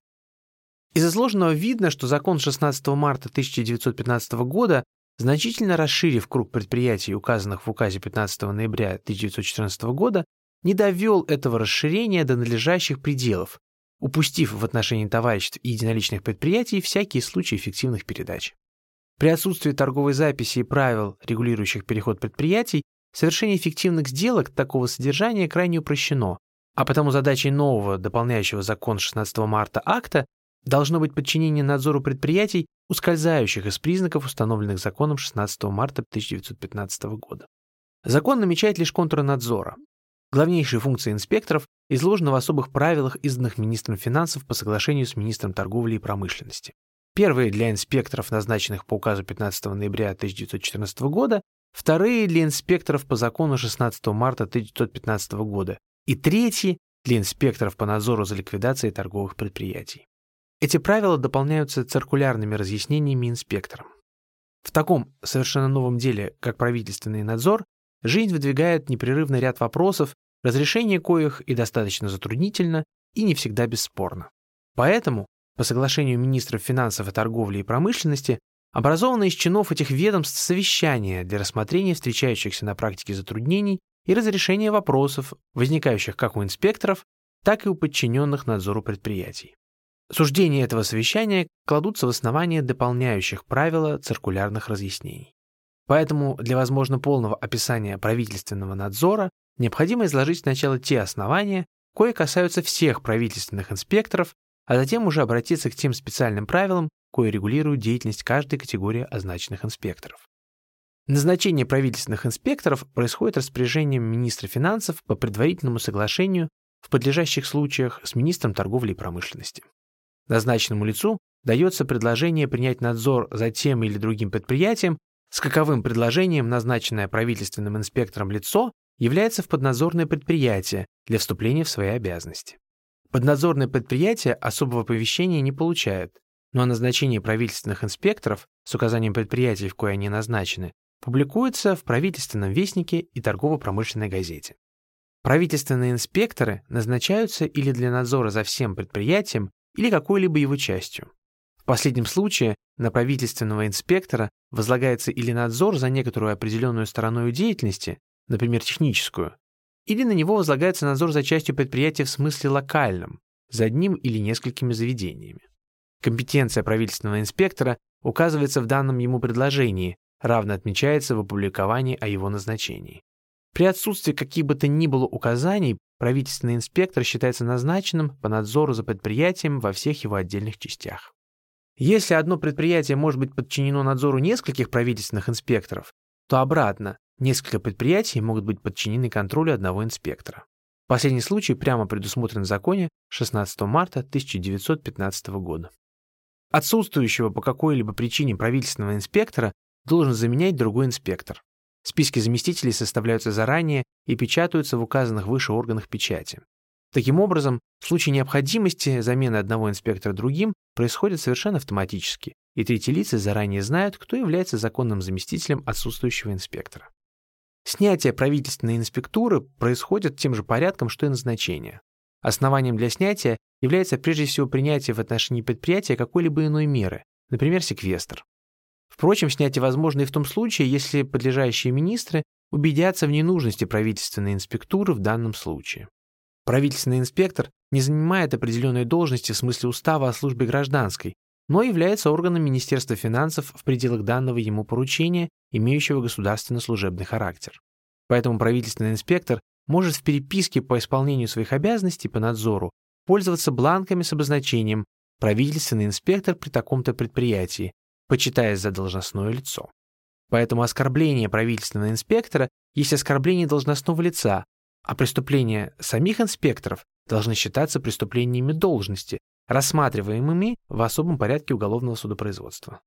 Из изложенного видно, что закон шестнадцатого марта тысяча девятьсот пятнадцатого года, значительно расширив круг предприятий, указанных в указе пятнадцатого ноября тысяча девятьсот четырнадцатого года, не довел этого расширения до надлежащих пределов, упустив в отношении товариществ и единоличных предприятий всякие случаи фиктивных передач. При отсутствии торговой записи и правил, регулирующих переход предприятий, совершение фиктивных сделок такого содержания крайне упрощено, а потому задачей нового, дополняющего закон шестнадцатого марта акта должно быть подчинение надзору предприятий, ускользающих из признаков, установленных законом шестнадцатого марта тысяча девятьсот пятнадцатого года. Закон намечает лишь контуры надзора. Главнейшие функции инспекторов изложены в особых правилах, изданных министром финансов по соглашению с министром торговли и промышленности. Первые для инспекторов, назначенных по указу пятнадцатого ноября тысяча девятьсот четырнадцатого года, вторые для инспекторов по закону шестнадцатого марта тысяча девятьсот пятнадцатого года и третьи для инспекторов по надзору за ликвидацией торговых предприятий. Эти правила дополняются циркулярными разъяснениями инспекторам. В таком совершенно новом деле, как правительственный надзор, жизнь выдвигает непрерывный ряд вопросов, разрешение коих и достаточно затруднительно, и не всегда бесспорно. Поэтому, по соглашению министров финансов и торговли и промышленности, образовано из чинов этих ведомств совещание для рассмотрения встречающихся на практике затруднений и разрешения вопросов, возникающих как у инспекторов, так и у подчиненных надзору предприятий. Суждения этого совещания кладутся в основание дополняющих правила циркулярных разъяснений. Поэтому для, возможно, полного описания правительственного надзора необходимо изложить сначала те основания, кои касаются всех правительственных инспекторов, а затем уже обратиться к тем специальным правилам, кои регулируют деятельность каждой категории означенных инспекторов. Назначение правительственных инспекторов происходит распоряжением министра финансов по предварительному соглашению в подлежащих случаях с министром торговли и промышленности. Назначенному лицу дается предложение принять надзор за тем или другим предприятием, с каковым предложением назначенное правительственным инспектором лицо является в поднадзорное предприятие для вступления в свои обязанности. Поднадзорное предприятие особого оповещения не получает, но о назначении правительственных инспекторов с указанием предприятий, в кое они назначены, публикуется в правительственном вестнике и торгово-промышленной газете. Правительственные инспекторы назначаются или для надзора за всем предприятием, или какой-либо его частью. В последнем случае на правительственного инспектора возлагается или надзор за некоторую определенную стороной деятельности, например, техническую, или на него возлагается надзор за частью предприятия в смысле локальном, за одним или несколькими заведениями. Компетенция правительственного инспектора указывается в данном ему предложении, равно отмечается в опубликовании о его назначении. При отсутствии каких бы то ни было указаний, правительственный инспектор считается назначенным по надзору за предприятием во всех его отдельных частях. Если одно предприятие может быть подчинено надзору нескольких правительственных инспекторов, то обратно, несколько предприятий могут быть подчинены контролю одного инспектора. Последний случай прямо предусмотрен в законе шестнадцатого марта тысяча девятьсот пятнадцатого года. Отсутствующего по какой-либо причине правительственного инспектора должен заменять другой инспектор. Списки заместителей составляются заранее и печатаются в указанных выше органах печати. Таким образом, в случае необходимости замены одного инспектора другим происходит совершенно автоматически, и третьи лица заранее знают, кто является законным заместителем отсутствующего инспектора. Снятие правительственной инспектуры происходит тем же порядком, что и назначение. Основанием для снятия является прежде всего принятие в отношении предприятия какой-либо иной меры, например, секвестр. Впрочем, снятие возможно и в том случае, если подлежащие министры убедятся в ненужности правительственной инспектуры в данном случае. Правительственный инспектор не занимает определенной должности в смысле устава о службе гражданской, но является органом Министерства финансов в пределах данного ему поручения, имеющего государственно-служебный характер. Поэтому правительственный инспектор может в переписке по исполнению своих обязанностей по надзору пользоваться бланками с обозначением «правительственный инспектор при таком-то предприятии», почитаясь за должностное лицо. Поэтому оскорбление правительственного инспектора есть оскорбление должностного лица, а преступления самих инспекторов должны считаться преступлениями должности, рассматриваемыми в особом порядке уголовного судопроизводства.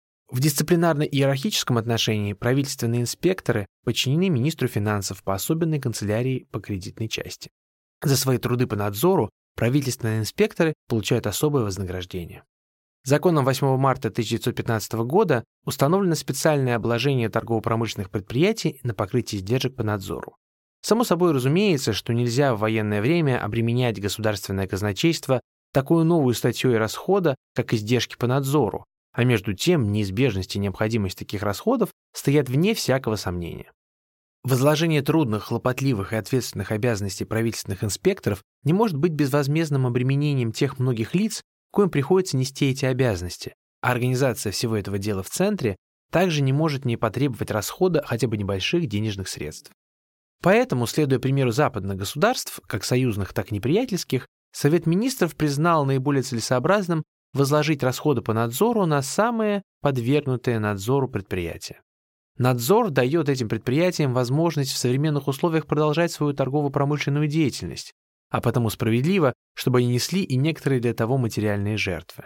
В дисциплинарно-иерархическом отношении правительственные инспекторы подчинены министру финансов по особенной канцелярии по кредитной части. За свои труды по надзору правительственные инспекторы получают особое вознаграждение. Законом восьмого марта тысяча девятьсот пятнадцатого года установлено специальное обложение торгово-промышленных предприятий на покрытие издержек по надзору. Само собой разумеется, что нельзя в военное время обременять государственное казначейство такую новую статьей расхода, как издержки по надзору, а между тем неизбежность и необходимость таких расходов стоят вне всякого сомнения. Возложение трудных, хлопотливых и ответственных обязанностей правительственных инспекторов не может быть безвозмездным обременением тех многих лиц, коим приходится нести эти обязанности, а организация всего этого дела в центре также не может не потребовать расхода хотя бы небольших денежных средств. Поэтому, следуя примеру западных государств, как союзных, так и неприятельских, Совет Министров признал наиболее целесообразным возложить расходы по надзору на самые подвергнутые надзору предприятия. Надзор дает этим предприятиям возможность в современных условиях продолжать свою торгово-промышленную деятельность, а потому справедливо, чтобы они несли и некоторые для того материальные жертвы.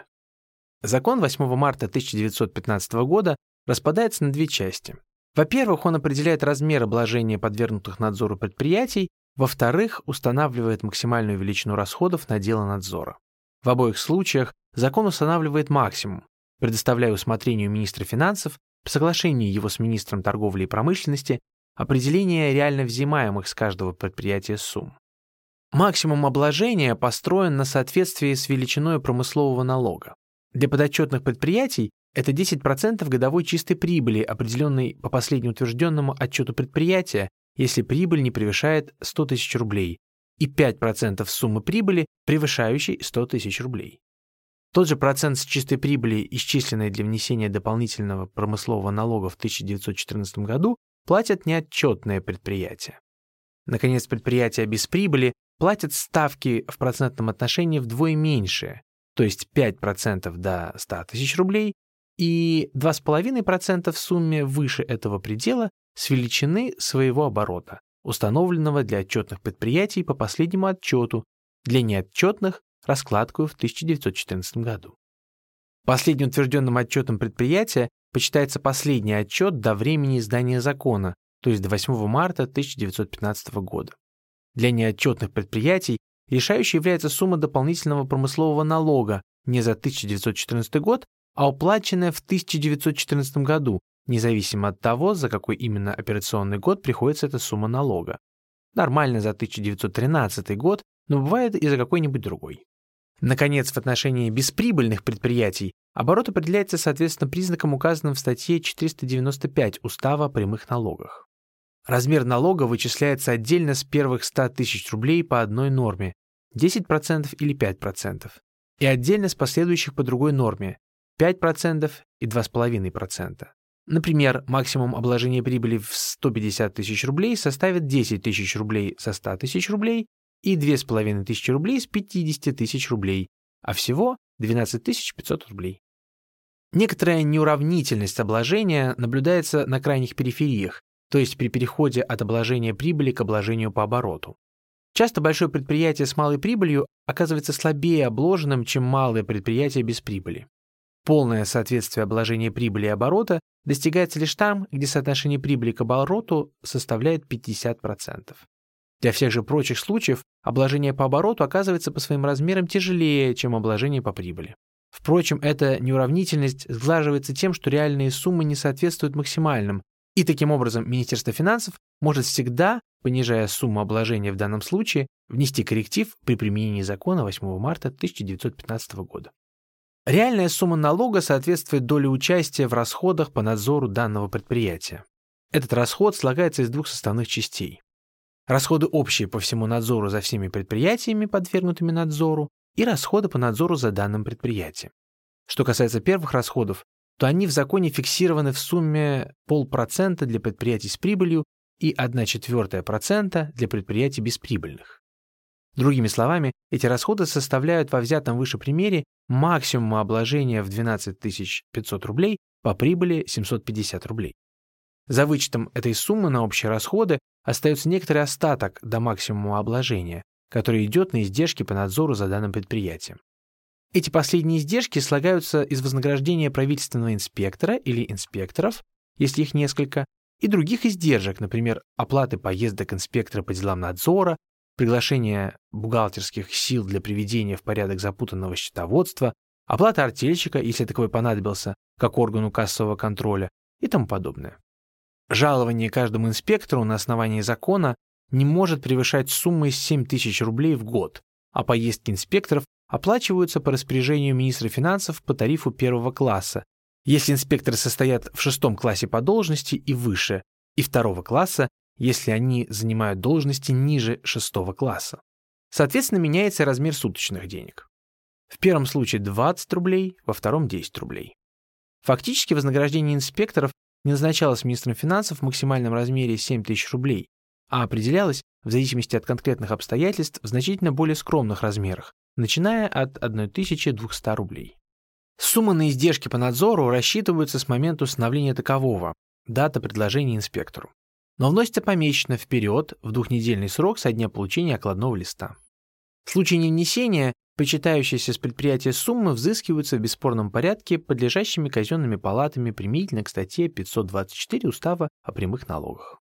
Закон восьмого марта тысяча девятьсот пятнадцатого года распадается на две части. Во-первых, он определяет размер обложения подвергнутых надзору предприятий, во-вторых, устанавливает максимальную величину расходов на дело надзора. В обоих случаях закон устанавливает максимум, предоставляя усмотрению министра финансов по соглашению его с министром торговли и промышленности определение реально взимаемых с каждого предприятия сумм. Максимум обложения построен на соответствии с величиной промыслового налога. Для подотчетных предприятий это десять процентов годовой чистой прибыли, определенной по последнему утвержденному отчету предприятия, если прибыль не превышает сто тысяч рублей, и пять процентов суммы прибыли, превышающей сто тысяч рублей. Тот же процент с чистой прибыли, исчисленной для внесения дополнительного промыслового налога в тысяча девятьсот четырнадцатом году, платят неотчетные предприятия. Наконец, предприятия без прибыли платят ставки в процентном отношении вдвое меньшие, то есть пять процентов до ста тысяч рублей и два целых пять десятых процента в сумме выше этого предела с величины своего оборота, установленного для отчетных предприятий по последнему отчету, для неотчетных – раскладку в тысяча девятьсот четырнадцатом году. Последним утвержденным отчетом предприятия почитается последний отчет до времени издания закона, то есть до восьмого марта тысяча девятьсот пятнадцатого года. Для неотчетных предприятий решающей является сумма дополнительного промыслового налога не за тысяча девятьсот четырнадцатый год, а уплаченная в тысяча девятьсот четырнадцатом году, независимо от того, за какой именно операционный год приходится эта сумма налога. Нормально за тысяча девятьсот тринадцатый год, но бывает и за какой-нибудь другой. Наконец, в отношении бесприбыльных предприятий оборот определяется соответственно признакам, указанным в статье четыреста девяносто пять Устава о прямых налогах. Размер налога вычисляется отдельно с первых ста тысяч рублей по одной норме – десять процентов или пять процентов, и отдельно с последующих по другой норме – пять процентов и два целых пять десятых процента. Например, максимум обложения прибыли в сто пятьдесят тысяч рублей составит десять тысяч рублей со ста тысяч рублей и две с половиной тысячи рублей с пятидесяти тысяч рублей, а всего двенадцать тысяч пятьсот рублей. Некоторая неуравнительность обложения наблюдается на крайних перифериях, то есть при переходе от обложения прибыли к обложению по обороту. Часто большое предприятие с малой прибылью оказывается слабее обложенным, чем малое предприятие без прибыли. Полное соответствие обложения прибыли и оборота достигается лишь там, где соотношение прибыли к обороту составляет пятьдесят процентов. Для всех же прочих случаев обложение по обороту оказывается по своим размерам тяжелее, чем обложение по прибыли. Впрочем, эта неуравнительность сглаживается тем, что реальные суммы не соответствуют максимальным, и таким образом Министерство финансов может всегда, понижая сумму обложения в данном случае, внести корректив при применении закона восьмого марта тысяча девятьсот пятнадцатого года. Реальная сумма налога соответствует доле участия в расходах по надзору данного предприятия. Этот расход слагается из двух составных частей. Расходы общие по всему надзору за всеми предприятиями, подвергнутыми надзору, и расходы по надзору за данным предприятием. Что касается первых расходов, то они в законе фиксированы в сумме полпроцента для предприятий с прибылью и одна четвертая процента для предприятий бесприбыльных. Другими словами, эти расходы составляют во взятом выше примере максимум обложения в двенадцать тысяч пятьсот рублей по прибыли семьсот пятьдесят рублей. За вычетом этой суммы на общие расходы остается некоторый остаток до максимума обложения, который идет на издержки по надзору за данным предприятием. Эти последние издержки слагаются из вознаграждения правительственного инспектора или инспекторов, если их несколько, и других издержек, например, оплаты поездок инспектора по делам надзора, приглашение бухгалтерских сил для приведения в порядок запутанного счетоводства, оплата артельщика, если таковой понадобился, как органу кассового контроля и тому подобное. Жалование каждому инспектору на основании закона не может превышать суммы семь тысяч рублей в год, а поездки инспекторов оплачиваются по распоряжению министра финансов по тарифу первого класса, если инспекторы состоят в шестом классе по должности и выше, и второго класса, если они занимают должности ниже шестого класса. Соответственно, меняется размер суточных денег. В первом случае двадцать рублей, во втором десять рублей. Фактически вознаграждение инспекторов не назначалось министром финансов в максимальном размере семь тысяч рублей, а определялось в зависимости от конкретных обстоятельств в значительно более скромных размерах, начиная от тысячи двухсот рублей. Суммы на издержки по надзору рассчитываются с момента установления такового, дата предложения инспектору, но вносится помесячно вперед в двухнедельный срок со дня получения окладного листа. В случае невнесения причитающиеся с предприятия суммы взыскиваются в бесспорном порядке подлежащими казенными палатами применительно к статье пятьсот двадцать четыре Устава о прямых налогах.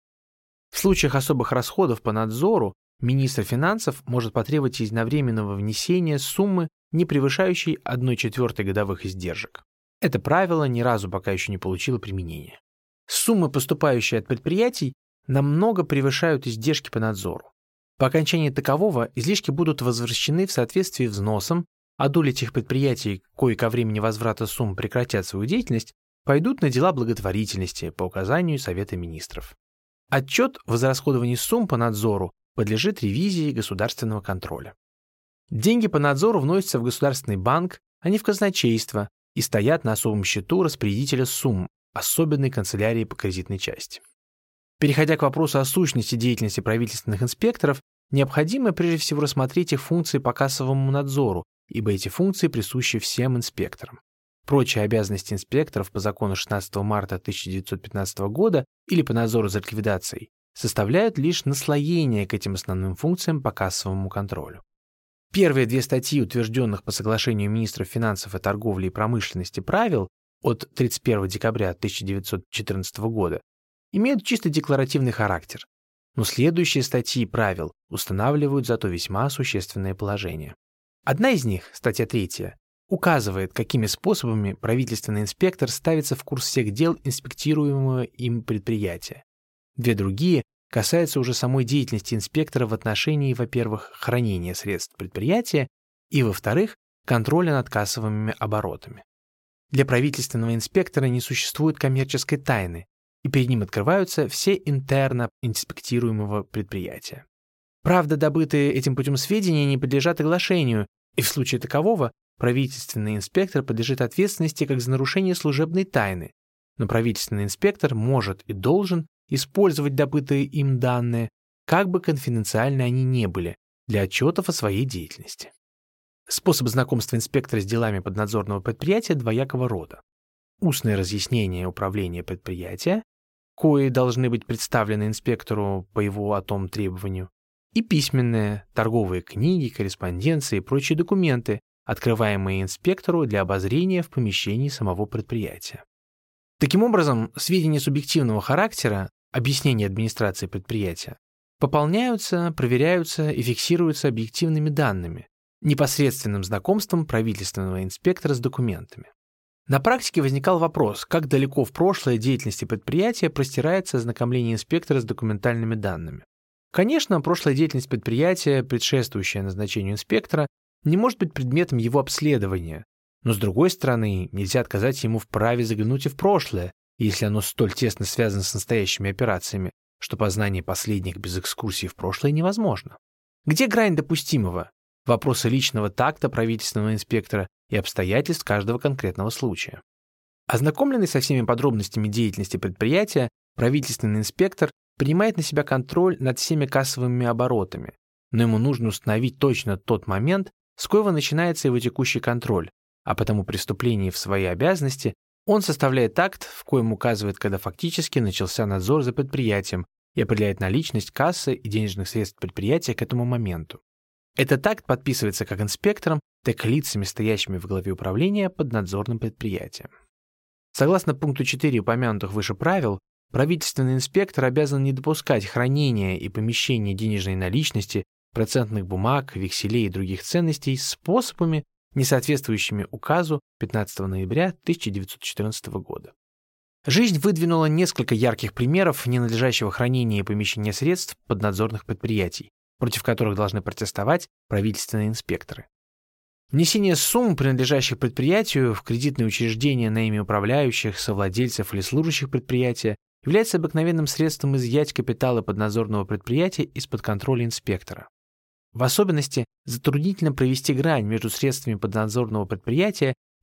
В случаях особых расходов по надзору министр финансов может потребовать единовременного внесения суммы, не превышающей одной четвертой годовых издержек. Это правило ни разу пока еще не получило применения. Суммы, поступающие от предприятий, намного превышают издержки по надзору. По окончании такового излишки будут возвращены в соответствии с взносом, а доли тех предприятий, кои ко времени возврата сумм прекратят свою деятельность, пойдут на дела благотворительности по указанию Совета министров. Отчет в израсходовании сумм по надзору подлежит ревизии государственного контроля. Деньги по надзору вносятся в Государственный банк, а не в казначейство, и стоят на особом счету распорядителя сумм, особенной канцелярии по кредитной части. Переходя к вопросу о сущности деятельности правительственных инспекторов, необходимо прежде всего рассмотреть их функции по кассовому надзору, ибо эти функции присущи всем инспекторам. Прочие обязанности инспекторов по закону шестнадцатого марта тысяча девятьсот пятнадцатого года или по надзору за ликвидацией составляют лишь наслоение к этим основным функциям по кассовому контролю. Первые две статьи, утвержденных по соглашению министров финансов и торговли и промышленности правил от тридцать первого декабря тысяча девятьсот четырнадцатого года, имеют чисто декларативный характер, но следующие статьи правил устанавливают зато весьма существенное положение. Одна из них, статья третья, указывает, какими способами правительственный инспектор ставится в курс всех дел инспектируемого им предприятия. Две другие касаются уже самой деятельности инспектора в отношении, во-первых, хранения средств предприятия и, во-вторых, контроля над кассовыми оборотами. Для правительственного инспектора не существует коммерческой тайны, и перед ним открываются все интерно инспектируемого предприятия. Правда, добытые этим путем сведения не подлежат оглашению, и в случае такового правительственный инспектор подлежит ответственности как за нарушение служебной тайны, но правительственный инспектор может и должен использовать добытые им данные, как бы конфиденциальны они ни были, для отчетов о своей деятельности. Способ знакомства инспектора с делами поднадзорного предприятия двоякого рода. Устное разъяснение управления предприятия, кои должны быть представлены инспектору по его о том требованию, и письменные, торговые книги, корреспонденции и прочие документы, открываемые инспектору для обозрения в помещении самого предприятия. Таким образом, сведения субъективного характера, объяснения администрации предприятия, пополняются, проверяются и фиксируются объективными данными, непосредственным знакомством правительственного инспектора с документами. На практике возникал вопрос, как далеко в прошлое деятельности предприятия простирается ознакомление инспектора с документальными данными. Конечно, прошлая деятельность предприятия, предшествующая назначению инспектора, не может быть предметом его обследования, но, с другой стороны, нельзя отказать ему в праве заглянуть и в прошлое, если оно столь тесно связано с настоящими операциями, что познание последних без экскурсии в прошлое невозможно. Где грань допустимого? Вопросы личного такта правительственного инспектора и обстоятельств каждого конкретного случая. Ознакомленный со всеми подробностями деятельности предприятия, правительственный инспектор принимает на себя контроль над всеми кассовыми оборотами, но ему нужно установить точно тот момент, с коего начинается его текущий контроль, а потому при вступлении в свои обязанности он составляет акт, в коем указывает, когда фактически начался надзор за предприятием и определяет наличность кассы и денежных средств предприятия к этому моменту. Этот акт подписывается как инспектором, так и лицами, стоящими в главе управления поднадзорным предприятием. Согласно пункту четыре упомянутых выше правил, правительственный инспектор обязан не допускать хранения и помещения денежной наличности, процентных бумаг, векселей и других ценностей способами, не соответствующими указу пятнадцатого ноября тысяча девятьсот четырнадцатого года. Жизнь выдвинула несколько ярких примеров ненадлежащего хранения и помещения средств поднадзорных предприятий, против которых должны протестовать правительственные инспекторы. Внесение сумм, принадлежащих предприятию, в кредитные учреждения на имя управляющих, совладельцев или служащих предприятия является обыкновенным средством изъять капитала поднадзорного предприятия из-под контроля инспектора. В особенности затруднительно провести грань между средствами поднадзорного предприятия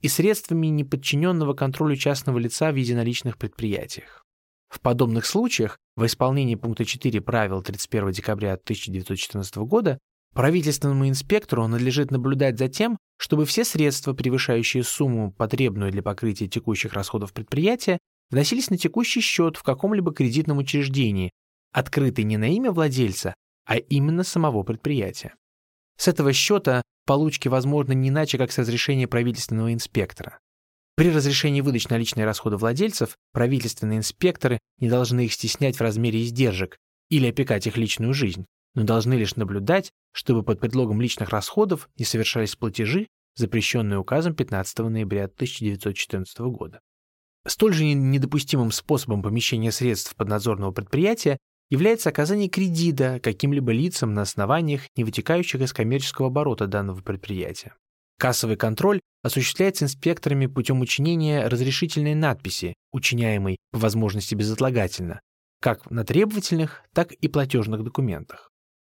и средствами неподчиненного контролю частного лица в единоличных предприятиях. В подобных случаях, в исполнении пункта четыре правил тридцать первого декабря тысяча девятьсот четырнадцатого года, правительственному инспектору надлежит наблюдать за тем, чтобы все средства, превышающие сумму, потребную для покрытия текущих расходов предприятия, вносились на текущий счет в каком-либо кредитном учреждении, открытый не на имя владельца, а именно самого предприятия. С этого счета получки возможны не иначе, как с разрешения правительственного инспектора. При разрешении выдачи наличные расходы владельцев правительственные инспекторы не должны их стеснять в размере издержек или опекать их личную жизнь, но должны лишь наблюдать, чтобы под предлогом личных расходов не совершались платежи, запрещенные указом пятнадцатого ноября тысяча девятьсот четырнадцатого года. Столь же недопустимым способом помещения средств поднадзорного предприятия является оказание кредита каким-либо лицам на основаниях, не вытекающих из коммерческого оборота данного предприятия. Кассовый контроль осуществляется инспекторами путем учинения разрешительной надписи, учиняемой по возможности безотлагательно, как на требовательных, так и платежных документах.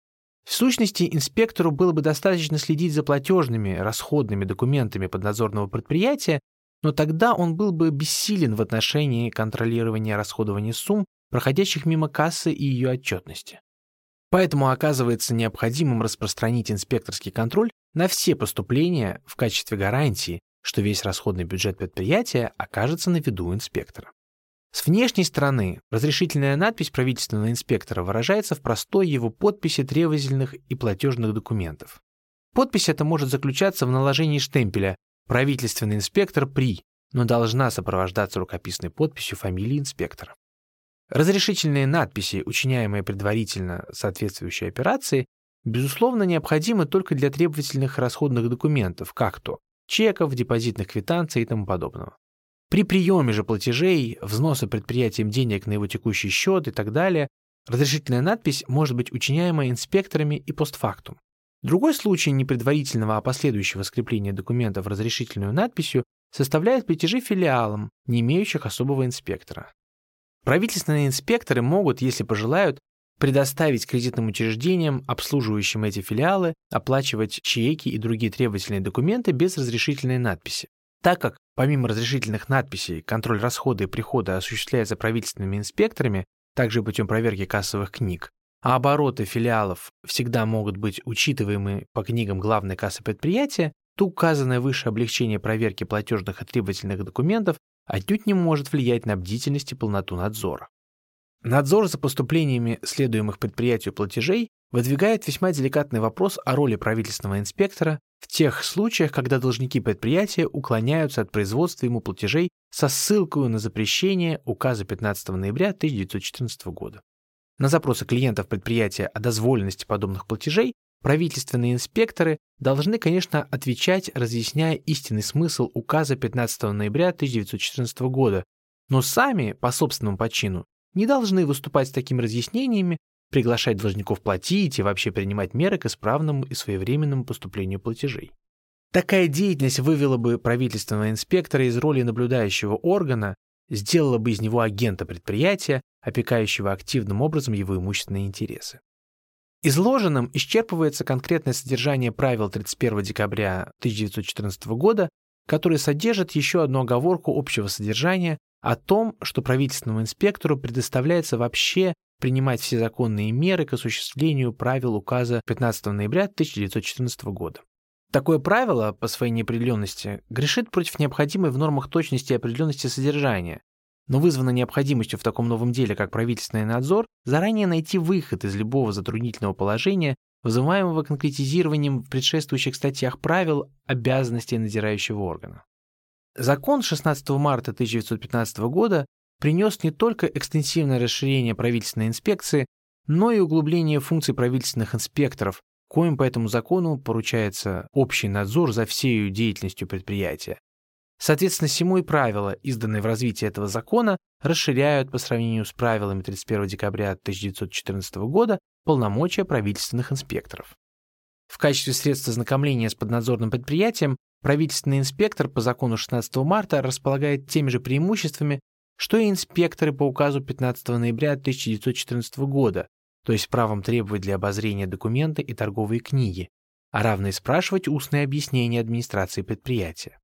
В сущности, инспектору было бы достаточно следить за платежными, расходными документами поднадзорного предприятия, но тогда он был бы бессилен в отношении контролирования расходования сумм, проходящих мимо кассы и ее отчетности. Поэтому оказывается необходимым распространить инспекторский контроль на все поступления в качестве гарантии, что весь расходный бюджет предприятия окажется на виду у инспектора. С внешней стороны разрешительная надпись правительственного инспектора выражается в простой его подписи требовательных и платежных документов. Подпись эта может заключаться в наложении штемпеля «Правительственный инспектор при», но должна сопровождаться рукописной подписью фамилии инспектора. Разрешительные надписи, учиняемые предварительно соответствующей операции, безусловно, необходимы только для требовательных расходных документов, как то чеков, депозитных квитанций и тому подобного. При приеме же платежей, взноса предприятием денег на его текущий счет и так далее, разрешительная надпись может быть учиняема инспекторами и постфактум. Другой случай непредварительного, а последующего скрепления документов разрешительную надписью составляет платежи филиалам, не имеющих особого инспектора. Правительственные инспекторы могут, если пожелают, предоставить кредитным учреждениям, обслуживающим эти филиалы, оплачивать чеки и другие требовательные документы без разрешительной надписи. Так как, помимо разрешительных надписей, контроль расхода и прихода осуществляется правительственными инспекторами, также путем проверки кассовых книг, а обороты филиалов всегда могут быть учитываемы по книгам главной кассы предприятия, то указанное выше облегчение проверки платежных и требовательных документов отнюдь не может влиять на бдительность и полноту надзора. Надзор за поступлениями следуемых предприятию платежей выдвигает весьма деликатный вопрос о роли правительственного инспектора в тех случаях, когда должники предприятия уклоняются от производства ему платежей со ссылкой на запрещение указа пятнадцатого ноября тысяча девятьсот четырнадцатого года. На запросы клиентов предприятия о дозволенности подобных платежей правительственные инспекторы должны, конечно, отвечать, разъясняя истинный смысл указа пятнадцатого ноября тысяча девятьсот четырнадцатого года, но сами, по собственному почину, не должны выступать с такими разъяснениями, приглашать должников платить и вообще принимать меры к исправному и своевременному поступлению платежей. Такая деятельность вывела бы правительственного инспектора из роли наблюдающего органа, сделала бы из него агента предприятия, опекающего активным образом его имущественные интересы. Изложенным исчерпывается конкретное содержание правил тридцать первого декабря тысяча девятьсот четырнадцатого года, которые содержат еще одну оговорку общего содержания о том, что правительственному инспектору предоставляется вообще принимать все законные меры к осуществлению правил указа пятнадцатого ноября тысяча девятьсот четырнадцатого года. Такое правило, по своей неопределенности, грешит против необходимой в нормах точности и определенности содержания, но вызвано необходимостью в таком новом деле, как правительственный надзор, заранее найти выход из любого затруднительного положения, вызываемого конкретизированием в предшествующих статьях правил обязанностей надзирающего органа. Закон шестнадцатого марта тысяча девятьсот пятнадцатого года принес не только экстенсивное расширение правительственной инспекции, но и углубление функций правительственных инспекторов, коим по этому закону поручается общий надзор за всей деятельностью предприятия. Соответственно, сему и правила, изданные в развитии этого закона, расширяют по сравнению с правилами тридцать первого декабря тысяча девятьсот четырнадцатого года полномочия правительственных инспекторов. В качестве средства ознакомления с поднадзорным предприятием правительственный инспектор по закону шестнадцатого марта располагает теми же преимуществами, что и инспекторы по указу пятнадцатого ноября тысяча девятьсот четырнадцатого года, то есть правом требовать для обозрения документы и торговые книги, а равно и спрашивать устные объяснения администрации предприятия.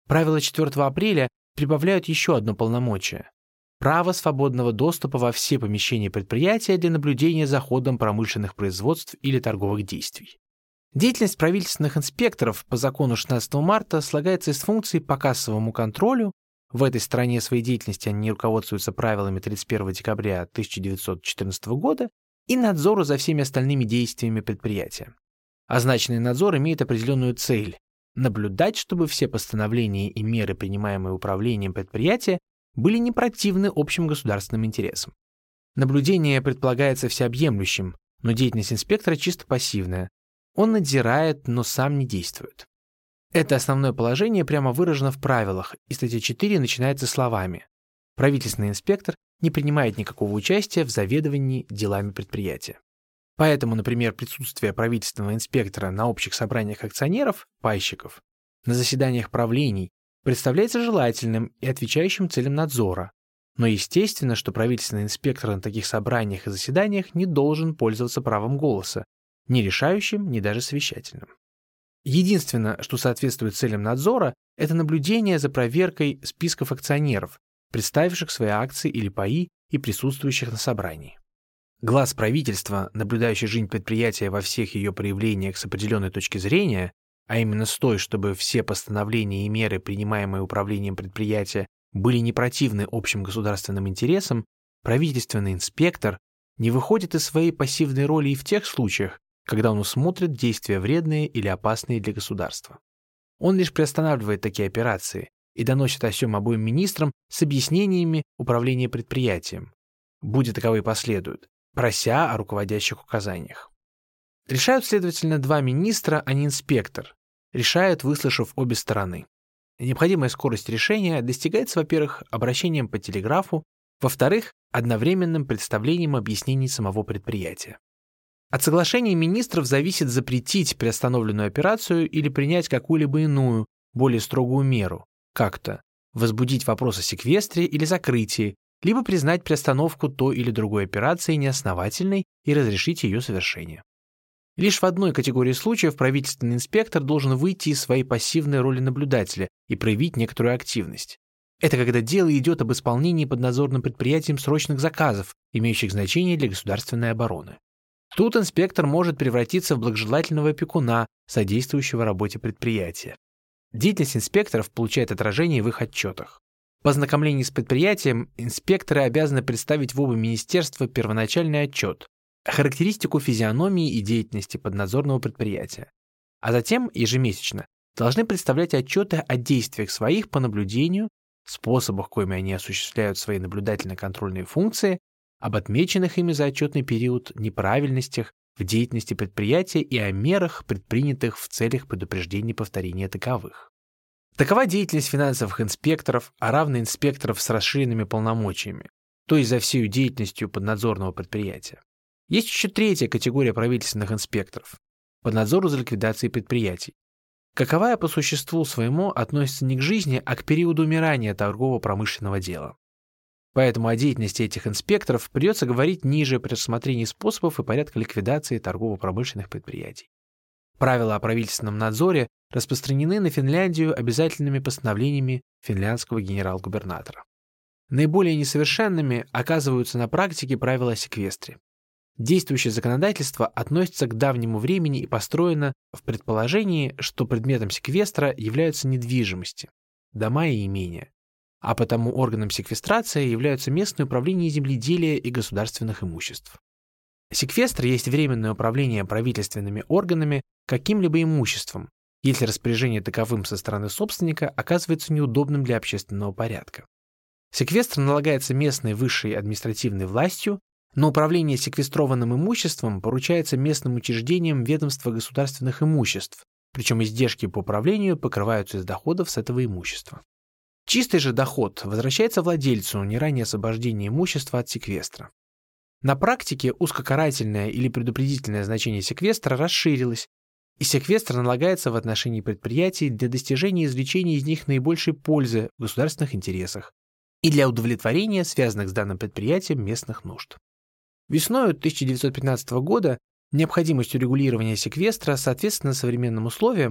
Правила четвёртого апреля прибавляют еще одно полномочие – право свободного доступа во все помещения предприятия для наблюдения за ходом промышленных производств или торговых действий. Деятельность правительственных инспекторов по закону шестнадцатого марта слагается из функций по кассовому контролю. В этой стороне своей деятельности они руководствуются правилами тридцать первого декабря тысяча девятьсот четырнадцатого года и надзору за всеми остальными действиями предприятия. Означенный надзор имеет определенную цель – наблюдать, чтобы все постановления и меры, принимаемые управлением предприятия, были не противны общим государственным интересам. Наблюдение предполагается всеобъемлющим, но деятельность инспектора чисто пассивная. Он надзирает, но сам не действует. Это основное положение прямо выражено в правилах, и статья четыре начинается словами: правительственный инспектор не принимает никакого участия в заведовании делами предприятия. Поэтому, например, присутствие правительственного инспектора на общих собраниях акционеров, пайщиков, на заседаниях правлений представляется желательным и отвечающим целям надзора. Но естественно, что правительственный инспектор на таких собраниях и заседаниях не должен пользоваться правом голоса, ни решающим, ни даже совещательным. Единственное, что соответствует целям надзора, это наблюдение за проверкой списков акционеров, представивших свои акции или паи и присутствующих на собрании. Глаз правительства, наблюдающий жизнь предприятия во всех ее проявлениях с определенной точки зрения, а именно с той, чтобы все постановления и меры, принимаемые управлением предприятия, были не противны общим государственным интересам, правительственный инспектор не выходит из своей пассивной роли и в тех случаях, когда он усмотрит действия вредные или опасные для государства. Он лишь приостанавливает такие операции и доносит о сём обоим министрам с объяснениями управления предприятием, будь таковые последуют, прося о руководящих указаниях. Решают, следовательно, два министра, а не инспектор. Решают, выслушав обе стороны. Необходимая скорость решения достигается, во-первых, обращением по телеграфу, во-вторых, одновременным представлением объяснений самого предприятия. От соглашения министров зависит запретить приостановленную операцию или принять какую-либо иную, более строгую меру, как-то возбудить вопрос о секвестре или закрытии, либо признать приостановку той или другой операции неосновательной и разрешить ее совершение. Лишь в одной категории случаев правительственный инспектор должен выйти из своей пассивной роли наблюдателя и проявить некоторую активность. Это когда дело идет об исполнении поднадзорным предприятием срочных заказов, имеющих значение для государственной обороны. Тут инспектор может превратиться в благожелательного опекуна, содействующего работе предприятия. Деятельность инспекторов получает отражение в их отчетах. По ознакомлении с предприятием инспекторы обязаны представить в оба министерства первоначальный отчет, характеристику физиономии и деятельности поднадзорного предприятия, а затем ежемесячно должны представлять отчеты о действиях своих по наблюдению, способах, коими они осуществляют свои наблюдательно-контрольные функции, об отмеченных ими за отчетный период неправильностях в деятельности предприятия и о мерах, предпринятых в целях предупреждения повторения таковых. Такова деятельность финансовых инспекторов, а равно инспекторов с расширенными полномочиями, то есть за всей деятельностью поднадзорного предприятия. Есть еще третья категория правительственных инспекторов – по надзору за ликвидацией предприятий. Каковая по существу своему относится не к жизни, а к периоду умирания торгово-промышленного дела. Поэтому о деятельности этих инспекторов придется говорить ниже при рассмотрении способов и порядка ликвидации торгово-промышленных предприятий. Правила о правительственном надзоре распространены на Финляндию обязательными постановлениями финляндского генерал-губернатора. Наиболее несовершенными оказываются на практике правила о секвестре. Действующее законодательство относится к давнему времени и построено в предположении, что предметом секвестра являются недвижимости, дома и имения, а потому органом секвестрации являются местное управление земледелия и государственных имуществ. Секвестр есть временное управление правительственными органами каким-либо имуществом, если распоряжение таковым со стороны собственника оказывается неудобным для общественного порядка. Секвестр налагается местной высшей административной властью, но управление секвестрованным имуществом поручается местным учреждениям ведомства государственных имуществ, причем издержки по управлению покрываются из доходов с этого имущества. Чистый же доход возвращается владельцу не ранее освобождения имущества от секвестра. На практике узкокарательное или предупредительное значение секвестра расширилось, и секвестр налагается в отношении предприятий для достижения извлечения из них наибольшей пользы в государственных интересах и для удовлетворения связанных с данным предприятием местных нужд. Весною тысяча девятьсот пятнадцатого года необходимость урегулирования секвестра соответственно современным условиям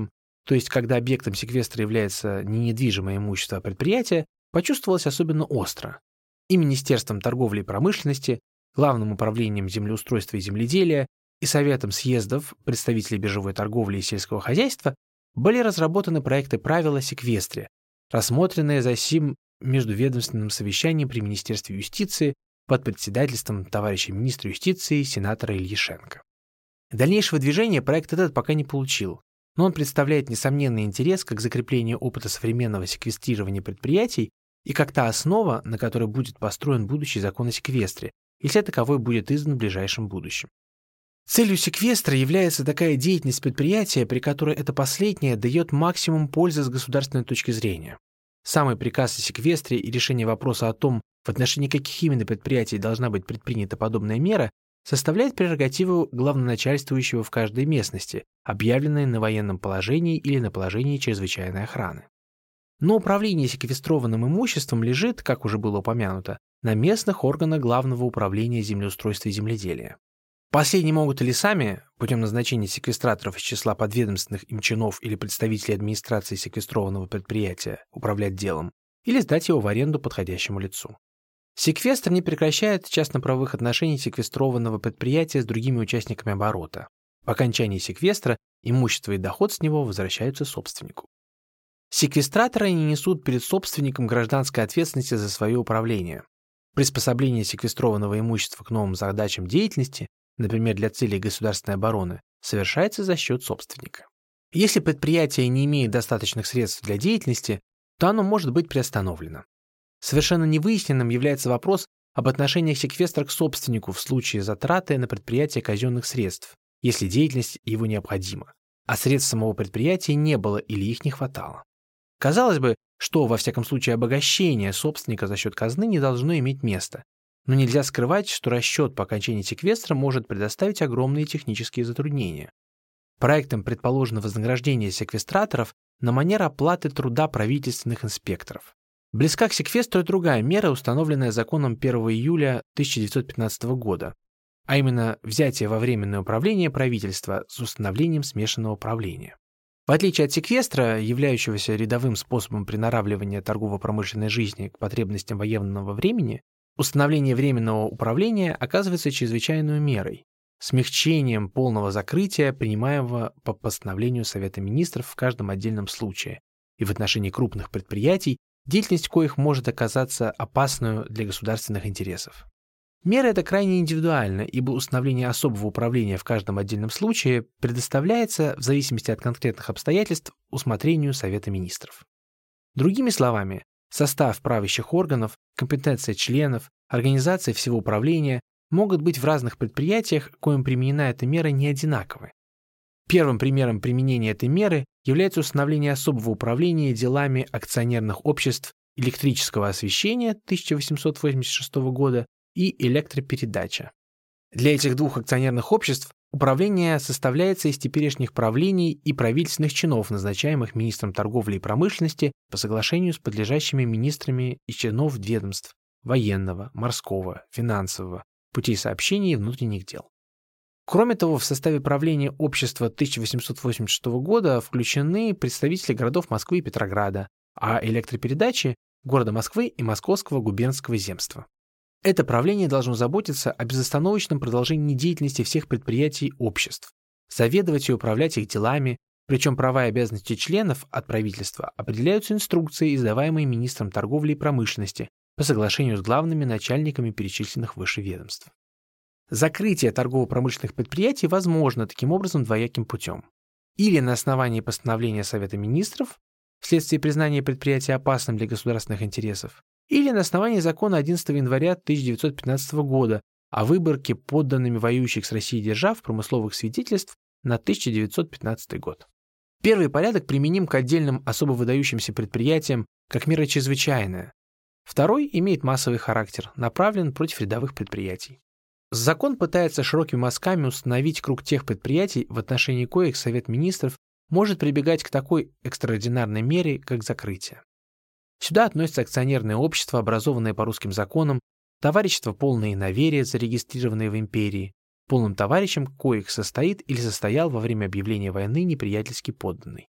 то есть когда объектом секвестра является не недвижимое имущество предприятия, почувствовалось особенно остро. И Министерством торговли и промышленности, Главным управлением землеустройства и земледелия и Советом съездов представителей биржевой торговли и сельского хозяйства были разработаны проекты правил о секвестре, рассмотренные засим междуведомственным совещанием при Министерстве юстиции под председательством товарища министра юстиции сенатора Ильяшенко. Дальнейшего движения проект этот пока не получил, но он представляет несомненный интерес как закрепление опыта современного секвестрирования предприятий и как та основа, на которой будет построен будущий закон о секвестре, если таковой будет издан в ближайшем будущем. Целью секвестра является такая деятельность предприятия, при которой это последнее дает максимум пользы с государственной точки зрения. Самый приказ о секвестре и решение вопроса о том, в отношении каких именно предприятий должна быть предпринята подобная мера, составляет прерогативу главноначальствующего в каждой местности, объявленной на военном положении или на положении чрезвычайной охраны. Но управление секвестрованным имуществом лежит, как уже было упомянуто, на местных органах Главного управления землеустройства и земледелия. Последние могут или сами, путем назначения секвестраторов из числа подведомственных им чинов или представителей администрации секвестрованного предприятия, управлять делом, или сдать его в аренду подходящему лицу. Секвестр не прекращает частно-правовых отношений секвестрованного предприятия с другими участниками оборота. По окончании секвестра имущество и доход с него возвращаются собственнику. Секвестраторы не несут перед собственником гражданской ответственности за свое управление. Приспособление секвестрованного имущества к новым задачам деятельности, например, для целей государственной обороны, совершается за счет собственника. Если предприятие не имеет достаточных средств для деятельности, то оно может быть приостановлено. Совершенно невыясненным является вопрос об отношениях секвестра к собственнику в случае затраты на предприятие казенных средств, если деятельность его необходима, а средств самого предприятия не было или их не хватало. Казалось бы, что, во всяком случае, обогащение собственника за счет казны не должно иметь места, но нельзя скрывать, что расчет по окончании секвестра может предоставить огромные технические затруднения. Проектом предположено вознаграждение секвестраторов на манер оплаты труда правительственных инспекторов. Близка к секвестру и другая мера, установленная законом первого июля тысяча девятьсот пятнадцатого года, а именно взятие во временное управление правительства с установлением смешанного управления. В отличие от секвестра, являющегося рядовым способом приноравливания торгово-промышленной жизни к потребностям военного времени, установление временного управления оказывается чрезвычайной мерой, смягчением полного закрытия, принимаемого по постановлению Совета министров в каждом отдельном случае, и в отношении крупных предприятий, деятельность коих может оказаться опасной для государственных интересов. Мера эта крайне индивидуальна, ибо установление особого управления в каждом отдельном случае предоставляется, в зависимости от конкретных обстоятельств, усмотрению Совета министров. Другими словами, состав правящих органов, компетенция членов, организация всего управления могут быть в разных предприятиях, коим применена эта мера, не одинаковы. Первым примером применения этой меры является установление особого управления делами акционерных обществ электрического освещения тысяча восемьсот восемьдесят шестого года и электропередача. Для этих двух акционерных обществ управление составляется из теперешних правлений и правительственных чинов, назначаемых министром торговли и промышленности по соглашению с подлежащими министрами и чинов ведомств военного, морского, финансового, путей сообщения и внутренних дел. Кроме того, в составе правления общества тысяча восемьсот восемьдесят шестого года включены представители городов Москвы и Петрограда, а электропередачи – города Москвы и Московского губернского земства. Это правление должно заботиться о безостановочном продолжении деятельности всех предприятий обществ, заведовать и управлять их делами, причем права и обязанности членов от правительства определяются инструкцией, издаваемой министром торговли и промышленности по соглашению с главными начальниками перечисленных выше ведомств. Закрытие торгово-промышленных предприятий возможно таким образом двояким путем. Или на основании постановления Совета министров, вследствие признания предприятия опасным для государственных интересов, или на основании закона одиннадцатого января тысяча девятьсот пятнадцатого года о выборке подданными воюющих с Россией держав промысловых свидетельств на тысяча девятьсот пятнадцатый год. Первый порядок применим к отдельным особо выдающимся предприятиям как мера чрезвычайная. Второй имеет массовый характер, направлен против рядовых предприятий. Закон пытается широкими мазками установить круг тех предприятий, в отношении коих Совет министров может прибегать к такой экстраординарной мере, как закрытие. Сюда относятся акционерные общества, образованные по русским законам, товарищества полное иноверие, зарегистрированные в империи, полным товарищем коих состоит или состоял во время объявления войны неприятельский подданный.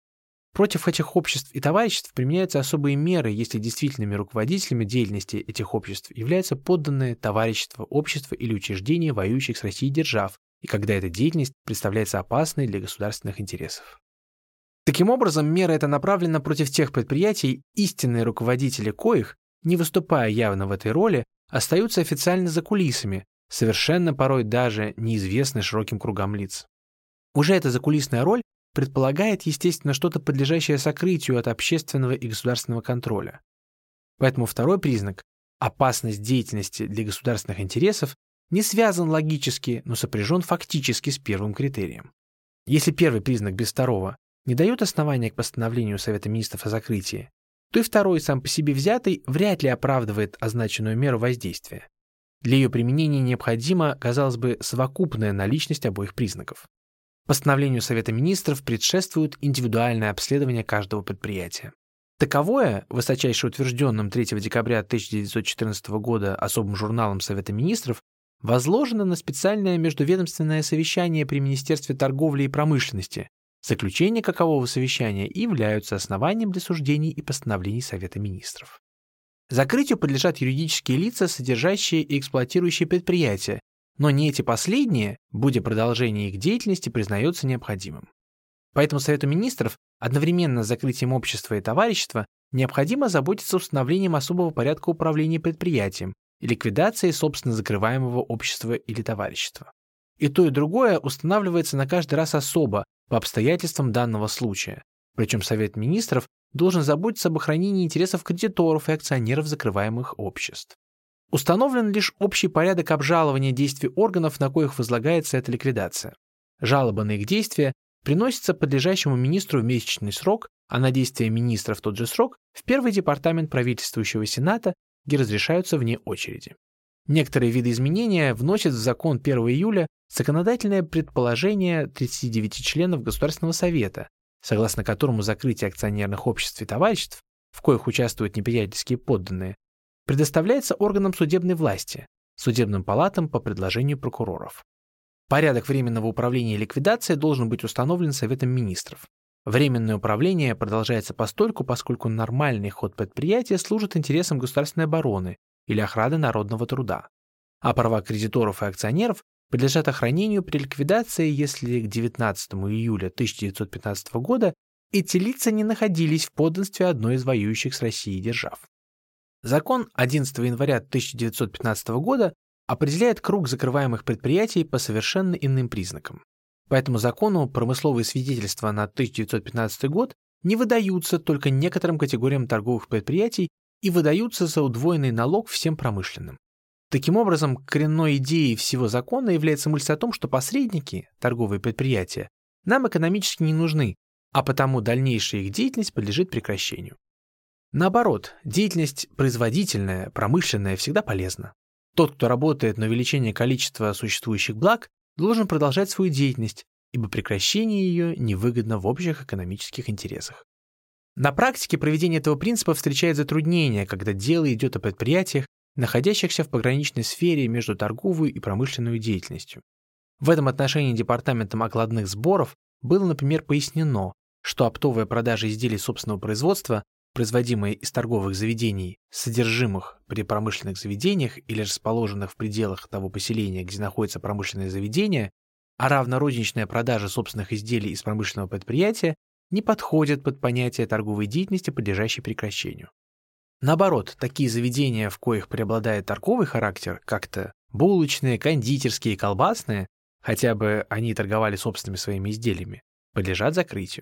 Против этих обществ и товариществ применяются особые меры, если действительными руководителями деятельности этих обществ являются подданные товарищества, общества или учреждения воюющих с Россией держав, и когда эта деятельность представляется опасной для государственных интересов. Таким образом, мера эта направлена против тех предприятий, истинные руководители коих, не выступая явно в этой роли, остаются официально за кулисами, совершенно порой даже неизвестны широким кругам лиц. Уже эта закулисная роль предполагает, естественно, что-то подлежащее сокрытию от общественного и государственного контроля. Поэтому второй признак – опасность деятельности для государственных интересов не связан логически, но сопряжен фактически с первым критерием. Если первый признак без второго не дает основания к постановлению Совета Министров о закрытии, то и второй, сам по себе взятый, вряд ли оправдывает означенную меру воздействия. Для ее применения необходима, казалось бы, совокупная наличность обоих признаков. Постановлению Совета Министров предшествует индивидуальное обследование каждого предприятия. Таковое, высочайше утвержденным третьего декабря тысяча девятьсот четырнадцатого года особым журналом Совета Министров, возложено на специальное междуведомственное совещание при Министерстве торговли и промышленности, заключение какового совещания и являются основанием для суждений и постановлений Совета Министров. Закрытию подлежат юридические лица, содержащие и эксплуатирующие предприятия, но не эти последние, будь продолжение их деятельности, признается необходимым. Поэтому Совету Министров одновременно с закрытием общества и товарищества необходимо заботиться установлением особого порядка управления предприятием и ликвидацией собственно закрываемого общества или товарищества. И то, и другое устанавливается на каждый раз особо по обстоятельствам данного случая, причем Совет Министров должен заботиться об охранении интересов кредиторов и акционеров закрываемых обществ. Установлен лишь общий порядок обжалования действий органов, на коих возлагается эта ликвидация. Жалоба на их действия приносится подлежащему министру в месячный срок, а на действия министра в тот же срок в первый департамент правительствующего Сената, где разрешаются вне очереди. Некоторые виды изменения вносят в закон первого июля законодательное предположение тридцати девяти членов Государственного совета, согласно которому закрытие акционерных обществ и товариществ, в коих участвуют неприятельские подданные, предоставляется органам судебной власти, судебным палатам по предложению прокуроров. Порядок временного управления и ликвидации должен быть установлен Советом Министров. Временное управление продолжается постольку, поскольку нормальный ход предприятия служит интересам государственной обороны или охраны народного труда, а права кредиторов и акционеров подлежат охранению при ликвидации, если к девятнадцатому июля тысяча девятьсот пятнадцатого года эти лица не находились в подданстве одной из воюющих с Россией держав. Закон одиннадцатого января тысяча девятьсот пятнадцатого года определяет круг закрываемых предприятий по совершенно иным признакам. По этому закону промысловые свидетельства на тысяча девятьсот пятнадцатый год не выдаются только некоторым категориям торговых предприятий и выдаются за удвоенный налог всем промышленным. Таким образом, коренной идеей всего закона является мысль о том, что посредники, торговые предприятия, нам экономически не нужны, а потому дальнейшая их деятельность подлежит прекращению. Наоборот, деятельность производительная, промышленная всегда полезна. Тот, кто работает на увеличение количества существующих благ, должен продолжать свою деятельность, ибо прекращение ее невыгодно в общих экономических интересах. На практике проведение этого принципа встречает затруднения, когда дело идет о предприятиях, находящихся в пограничной сфере между торговой и промышленной деятельностью. В этом отношении Департаментом окладных сборов было, например, пояснено, что оптовая продажа изделий собственного производства, производимые из торговых заведений, содержимых при промышленных заведениях или расположенных в пределах того поселения, где находится промышленное заведение, а равно розничная продажа собственных изделий из промышленного предприятия, не подходят под понятие торговой деятельности, подлежащей прекращению. Наоборот, такие заведения, в коих преобладает торговый характер, как-то булочные, кондитерские, колбасные, хотя бы они торговали собственными своими изделиями, подлежат закрытию.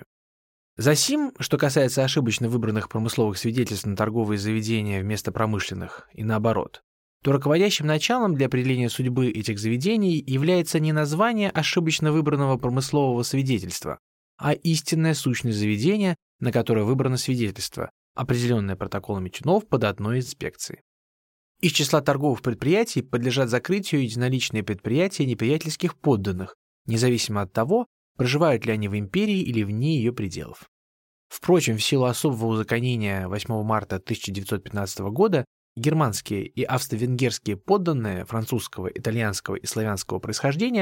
Засим, что касается ошибочно выбранных промысловых свидетельств на торговые заведения вместо промышленных, и наоборот, то руководящим началом для определения судьбы этих заведений является не название ошибочно выбранного промыслового свидетельства, а истинная сущность заведения, на которое выбрано свидетельство, определенное протоколами чинов под одной из инспекций. Из числа торговых предприятий подлежат закрытию единоличные предприятия неприятельских подданных, независимо от того, проживают ли они в империи или вне ее пределов. Впрочем, в силу особого узаконения восьмого марта тысяча девятьсот пятнадцатого года германские и австро-венгерские подданные французского, итальянского и славянского происхождения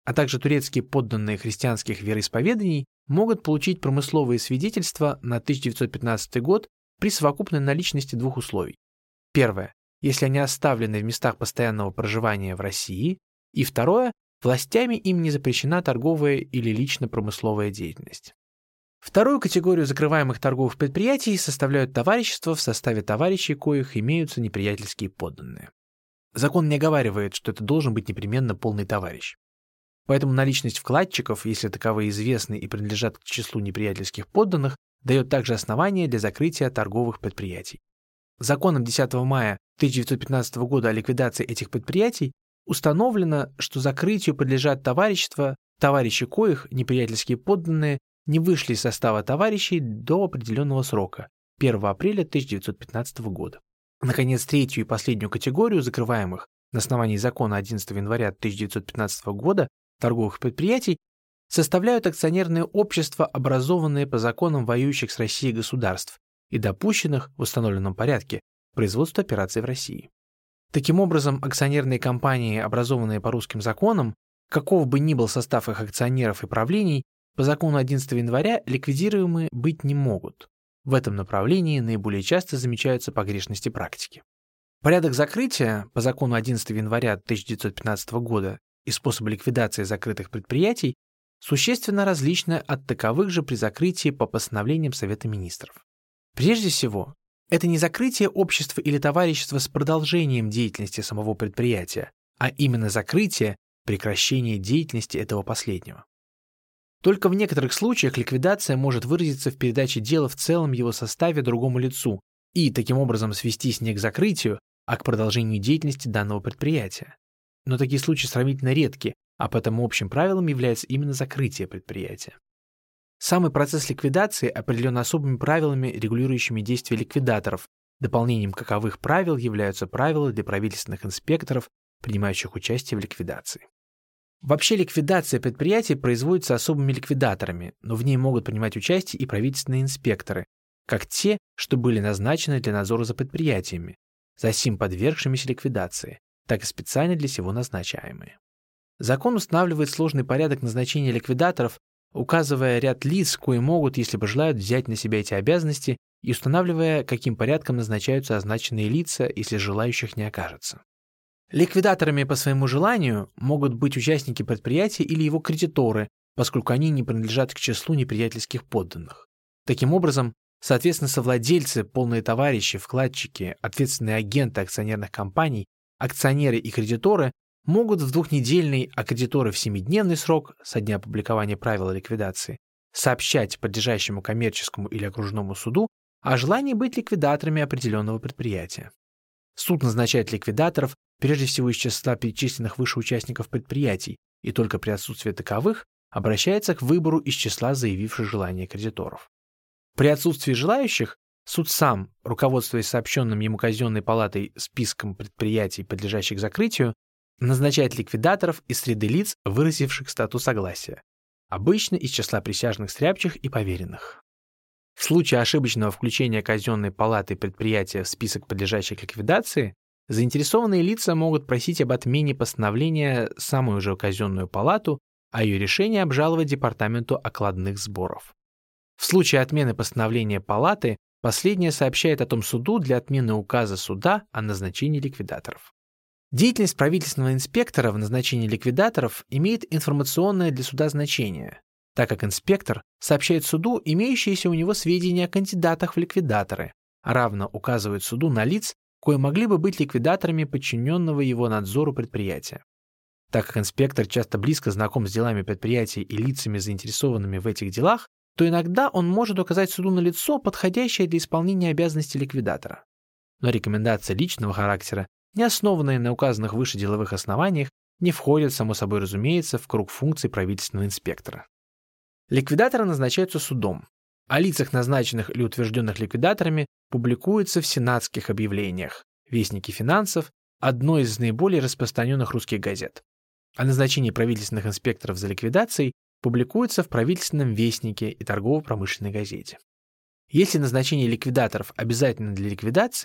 а также турецкие подданные христианских вероисповеданий могут получить промысловые свидетельства на тысяча девятьсот пятнадцатый год при совокупной наличности двух условий. Первое, если они оставлены в местах постоянного проживания в России, и второе, властями им не запрещена торговая или лично-промысловая деятельность. Вторую категорию закрываемых торговых предприятий составляют товарищества, в составе товарищей коих имеются неприятельские подданные. Закон не оговаривает, что это должен быть непременно полный товарищ. Поэтому наличность вкладчиков, если таковые известны и принадлежат к числу неприятельских подданных, дает также основание для закрытия торговых предприятий. Законом десятого мая тысяча девятьсот пятнадцатого года о ликвидации этих предприятий установлено, что закрытию подлежат товарищества, товарищи коих неприятельские подданные не вышли из состава товарищей до определенного срока – первого апреля тысяча девятьсот пятнадцатого года. Наконец, третью и последнюю категорию закрываемых на основании закона одиннадцатого января тысяча девятьсот пятнадцатого года торговых предприятий составляют акционерные общества, образованные по законам воюющих с Россией государств и допущенных в установленном порядке к производству операций в России. Таким образом, акционерные компании, образованные по русским законам, каков бы ни был состав их акционеров и правлений, по закону одиннадцатого января ликвидируемы быть не могут. В этом направлении наиболее часто замечаются погрешности практики. Порядок закрытия по закону одиннадцатого января тысяча девятьсот пятнадцатого года и способы ликвидации закрытых предприятий существенно различны от таковых же при закрытии по постановлениям Совета Министров. Прежде всего, это не закрытие общества или товарищества с продолжением деятельности самого предприятия, а именно закрытие, прекращение деятельности этого последнего. Только в некоторых случаях ликвидация может выразиться в передаче дела в целом его составе другому лицу и таким образом свестись не к закрытию, а к продолжению деятельности данного предприятия. Но такие случаи сравнительно редки, а потому общим правилом является именно закрытие предприятия. Самый процесс ликвидации определен особыми правилами, регулирующими действия ликвидаторов. Дополнением каковых правил являются правила для правительственных инспекторов, принимающих участие в ликвидации. Вообще ликвидация предприятий производится особыми ликвидаторами, но в ней могут принимать участие и правительственные инспекторы, как те, что были назначены для надзора за предприятиями, засим подвергшимися ликвидации, так и специально для сего назначаемые. Закон устанавливает сложный порядок назначения ликвидаторов, указывая ряд лиц, кои могут, если пожелают, взять на себя эти обязанности, и устанавливая, каким порядком назначаются означенные лица, если желающих не окажется. Ликвидаторами по своему желанию могут быть участники предприятия или его кредиторы, поскольку они не принадлежат к числу неприятельских подданных. Таким образом, соответственно, совладельцы, полные товарищи, вкладчики, ответственные агенты акционерных компаний, акционеры и кредиторы могут в двухнедельный, а кредиторы в семидневный срок со дня опубликования правил ликвидации сообщать подлежащему коммерческому или окружному суду о желании быть ликвидаторами определенного предприятия. Суд назначает ликвидаторов прежде всего из числа перечисленных выше участников предприятий и только при отсутствии таковых обращается к выбору из числа заявивших желание кредиторов. При отсутствии желающих суд сам, руководствуясь сообщенным ему казенной палатой списком предприятий, подлежащих закрытию, назначает ликвидаторов из среды лиц, выразивших статус согласия, обычно из числа присяжных стряпчих и поверенных. В случае ошибочного включения казенной палаты предприятия в список подлежащих ликвидации, заинтересованные лица могут просить об отмене постановления самую же казенную палату, а ее решение обжаловать департаменту окладных сборов. В случае отмены постановления палаты, последняя сообщает о том суду для отмены указа суда о назначении ликвидаторов. Деятельность правительственного инспектора в назначении ликвидаторов имеет информационное для суда значение, так как инспектор сообщает суду имеющиеся у него сведения о кандидатах в ликвидаторы, а равно указывает суду на лиц, кои могли бы быть ликвидаторами подчиненного его надзору предприятия. Так как инспектор часто близко знаком с делами предприятия и лицами, заинтересованными в этих делах, то иногда он может указать суду на лицо, подходящее для исполнения обязанностей ликвидатора. Но рекомендации личного характера, не основанные на указанных выше деловых основаниях, не входят, само собой разумеется, в круг функций правительственного инспектора. Ликвидаторы назначаются судом. О лицах, назначенных или утвержденных ликвидаторами, публикуется в сенатских объявлениях, Вестнике финансов, одной из наиболее распространенных русских газет. О назначении правительственных инспекторов за ликвидацией публикуется в правительственном вестнике и торгово-промышленной газете. Если назначение ликвидаторов обязательно для ликвидации,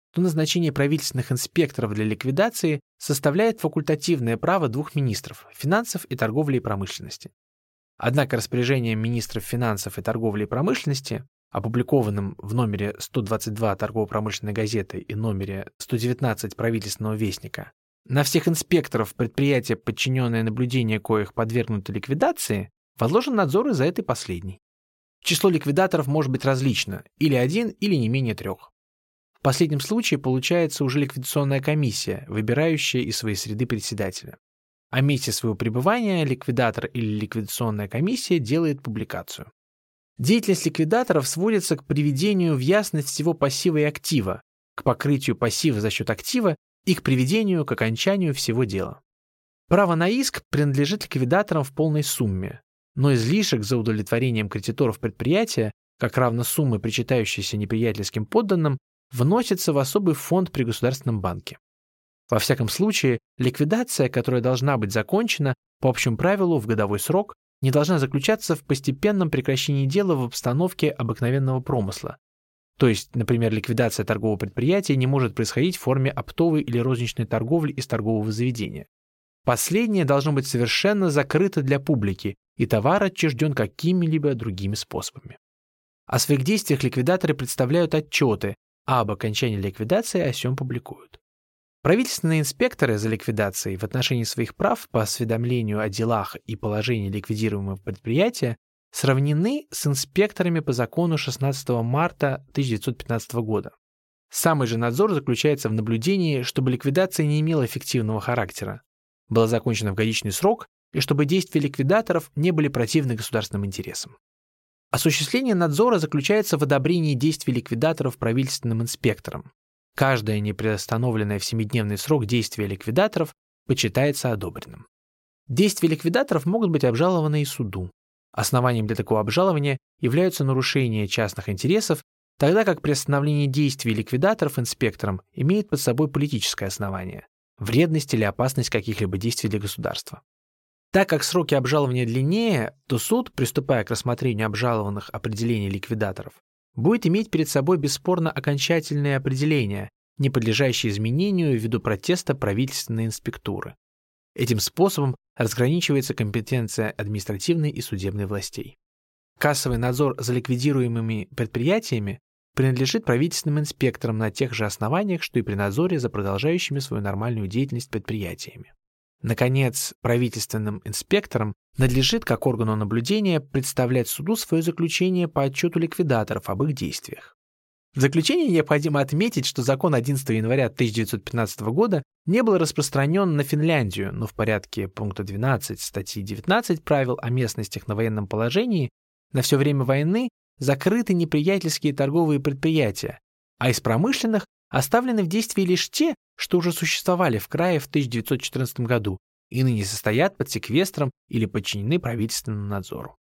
то назначение правительственных инспекторов для ликвидации составляет факультативное право двух министров – финансов и торговли и промышленности. Однако распоряжением министров финансов и торговли и промышленности, опубликованным в номере сто двадцать два торгово-промышленной газеты и номере сто девятнадцать правительственного вестника, на всех инспекторов предприятия, подчиненные наблюдению коих подвергнуты ликвидации, возложен надзор и за этой последней. Число ликвидаторов может быть различно – или один, или не менее трех. В последнем случае получается уже ликвидационная комиссия, выбирающая из своей среды председателя. О месте своего пребывания ликвидатор или ликвидационная комиссия делает публикацию. Деятельность ликвидаторов сводится к приведению в ясность всего пассива и актива, к покрытию пассива за счет актива и к приведению к окончанию всего дела. Право на иск принадлежит ликвидаторам в полной сумме, но излишек за удовлетворением кредиторов предприятия, как равно суммы, причитающиеся неприятельским подданным, вносится в особый фонд при Государственном банке. Во всяком случае, ликвидация, которая должна быть закончена, по общему правилу в годовой срок, не должна заключаться в постепенном прекращении дела в обстановке обыкновенного промысла. То есть, например, ликвидация торгового предприятия не может происходить в форме оптовой или розничной торговли из торгового заведения. Последнее должно быть совершенно закрыто для публики, и товар отчужден какими-либо другими способами. О своих действиях ликвидаторы представляют отчеты, а об окончании ликвидации о сём публикуют. Правительственные инспекторы за ликвидацией в отношении своих прав по осведомлению о делах и положении ликвидируемого предприятия сравнены с инспекторами по закону шестнадцатого марта тысяча девятьсот пятнадцатого года. Самый же надзор заключается в наблюдении, чтобы ликвидация не имела эффективного характера, была закончена в годичный срок и чтобы действия ликвидаторов не были противны государственным интересам. Осуществление надзора заключается в одобрении действий ликвидаторов правительственным инспектором. Каждое неприостановленное в семидневный срок действие ликвидаторов почитается одобренным. Действия ликвидаторов могут быть обжалованы и суду. Основанием для такого обжалования являются нарушения частных интересов, тогда как приостановление действий ликвидаторов инспектором имеет под собой политическое основание – вредность или опасность каких-либо действий для государства. Так как сроки обжалования длиннее, то суд, приступая к рассмотрению обжалованных определений ликвидаторов, будет иметь перед собой бесспорно окончательные определения, не подлежащие изменению ввиду протеста правительственной инспектуры. Этим способом разграничивается компетенция административной и судебной властей. Кассовый надзор за ликвидируемыми предприятиями принадлежит правительственным инспекторам на тех же основаниях, что и при надзоре за продолжающими свою нормальную деятельность предприятиями. Наконец, правительственным инспекторам надлежит, как органу наблюдения, представлять суду свое заключение по отчету ликвидаторов об их действиях. В заключение необходимо отметить, что закон одиннадцатого января тысяча девятьсот пятнадцатого года не был распространен на Финляндию, но в порядке пункта двенадцать статьи девятнадцать правил о местностях на военном положении на все время войны закрыты неприятельские торговые предприятия, а из промышленных оставлены в действии лишь те, что уже существовали в крае в тысяча девятьсот четырнадцатом году и ныне состоят под секвестром или подчинены правительственному надзору.